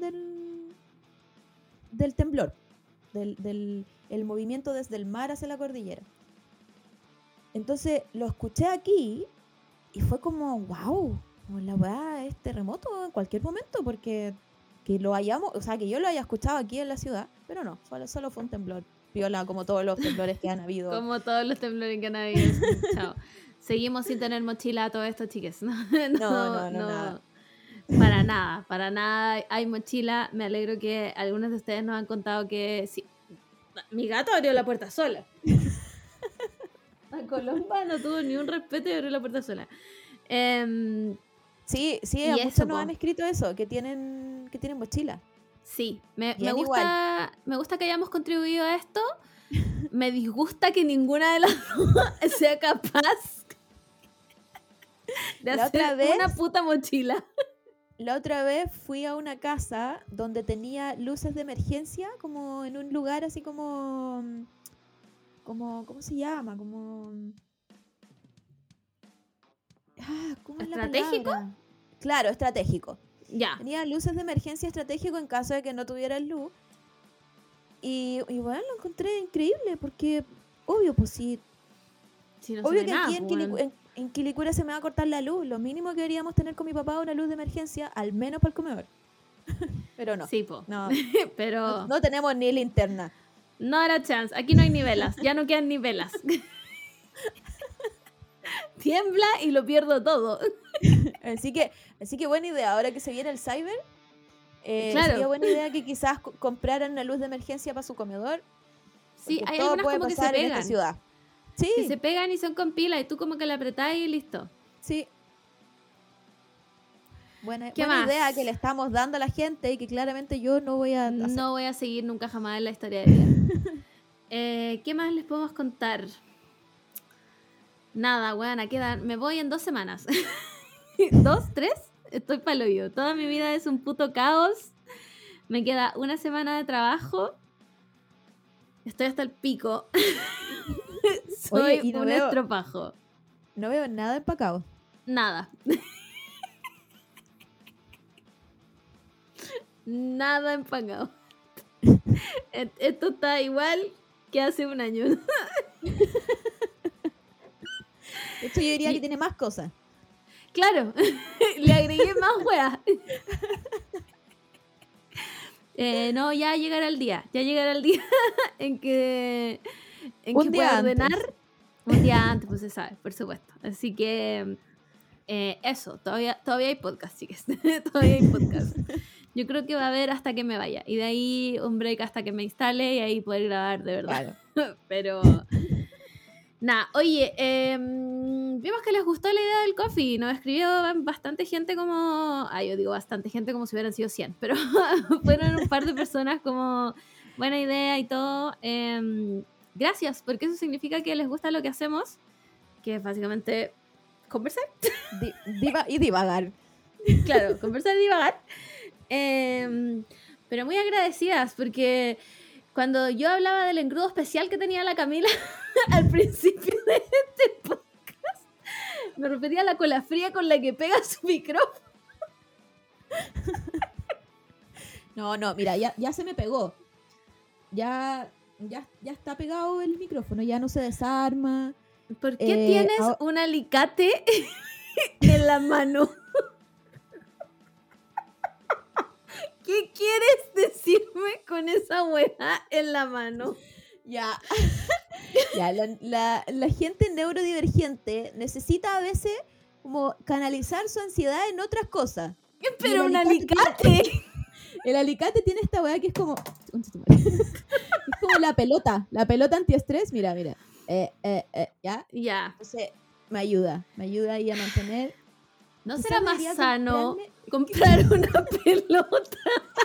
del temblor, el movimiento desde el mar hacia la cordillera. Entonces lo escuché aquí y fue como, wow, la weá es terremoto en cualquier momento, porque que lo hayamos, o sea, que yo lo haya escuchado aquí en la ciudad, pero no, solo fue un temblor piola, como todos los temblores que han habido. Como todos los temblores que han habido. Chao. Seguimos sin tener mochila a todo esto, chiques. No, Nada. Para nada hay mochila. Me alegro que algunos de ustedes nos han contado que sí. Mi gato abrió la puerta sola. A Colomba no tuvo ni un respeto y abrió la puerta sola. Sí, y a eso, muchos nos po. han escrito eso, que tienen mochila. Sí, me Bien gusta que hayamos contribuido a esto. Me disgusta que ninguna de las dos sea capaz de La hacer otra vez- una puta mochila. La otra vez fui a una casa donde tenía luces de emergencia, como en un lugar así como ¿cómo se llama? ¿Cómo es la ¿Estratégico? palabra? Claro, estratégico. Ya. Tenía luces de emergencia estratégico en caso de que no tuviera luz. Y bueno, lo encontré increíble porque, obvio, pues sí, Si no se obvio ve que nada, aquí pues, en Quilicura se me va a cortar la luz. Lo mínimo que deberíamos tener con mi papá es una luz de emergencia, al menos para el comedor. Pero no. Sí, po. No, Pero no tenemos ni linterna. no era chance. Aquí no hay ni velas. Ya no quedan ni velas. Tiembla y lo pierdo todo. Así que buena idea. Ahora que se viene el cyber, Claro. sería buena idea que quizás compraran una luz de emergencia para su comedor. Sí, porque hay todo algunas puede como que se pasar en esta pegan. ciudad. Sí, Que se pegan y son con pila y tú como que la apretás y listo. sí. Buena ¿Qué buena más? idea que le estamos dando a la gente y que claramente yo no voy a hacer. No voy a seguir nunca jamás en la historia de vida. ¿Qué más les podemos contar? Nada, weona, quedan. Me voy en 2 semanas. 2, 3, estoy pa'l hoyo. Toda mi vida es un puto caos. Me queda 1 semana de trabajo. Estoy hasta el pico. Soy Oye, y no un veo- estropajo. No veo nada empacado. Nada. Nada empacado. Esto está igual que hace un año. De hecho, yo diría que tiene más cosas. Claro, le agregué más weas. No, ya llegará el día en que Un día pueda antes. ordenar. Un día antes, pues se sabe, por supuesto. Así que eso, todavía hay podcast, chicas. Todavía hay podcast. Yo creo que va a haber hasta que me vaya. Y de ahí un break hasta que me instale y ahí poder grabar de verdad. Claro. Pero nada, oye, vimos que les gustó la idea del coffee. Nos escribió bastante gente como... yo digo bastante gente como si hubieran sido 100, pero fueron un par de personas como buena idea y todo. Gracias, porque eso significa que les gusta lo que hacemos, que es básicamente conversar. Y divagar. Claro, conversar y divagar. Pero muy agradecidas porque cuando yo hablaba del engrudo especial que tenía la Camila al principio de este podcast, me refería a la cola fría con la que pega su micrófono. No, mira, ya se me pegó. Ya está pegado el micrófono, ya no se desarma. ¿Por qué tienes un alicate en la mano? ¿Qué quieres decirme con esa weá en la mano? Ya. Ya, la gente neurodivergente necesita a veces como canalizar su ansiedad en otras cosas. Pero un alicate. El alicate tiene esta weá que es como... Es como la pelota antiestrés. Mira. ¿Ya? Ya. Entonces, me ayuda ahí a mantener... ¿No Quizá será más debería sano comprarme- comprar una pelota?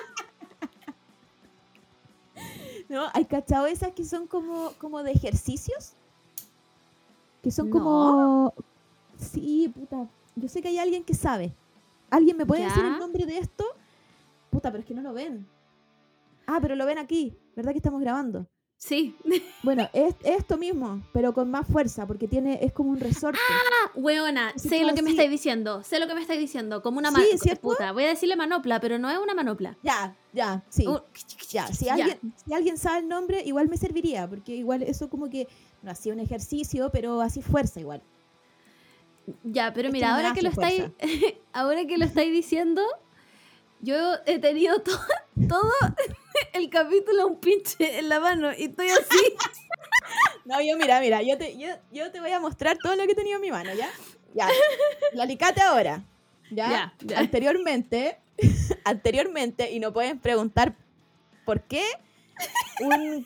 ¿No? ¿Hay cachado esas que son como de ejercicios? Que son No. como... Sí, puta. Yo sé que hay alguien que sabe. ¿Alguien me puede decir ¿Ya? el nombre de esto? Puta, pero es que no lo ven. Ah, pero lo ven aquí. ¿Verdad que estamos grabando? Sí. Bueno, es esto mismo, pero con más fuerza, porque es como un resorte. Weona, Así sé como lo que me así. estáis diciendo. Sé lo que me estáis diciendo. Como una Sí, ¿cierto? puta. Voy a decirle manopla, pero no es una manopla. Ya, sí. Un- Ya, si Ya. alguien sabe el nombre, igual me serviría, porque igual eso como que no hacía un ejercicio, pero así fuerza igual. Ya, pero Esto mira, no me ahora que lo hace estáis, ahora que lo estáis diciendo, yo he tenido todo el capítulo un pinche en la mano y estoy así. No, mira, yo te voy a mostrar todo lo que he tenido en mi mano, ¿ya? Ya, el alicate ahora, ¿ya? Ya. Anteriormente, y no pueden preguntar por qué, un...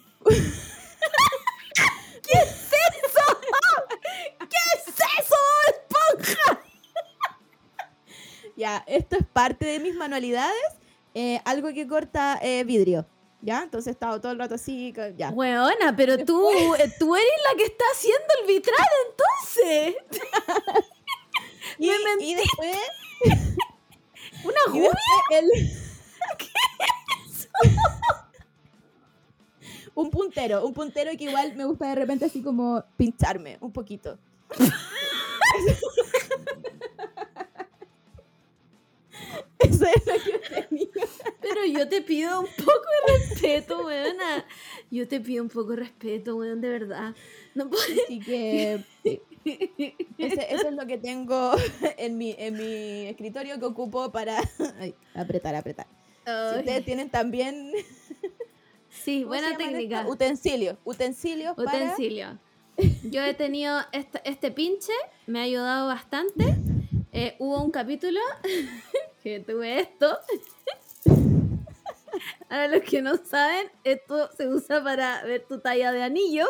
¿Qué es eso, esponja? Ya, esto es parte de mis manualidades, algo que corta vidrio, ¿ya? Entonces he estado todo el rato así, ya. Weona, pero tú eres la que está haciendo el vitral, entonces. Y después... ¿Una Y gubia? después un puntero que igual me gusta de repente así como pincharme un poquito. Eso es lo que tenía. Pero yo te pido un poco de respeto, weona. Yo te pido un poco de respeto, weón, de verdad. No puedo... Así que sí, eso es lo que tengo en mi escritorio que ocupo para ay, apretar. Si ustedes tienen también Sí, ¿cómo se buena llaman técnica. estos? Utensilios para... Utensilio. Yo he tenido este pinche, me ha ayudado bastante. Hubo un capítulo que tuve esto. Para los que no saben, esto se usa para ver tu talla de anillos.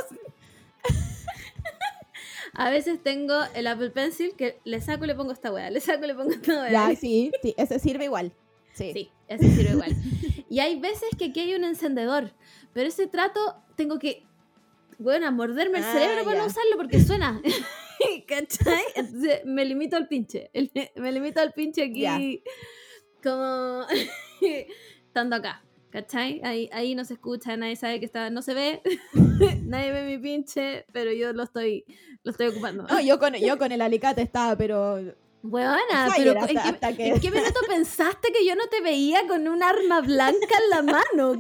A veces tengo el Apple Pencil que le saco y le pongo esta weá, le saco y le pongo esta weá. Ya, sí, ese sirve igual. Sí, ese sirve igual. Y hay veces que aquí hay un encendedor, pero ese trato tengo que, bueno, morderme el cerebro para no usarlo porque suena. ¿Cachai? Entonces me limito al pinche. Me limito al pinche aquí Ya. como estando acá. ¿Cachai? Ahí no se escucha, nadie sabe que está, no se ve, nadie ve mi pinche, pero yo lo estoy ocupando. No, yo con el alicate estaba, pero... Huevona, Fire pero hasta que- ¿en qué minuto pensaste que yo no te veía con un arma blanca en la mano?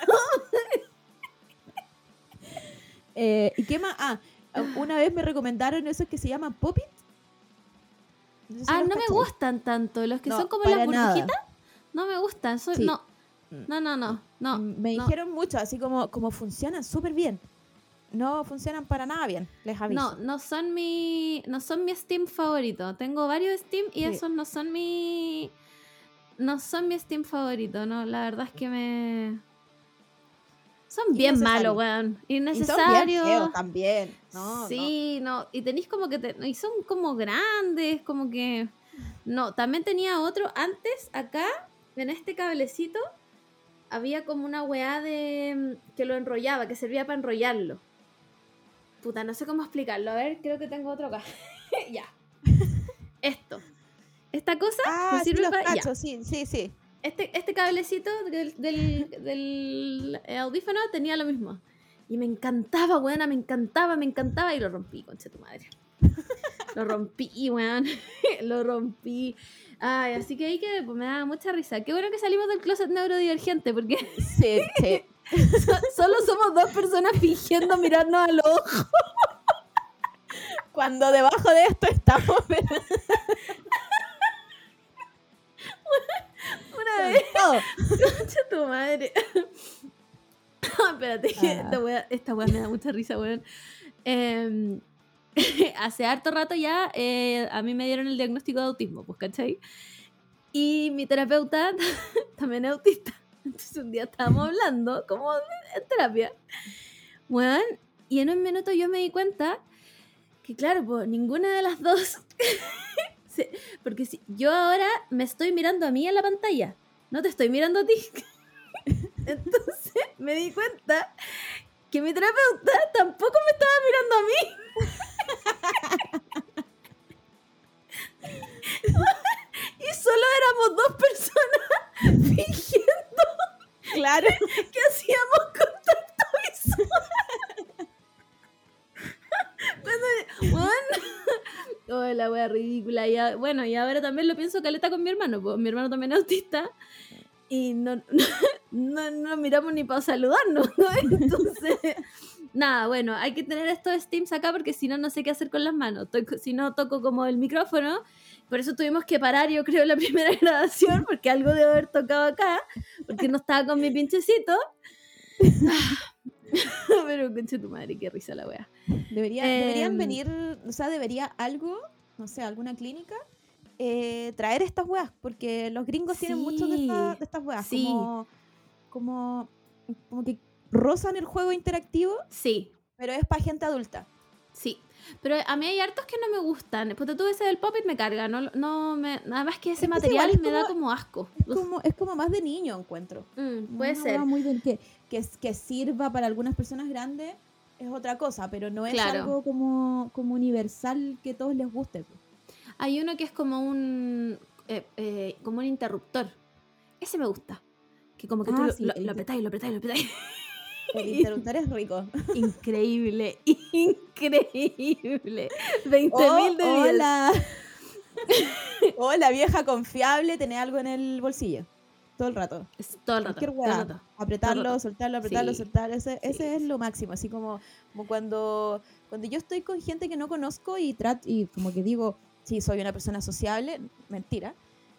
¿Y qué más? Una vez me recomendaron esos que se llaman Pop-It. No sé si los No me cachai. gustan tanto. Los que No, son como para las burbujitas, nada. no me gustan. Sí. No. No. Me no. dijeron mucho, así como funcionan súper bien. No funcionan para nada bien, les aviso. No son mi Steam favorito. Tengo varios Steam y Sí. esos no son mi Steam favorito, no, la verdad es que son bien malos, weón. Y son bien Innecesarios. feos también. No, Sí, no. Y tenéis como que y son como grandes, como que no, también tenía otro antes acá en este cablecito había como una weá de que lo enrollaba, que servía para enrollarlo. Puta, no sé cómo explicarlo. A ver, creo que tengo otro acá. Ya. Esta cosa que sí, sirve los para. Ya. cachos, sí. Este cablecito del audífono tenía lo mismo. Y me encantaba, weona, me encantaba. Y lo rompí, concha tu madre. Lo rompí, weón. Lo rompí. Ay, así que ahí que pues, me daba mucha risa. Qué bueno que salimos del closet neurodivergente, porque Sí. solo somos dos personas fingiendo mirarnos a los ojos. Cuando debajo de esto estamos... Una vez, todo. concha tu madre. Espérate, esta wea me da mucha risa, weón. Hace harto rato ya a mí me dieron el diagnóstico de autismo, pues, ¿cachai? Y mi terapeuta también es autista. Entonces un día estábamos hablando, como en terapia, weón, y en un minuto yo me di cuenta que, claro, pues ninguna de las dos... porque si yo ahora me estoy mirando a mí en la pantalla, no te estoy mirando a ti. Entonces me di cuenta que mi terapeuta tampoco me estaba mirando a mí. Y solo éramos dos personas fingiendo Claro. que hacíamos contacto visual. Oh, la wea ridícula. Y, bueno, y ahora también lo pienso caleta con mi hermano, pues mi hermano también es autista. Y no miramos ni para saludarnos, ¿no? Entonces, nada, bueno, hay que tener estos Steams acá porque si no, no sé qué hacer con las manos. Si no, toco como el micrófono. Por eso tuvimos que parar, yo creo, la primera grabación, porque algo debe haber tocado acá, porque no estaba con mi pinchecito. Pero, conche tu madre, qué risa la wea. Deberían venir, o sea, debería algo, no sé, alguna clínica, traer estas weas, porque los gringos tienen mucho de estas weas, sí. como que rozan el juego interactivo, sí, pero es para gente adulta. Sí, pero a mí hay hartos que no me gustan. Porque tú ese del Pop-It me carga. Nada más que ese material me da como asco. Es como más de niño, encuentro. Puede ser. Muy bien, que sirva para algunas personas grandes es otra cosa, pero no es algo como universal que a todos les guste. Hay uno que es como un interruptor. Ese me gusta. Que como que tú lo apretáis, lo apretáis, lo apretáis. El interruptor es rico. Increíble, increíble. 20.000 de 10. Hola. Hola, vieja confiable, tenés algo en el bolsillo. Todo el rato. Todo el rato. Cualquier weá. Apretarlo, soltarlo, soltar. Ese es lo máximo. Así como cuando yo estoy con gente que no conozco y como que digo, sí, soy una persona sociable. Mentira.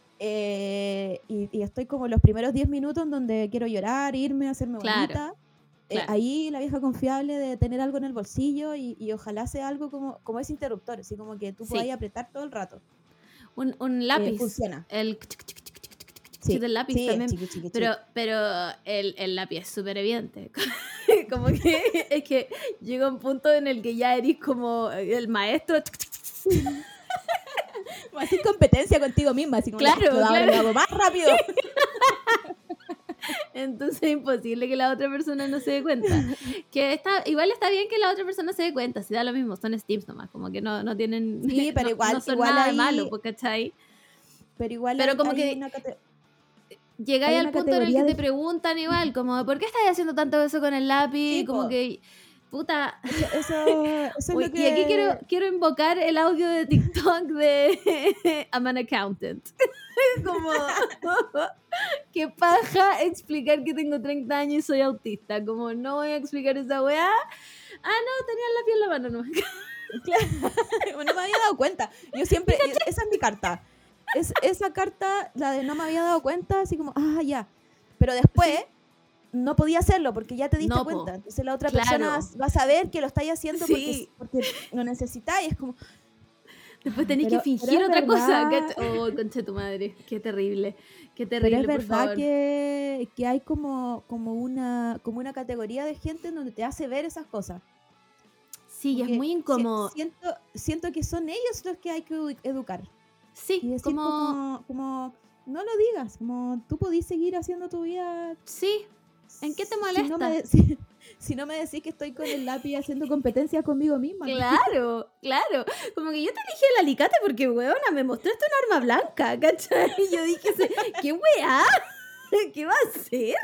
Y estoy como los primeros 10 minutos en donde quiero llorar, irme, hacerme bonita. Claro. Ahí la vieja confiable de tener algo en el bolsillo y ojalá sea algo como ese interruptor, así como que tú puedas apretar todo el rato. Un lápiz. Funciona. El del lápiz también. Chiqui. Pero el lápiz es súper evidente. Como que es que llega un punto en el que ya eres como el maestro. Hacer competencia contigo misma, así como claro. Lo hago más rápido. Entonces es imposible que la otra persona no se dé cuenta. Que igual está bien que la otra persona se dé cuenta, si da lo mismo, son Steams nomás, como que no tienen, sí, pero no son nada de malo, ¿cachai? Pero como que llegáis al punto en el que te preguntan igual, como, ¿por qué estás haciendo tanto eso con el lápiz? Sí, como que, puta. Eso es lo que... Y aquí quiero invocar el audio de TikTok de I'm an accountant. Como, qué paja explicar que tengo 30 años y soy autista. Como, no voy a explicar esa weá. No, tenía el lápiz en la mano, no. Claro, no me había dado cuenta. Yo siempre, esa es mi carta. Esa carta, la de no me había dado cuenta, así como, ya. Pero después no podía hacerlo porque ya te diste cuenta. Entonces la otra persona va a saber que lo estáis haciendo porque lo necesitáis. Es como... Después tenés que fingir otra cosa. Oh, concha tu madre. Qué terrible. Qué terrible, pero es por verdad favor. Que hay como una categoría de gente en donde te hace ver esas cosas. Sí, y es muy incómodo. Siento que son ellos los que hay que educar. Sí, y decir como no lo digas, como tú podís seguir haciendo tu vida. Sí, ¿en qué te molesta? Si no me decís que estoy con el lápiz haciendo competencia conmigo misma. Claro. Como que yo te dije el alicate porque, weona, me mostraste un arma blanca, ¿cachai? Y yo dije, ¿qué weá? ¿Qué va a hacer?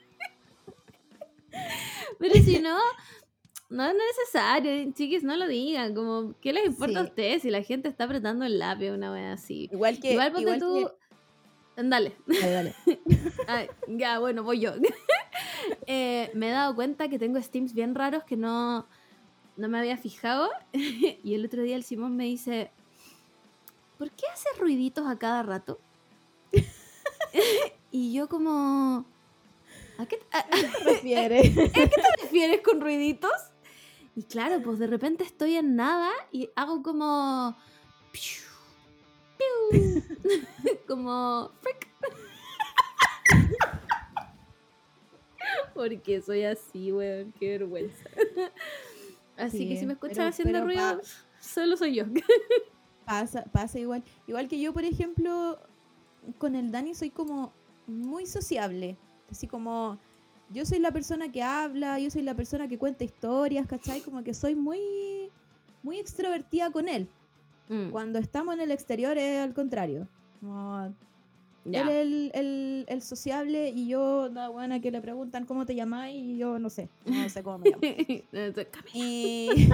Pero si no es necesario, chiquis, no lo digan. Como, ¿qué les importa a ustedes si la gente está apretando el lápiz una weá así? Igual ponte tú... Dale. Ay, ya, bueno, voy yo. Me he dado cuenta que tengo Steams bien raros que no me había fijado. Y el otro día el Simón me dice, ¿por qué haces ruiditos a cada rato? Y yo como... ¿A qué te refieres? ¿Qué te refieres con ruiditos? Y claro, pues de repente estoy en nada y hago como... piu, piu, como... frick. Porque soy así, weón, qué vergüenza. Así Sí, que si me escuchan pero haciendo ruido, solo soy yo. pasa igual. Igual que yo, por ejemplo, con el Dani soy como muy sociable. Así como yo soy la persona que habla, yo soy la persona que cuenta historias, ¿cachai? Como que soy muy, muy extrovertida con él. Cuando estamos en el exterior es al contrario. Como él es el sociable y yo, la buena que le preguntan cómo te llamas y yo no sé cómo me llamo. Y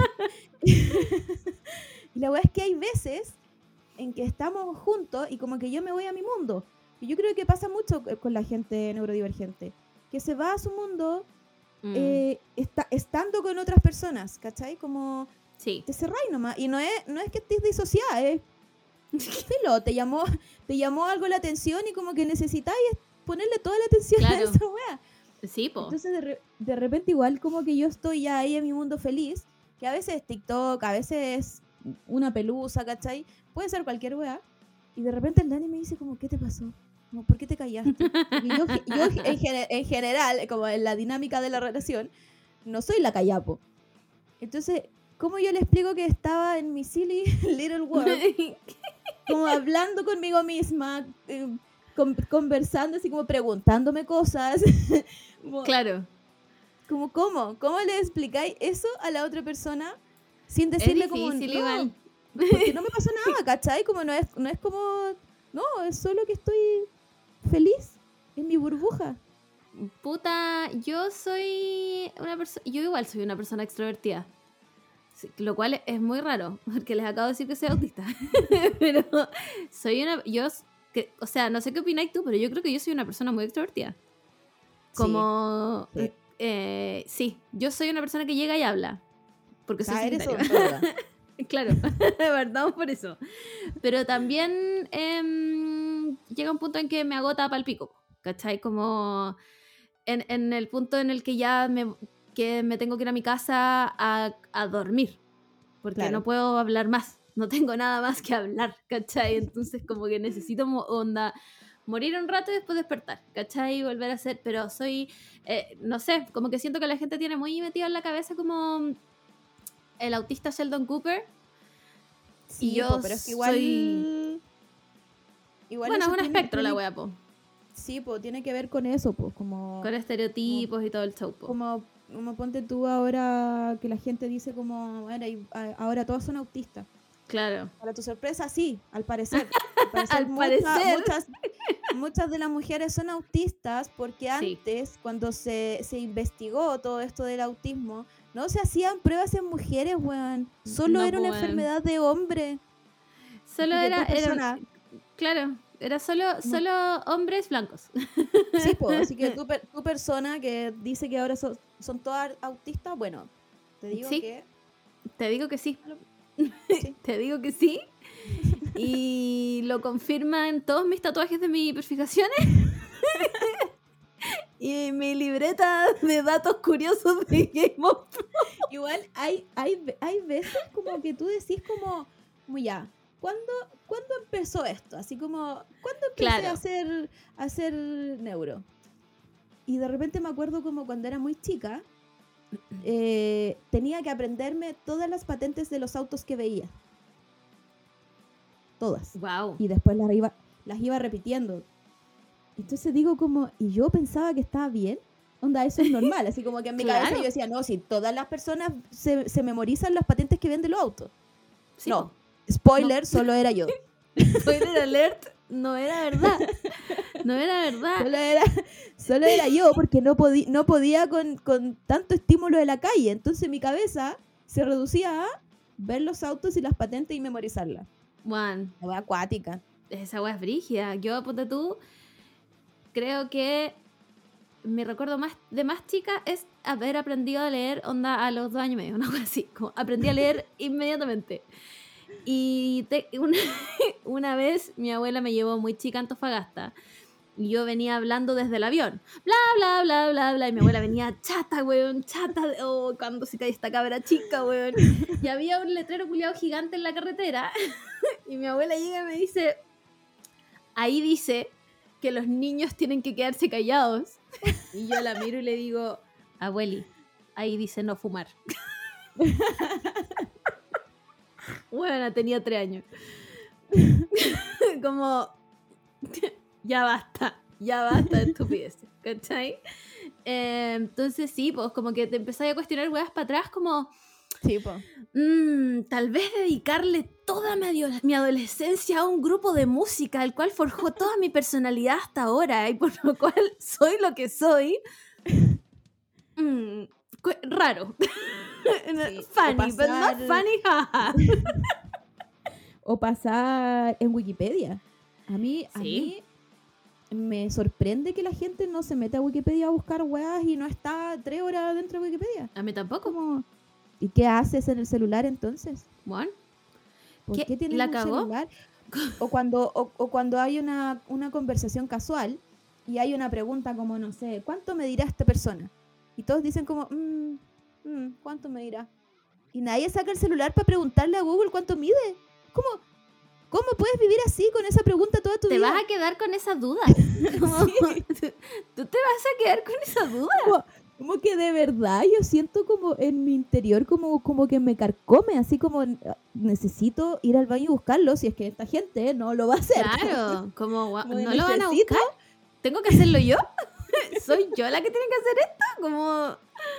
la verdad es que hay veces en que estamos juntos y como que yo me voy a mi mundo. Y yo creo que pasa mucho con la gente neurodivergente, que se va a su mundo estando con otras personas, ¿cachai? Como sí. te cerráis nomás. Y no es que estés disociada, es filo, te llamó algo la atención y como que necesitáis ponerle toda la atención a esa wea. Sí, po. Entonces de repente igual como que yo estoy ya ahí en mi mundo feliz, que a veces es TikTok, a veces es una pelusa, ¿cachai? Puede ser cualquier wea. Y de repente el Dani me dice como, ¿qué te pasó? Como, ¿por qué te callaste? Porque yo en general, como en la dinámica de la relación, no soy la callapo. Entonces, ¿cómo yo le explico que estaba en mi silly little world? Como hablando conmigo misma, conversando, así como preguntándome cosas. Claro. Como, ¿cómo le explicáis eso a la otra persona sin decirle como no? Porque no me pasó nada, ¿cachai? Como no es como, no, es solo que estoy feliz en mi burbuja. Puta, yo igual soy una persona extrovertida. Lo cual es muy raro, porque les acabo de decir que soy autista. Pero o sea, no sé qué opináis tú, pero yo creo que yo soy una persona muy extrovertida. Como, sí, yo soy una persona que llega y habla. Porque soy Sagitario. Claro, partamos por eso. Pero también llega un punto en que me agota pa'l pico, ¿cachai? Como en el punto en el que ya me tengo que ir a mi casa a dormir, porque no puedo hablar más, no tengo nada más que hablar, ¿cachai? Entonces como que necesito morir un rato y después despertar, ¿cachai? Y volver a hacer, pero soy, no sé, como que siento que la gente tiene muy metido en la cabeza como el autista Sheldon Cooper. Sí, y yo pero es que igual bueno, es un espectro la wea, po. Sí, pues tiene que ver con eso, pues, como... Con estereotipos y todo el show, po. Como ponte tú ahora que la gente dice como, bueno, ahora todos son autistas. Claro. Para tu sorpresa, sí, al parecer. Al parecer. Muchas de las mujeres son autistas porque antes, cuando se investigó todo esto del autismo, no se hacían pruebas en mujeres, weón. Solo era una enfermedad de hombre. Solo era claro, era solo hombres blancos. Sí, pues, así que tu persona que dice que ahora son todas autistas, bueno, te digo que... Te digo que sí. Sí. Te digo que sí. Y lo confirman todos mis tatuajes de mis hiperfijaciones. Y mi libreta de datos curiosos de Game of Thrones. Igual hay veces como que tú decís como ya, ¿cuándo empezó esto? Así como, ¿cuándo empecé a hacer neuro? Y de repente me acuerdo como cuando era muy chica, tenía que aprenderme todas las patentes de los autos que veía. Todas. Wow. Y después las iba repitiendo. Entonces digo como, y yo pensaba que estaba bien. Onda, eso es normal. Así como que en mi cabeza yo decía, no, si todas las personas se memorizan las patentes que ven de los autos. Sí, no. Spoiler, solo era yo. Spoiler alert, no era verdad. No era verdad. Solo era yo porque no podía con tanto estímulo de la calle. Entonces mi cabeza se reducía a ver los autos y las patentes y memorizarlas. Juan. La wea acuática. Esa wea es brígida. Yo, ponte tú, creo que mi recuerdo más chica es haber aprendido a leer onda a los 2 años y medio, una cosa así. Como aprendí a leer inmediatamente. Y una vez mi abuela me llevó muy chica a Antofagasta Y yo venía hablando desde el avión. Bla, bla, bla, bla, bla. Y mi abuela venía chata, weón, chata. Oh, cuando se cae esta cabra chica, weón. Y había un letrero culiado gigante en la carretera. Y mi abuela llega y me dice, ahí dice que los niños tienen que quedarse callados. Y yo la miro y le digo, abueli, ahí dice no fumar. Bueno, tenía 3 años. Como, ya basta de estupideces, ¿cachai? Entonces sí, pues como que te empezás a cuestionar weas para atrás como... Sí, po. Tal vez dedicarle toda mi adolescencia a un grupo de música, el cual forjó toda mi personalidad hasta ahora y por lo cual soy lo que soy. Raro. Sí, Funny, but not funny, jaja. O pasar en Wikipedia. A mí me sorprende que la gente no se mete a Wikipedia a buscar weas y no está 3 horas dentro de Wikipedia. A mí tampoco. Como, ¿y qué haces en el celular entonces? Bueno, ¿Por ¿Qué? qué tienes ¿La un cagó? celular? O cuando hay una conversación casual y hay una pregunta como, no sé, ¿cuánto me dirá esta persona? Y todos dicen como, ¿cuánto me dirá? Y nadie saca el celular para preguntarle a Google cuánto mide. ¿Cómo puedes vivir así con esa pregunta toda tu te vida? vas a quedar con esa duda. Sí. Tú te vas a quedar con esa duda. Como que de verdad yo siento como en mi interior como que me carcome, así como necesito ir al baño y buscarlo, si es que esta gente no lo va a hacer. Claro, como Como no lo van a necesito. buscar. ¿Tengo que hacerlo yo? ¿Soy yo la que tiene que hacer esto? Como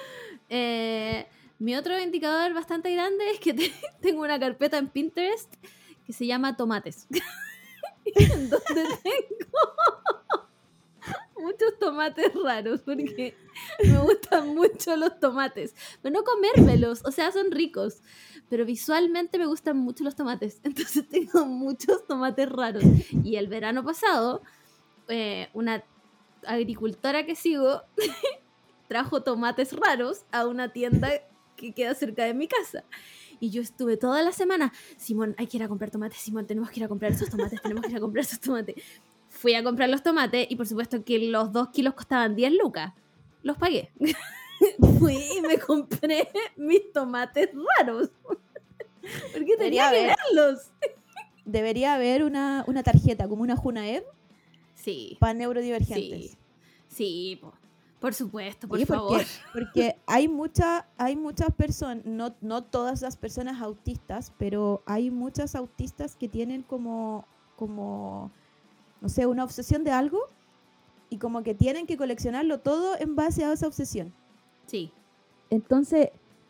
mi otro indicador bastante grande es que tengo una carpeta en Pinterest que se llama tomates. En donde tengo muchos tomates raros porque me gustan mucho los tomates, pero no comérmelos, o sea, son ricos, pero visualmente me gustan mucho los tomates, entonces tengo muchos tomates raros. Y el verano pasado una agricultora que sigo trajo tomates raros a una tienda que queda cerca de mi casa. Y yo estuve toda la semana, Simón, hay que ir a comprar tomates, Simón, tenemos que ir a comprar esos tomates, tenemos que ir a comprar esos tomates. Fui a comprar los tomates y por supuesto que los 2 kilos costaban 10 lucas. Los pagué. Fui y me compré mis tomates raros. Porque tenía que verlos. Debería haber una tarjeta, como una Junaed, Sí. para neurodivergentes. Sí, por supuesto, por Sí, favor. porque hay muchas personas, no todas las personas autistas, pero hay muchas autistas que tienen como no sé, una obsesión de algo y como que tienen que coleccionarlo todo en base a esa obsesión. Sí. Entonces,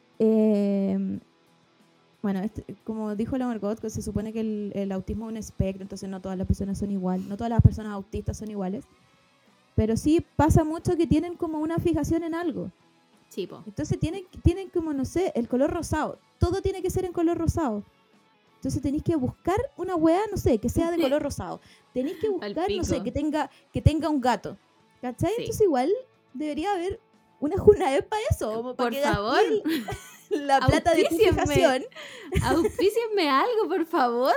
bueno, como dijo la Margot, que se supone que el autismo es un espectro, entonces no todas las personas son iguales, no todas las personas autistas son iguales, pero sí pasa mucho que tienen como una fijación en algo. Sí, po. Entonces tienen como, no sé, el color rosado. Todo tiene que ser en color rosado. Entonces tenéis que buscar una weá, no sé, que sea de color rosado. Tenéis que buscar, no sé, que tenga un gato. ¿Cachai? Sí. Entonces igual debería haber una Junaed para eso. Como para Por que favor. La plata de tu fijación. Auspícienme algo, por favor.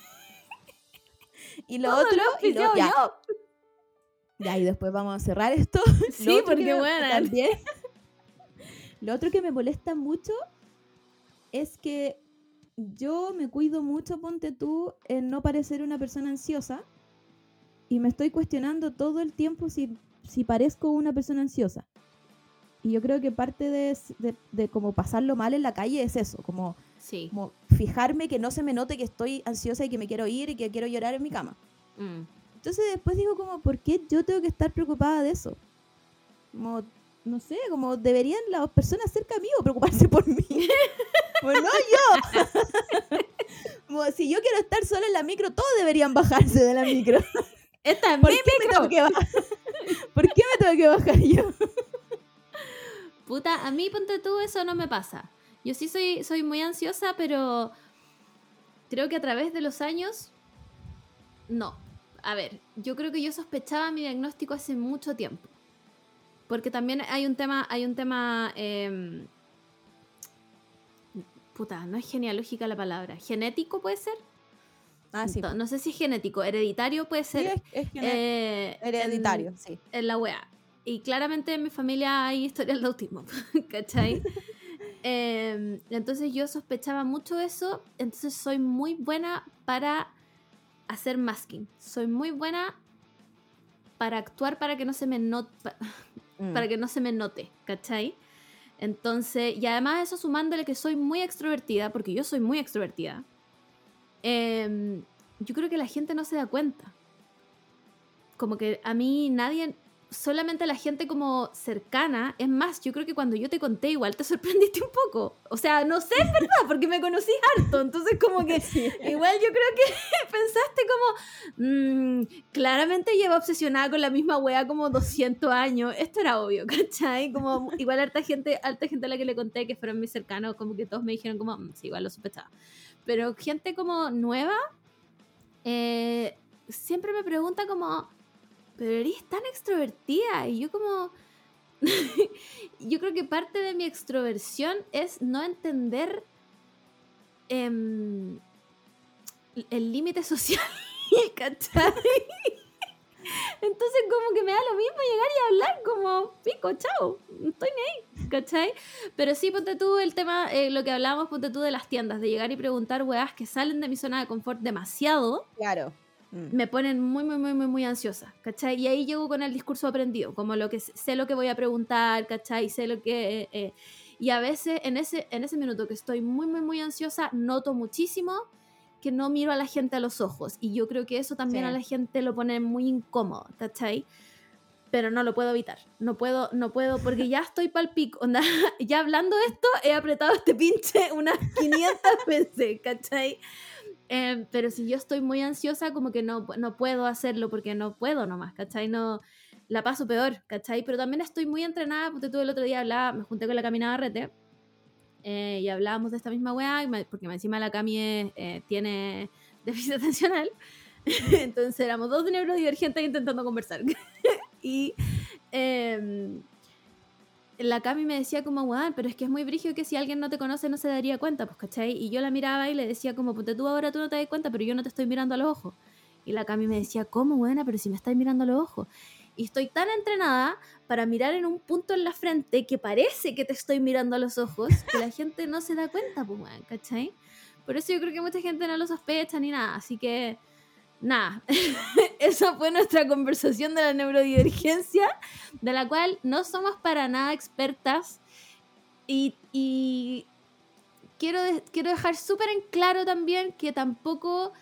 Y lo Todo otro... lo he auspiciado ya. yo. Ya, y después vamos a cerrar esto. Sí, porque bueno. También, lo otro que me molesta mucho es que yo me cuido mucho, ponte tú, en no parecer una persona ansiosa y me estoy cuestionando todo el tiempo si parezco una persona ansiosa. Y yo creo que parte de como pasarlo mal en la calle es eso, como fijarme que no se me note que estoy ansiosa y que me quiero ir y que quiero llorar en mi cama. Entonces después digo como, ¿por qué yo tengo que estar preocupada de eso? Como, no sé, como deberían las personas cerca mío preocuparse por mí. Pues no yo. Como, si yo quiero estar sola en la micro, todos deberían bajarse de la micro. Esta es ¿Por mi qué micro. ¿Por qué me tengo que bajar yo? Puta, a mí, ponte tú, eso no me pasa. Yo sí soy muy ansiosa, pero creo que a través de los años, no. A ver, yo creo que yo sospechaba mi diagnóstico hace mucho tiempo. Porque también hay un tema puta, no es genealógica la palabra. ¿Genético puede ser? Sí, No sé si es genético, hereditario puede ser. es hereditario, sí. En la wea. Y claramente en mi familia hay historial de autismo, ¿cachai? Entonces yo sospechaba mucho eso, entonces soy muy buena para hacer masking. Soy muy buena para actuar para que no se me note, para que no se me note, ¿cachai? Entonces, y además eso sumándole que soy muy extrovertida, porque yo soy muy extrovertida, yo creo que la gente no se da cuenta. Como que a mí nadie, solamente la gente como cercana, es más, yo creo que cuando yo te conté igual te sorprendiste un poco. O sea, no sé, es verdad, porque me conocí harto, entonces como que igual yo creo que pensaste como, claramente lleva obsesionada con la misma wea como 200 años, esto era obvio, ¿cachai? Como igual harta gente a la que le conté que fueron mis cercanos, como que todos me dijeron como, sí, igual lo sospechaba. Pero gente como nueva, siempre me pregunta como, pero eres tan extrovertida. Y yo como... yo creo que parte de mi extroversión es no entender el límite social, ¿cachai? Entonces como que me da lo mismo llegar y hablar como, pico, chao, no estoy ni ahí, ¿cachai? Pero sí, ponte tú el tema, lo que hablábamos, ponte tú de las tiendas, de llegar y preguntar weas que salen de mi zona de confort demasiado. Claro. Me ponen muy, muy, muy, muy, muy ansiosa, ¿cachai? Y ahí llego con el discurso aprendido, como lo que sé lo que voy a preguntar, ¿cachai? Sé lo que... y a veces en ese minuto que estoy muy, muy, muy ansiosa, noto muchísimo que no miro a la gente a los ojos. Y yo creo que eso también a la gente lo pone muy incómodo, ¿cachai? Pero no lo puedo evitar. No puedo, porque ya estoy pa'l pico. Onda, ya hablando esto, he apretado este pinche unas 500 veces, ¿cachai? Pero si yo estoy muy ansiosa, como que no puedo hacerlo porque no puedo nomás, ¿cachai? No, la paso peor, ¿cachai? Pero también estoy muy entrenada, porque tú el otro día me junté con la Cami Navarrete y hablábamos de esta misma weá, porque encima la Cami tiene déficit atencional, entonces éramos dos neurodivergentes intentando conversar. Y la Cami me decía como, weón, pero es que es muy brígido que si alguien no te conoce no se daría cuenta, pues, ¿cachai? Y yo la miraba y le decía como, ponte tú ahora tú no te das cuenta, pero yo no te estoy mirando a los ojos. Y la Cami me decía, ¿cómo, buena? Pero si me estás mirando a los ojos. Y estoy tan entrenada para mirar en un punto en la frente que parece que te estoy mirando a los ojos, que la gente no se da cuenta, pues, weón, ¿cachai? Por eso yo creo que mucha gente no lo sospecha ni nada, así que... Nada, esa fue nuestra conversación de la neurodivergencia, de la cual no somos para nada expertas y quiero dejar súper en claro también que tampoco,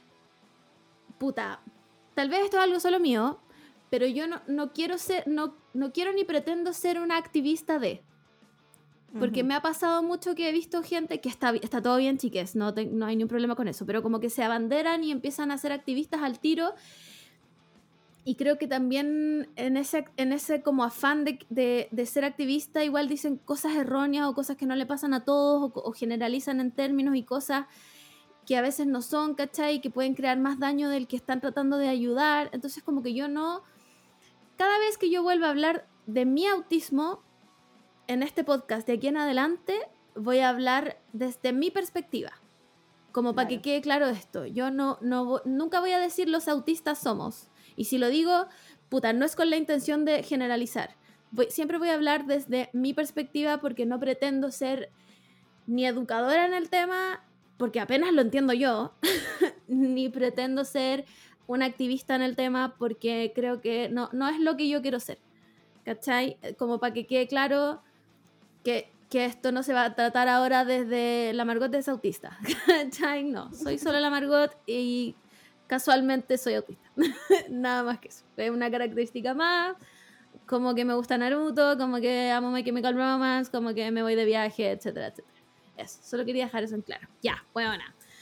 puta, tal vez esto es algo solo mío, pero yo no quiero ser, no quiero ni pretendo ser una activista de... Porque me ha pasado mucho que he visto gente que está todo bien, chiques, no hay ningún problema con eso, pero como que se abanderan y empiezan a ser activistas al tiro. Y creo que también en ese como afán de ser activista igual dicen cosas erróneas o cosas que no le pasan a todos o generalizan en términos y cosas que a veces no son, ¿cachai? Que pueden crear más daño del que están tratando de ayudar. Entonces como que yo no... Cada vez que yo vuelva a hablar de mi autismo... En este podcast de aquí en adelante voy a hablar desde mi perspectiva, como para que quede claro esto. Yo nunca voy a decir los autistas somos. Y si lo digo, puta, no es con la intención de generalizar. Siempre voy a hablar desde mi perspectiva porque no pretendo ser ni educadora en el tema, porque apenas lo entiendo yo, ni pretendo ser una activista en el tema porque creo que no es lo que yo quiero ser. ¿Cachai? Como para que quede claro... Que esto no se va a tratar ahora desde la Margot es autista. ¿Cachai? No, soy solo la Margot y casualmente soy autista. Nada más que eso. Es una característica más, como que me gusta Naruto, como que amo My Chemical Romance, como que me voy de viaje, etcétera, etcétera. Eso, solo quería dejar eso en claro. Ya, bueno.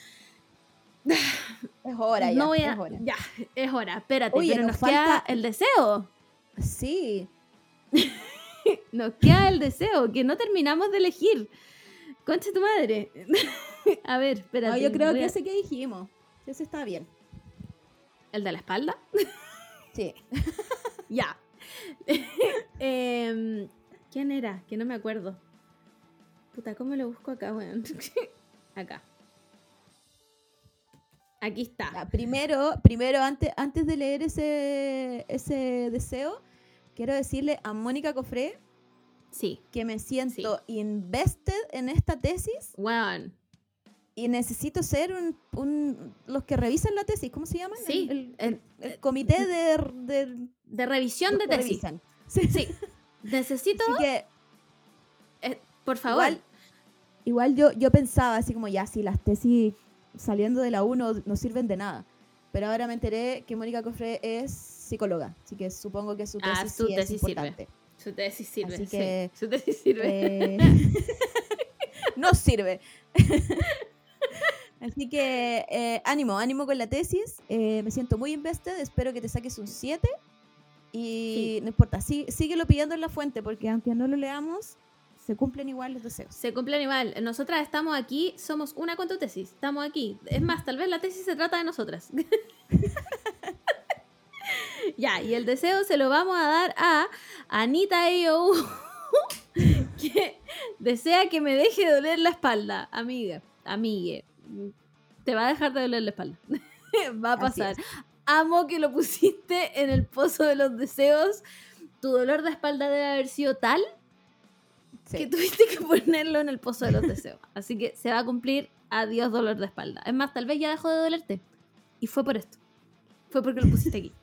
Es hora ya, es hora. Ya, es hora. Espérate, oye, pero nos queda el deseo. Sí. Nos queda el deseo, que no terminamos de elegir. Concha tu madre. A ver, espérate. No, yo creo que ese que dijimos. Ese está bien. ¿El de la espalda? Sí. Ya. ¿Quién era? Que no me acuerdo. Puta, ¿cómo lo busco acá, weón? Acá. Aquí está. Ya, primero antes de leer ese deseo, quiero decirle a Mónica Cofré Sí. que me siento invested en esta tesis Bueno. y necesito ser los que revisan la tesis. ¿Cómo se llaman? Sí. El comité De revisión los de que tesis. revisan. Sí. Sí. Necesito, Así que por favor. igual yo pensaba así como ya, si las tesis saliendo de la U no sirven de nada. Pero ahora me enteré que Mónica Cofré es psicóloga, así que supongo que su tesis, su sí tesis es importante. Su tesis sirve. Así Sí, que, su tesis sirve. no sirve. Así que ánimo con la tesis. Me siento muy invested, espero que te saques un 7. Y no importa, síguelo pidiendo en la fuente, porque aunque no lo leamos, se cumplen igual los deseos. Se cumplen igual. Nosotras estamos aquí, somos una con tu tesis. Estamos aquí. Es más, tal vez la tesis se trata de nosotras. Ya, y el deseo se lo vamos a dar a Anita AO, que desea que me deje de doler la espalda. Amigue. Te va a dejar de doler la espalda. Va a pasar. Amo que lo pusiste en el pozo de los deseos. Tu dolor de espalda debe haber sido tal que tuviste que ponerlo en el pozo de los deseos. Así que se va a cumplir. Adiós dolor de espalda. Es más, tal vez ya dejó de dolerte. Y fue por esto. Fue porque lo pusiste aquí.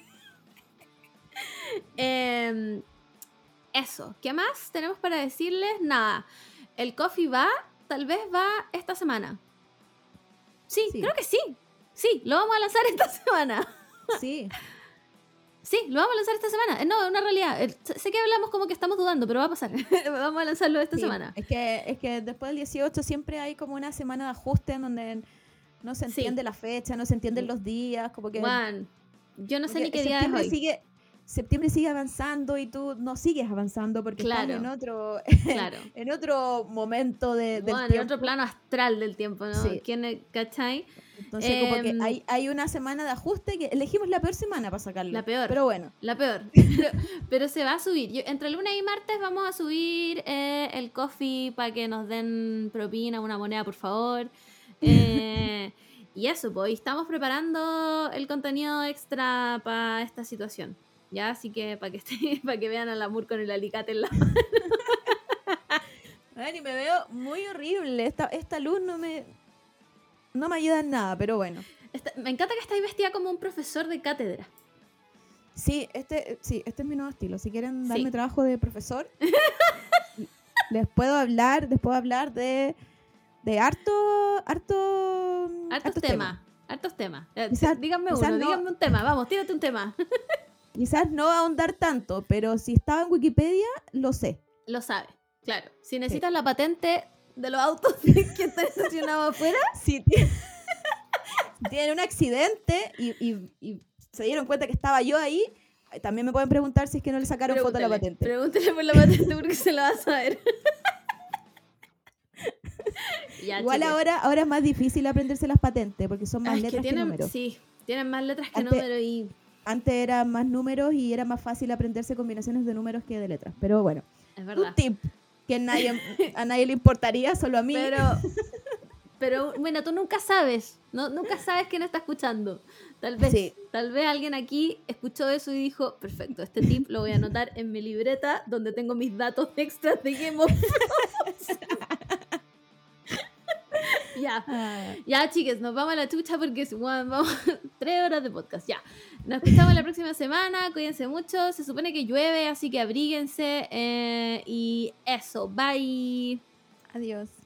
Eso. ¿Qué más tenemos para decirles? Nada. El coffee tal vez va esta semana. Sí, creo que sí. Sí, lo vamos a lanzar esta semana. Sí. Sí, lo vamos a lanzar esta semana. No, es una realidad. Sé que hablamos como que estamos dudando, pero va a pasar. Vamos a lanzarlo esta semana. Es que después del 18 siempre hay como una semana de ajuste en donde no se entiende la fecha, no se entienden los días, como que... Juan, yo no sé ni qué día es hoy. Septiembre sigue avanzando y tú no sigues avanzando porque estás en otro en otro momento del tiempo. En otro plano astral del tiempo, ¿no? Sí. ¿Cachai? Entonces como que hay una semana de ajuste que elegimos la peor semana para sacarlo. La peor. Pero bueno. La peor. Pero se va a subir. Entre lunes y martes vamos a subir el coffee para que nos den propina, una moneda, por favor. Y eso, pues estamos preparando el contenido extra para esta situación. Ya, así que para que vean al amor con el alicate en la mano. Y me veo muy horrible. Esta luz no me ayuda en nada, pero bueno. Me encanta que estáis vestida como un profesor de cátedra. Sí, este es mi nuevo estilo. Si quieren darme trabajo de profesor, les puedo hablar de hartos temas. Hartos temas. Díganme un tema. Vamos, tírate un tema. Quizás no ahondar tanto, pero si estaba en Wikipedia, lo sé. Lo sabe, claro. Si necesitas la patente de los autos que están estacionados afuera. Si tienen un accidente y se dieron cuenta que estaba yo ahí, también me pueden preguntar si es que no le sacaron foto a la patente. Pregúntele por la patente porque se la va a saber. Ya, igual ahora es más difícil aprenderse las patentes porque son más letras que números. Sí, tienen más letras que números y... Antes eran más números y era más fácil aprenderse combinaciones de números que de letras. Pero bueno, es verdad. Un tip que a nadie le importaría, solo a mí. Pero bueno, tú nunca sabes. Nunca sabes quién está escuchando. Tal vez alguien aquí escuchó eso y dijo, perfecto, este tip lo voy a anotar en mi libreta donde tengo mis datos extras de Game of Thrones. Ya, chicas, nos vamos a la chucha porque vamos 3 horas de podcast. Ya, nos escuchamos la próxima semana. Cuídense mucho. Se supone que llueve, así que abríguense. Y eso, bye. Adiós.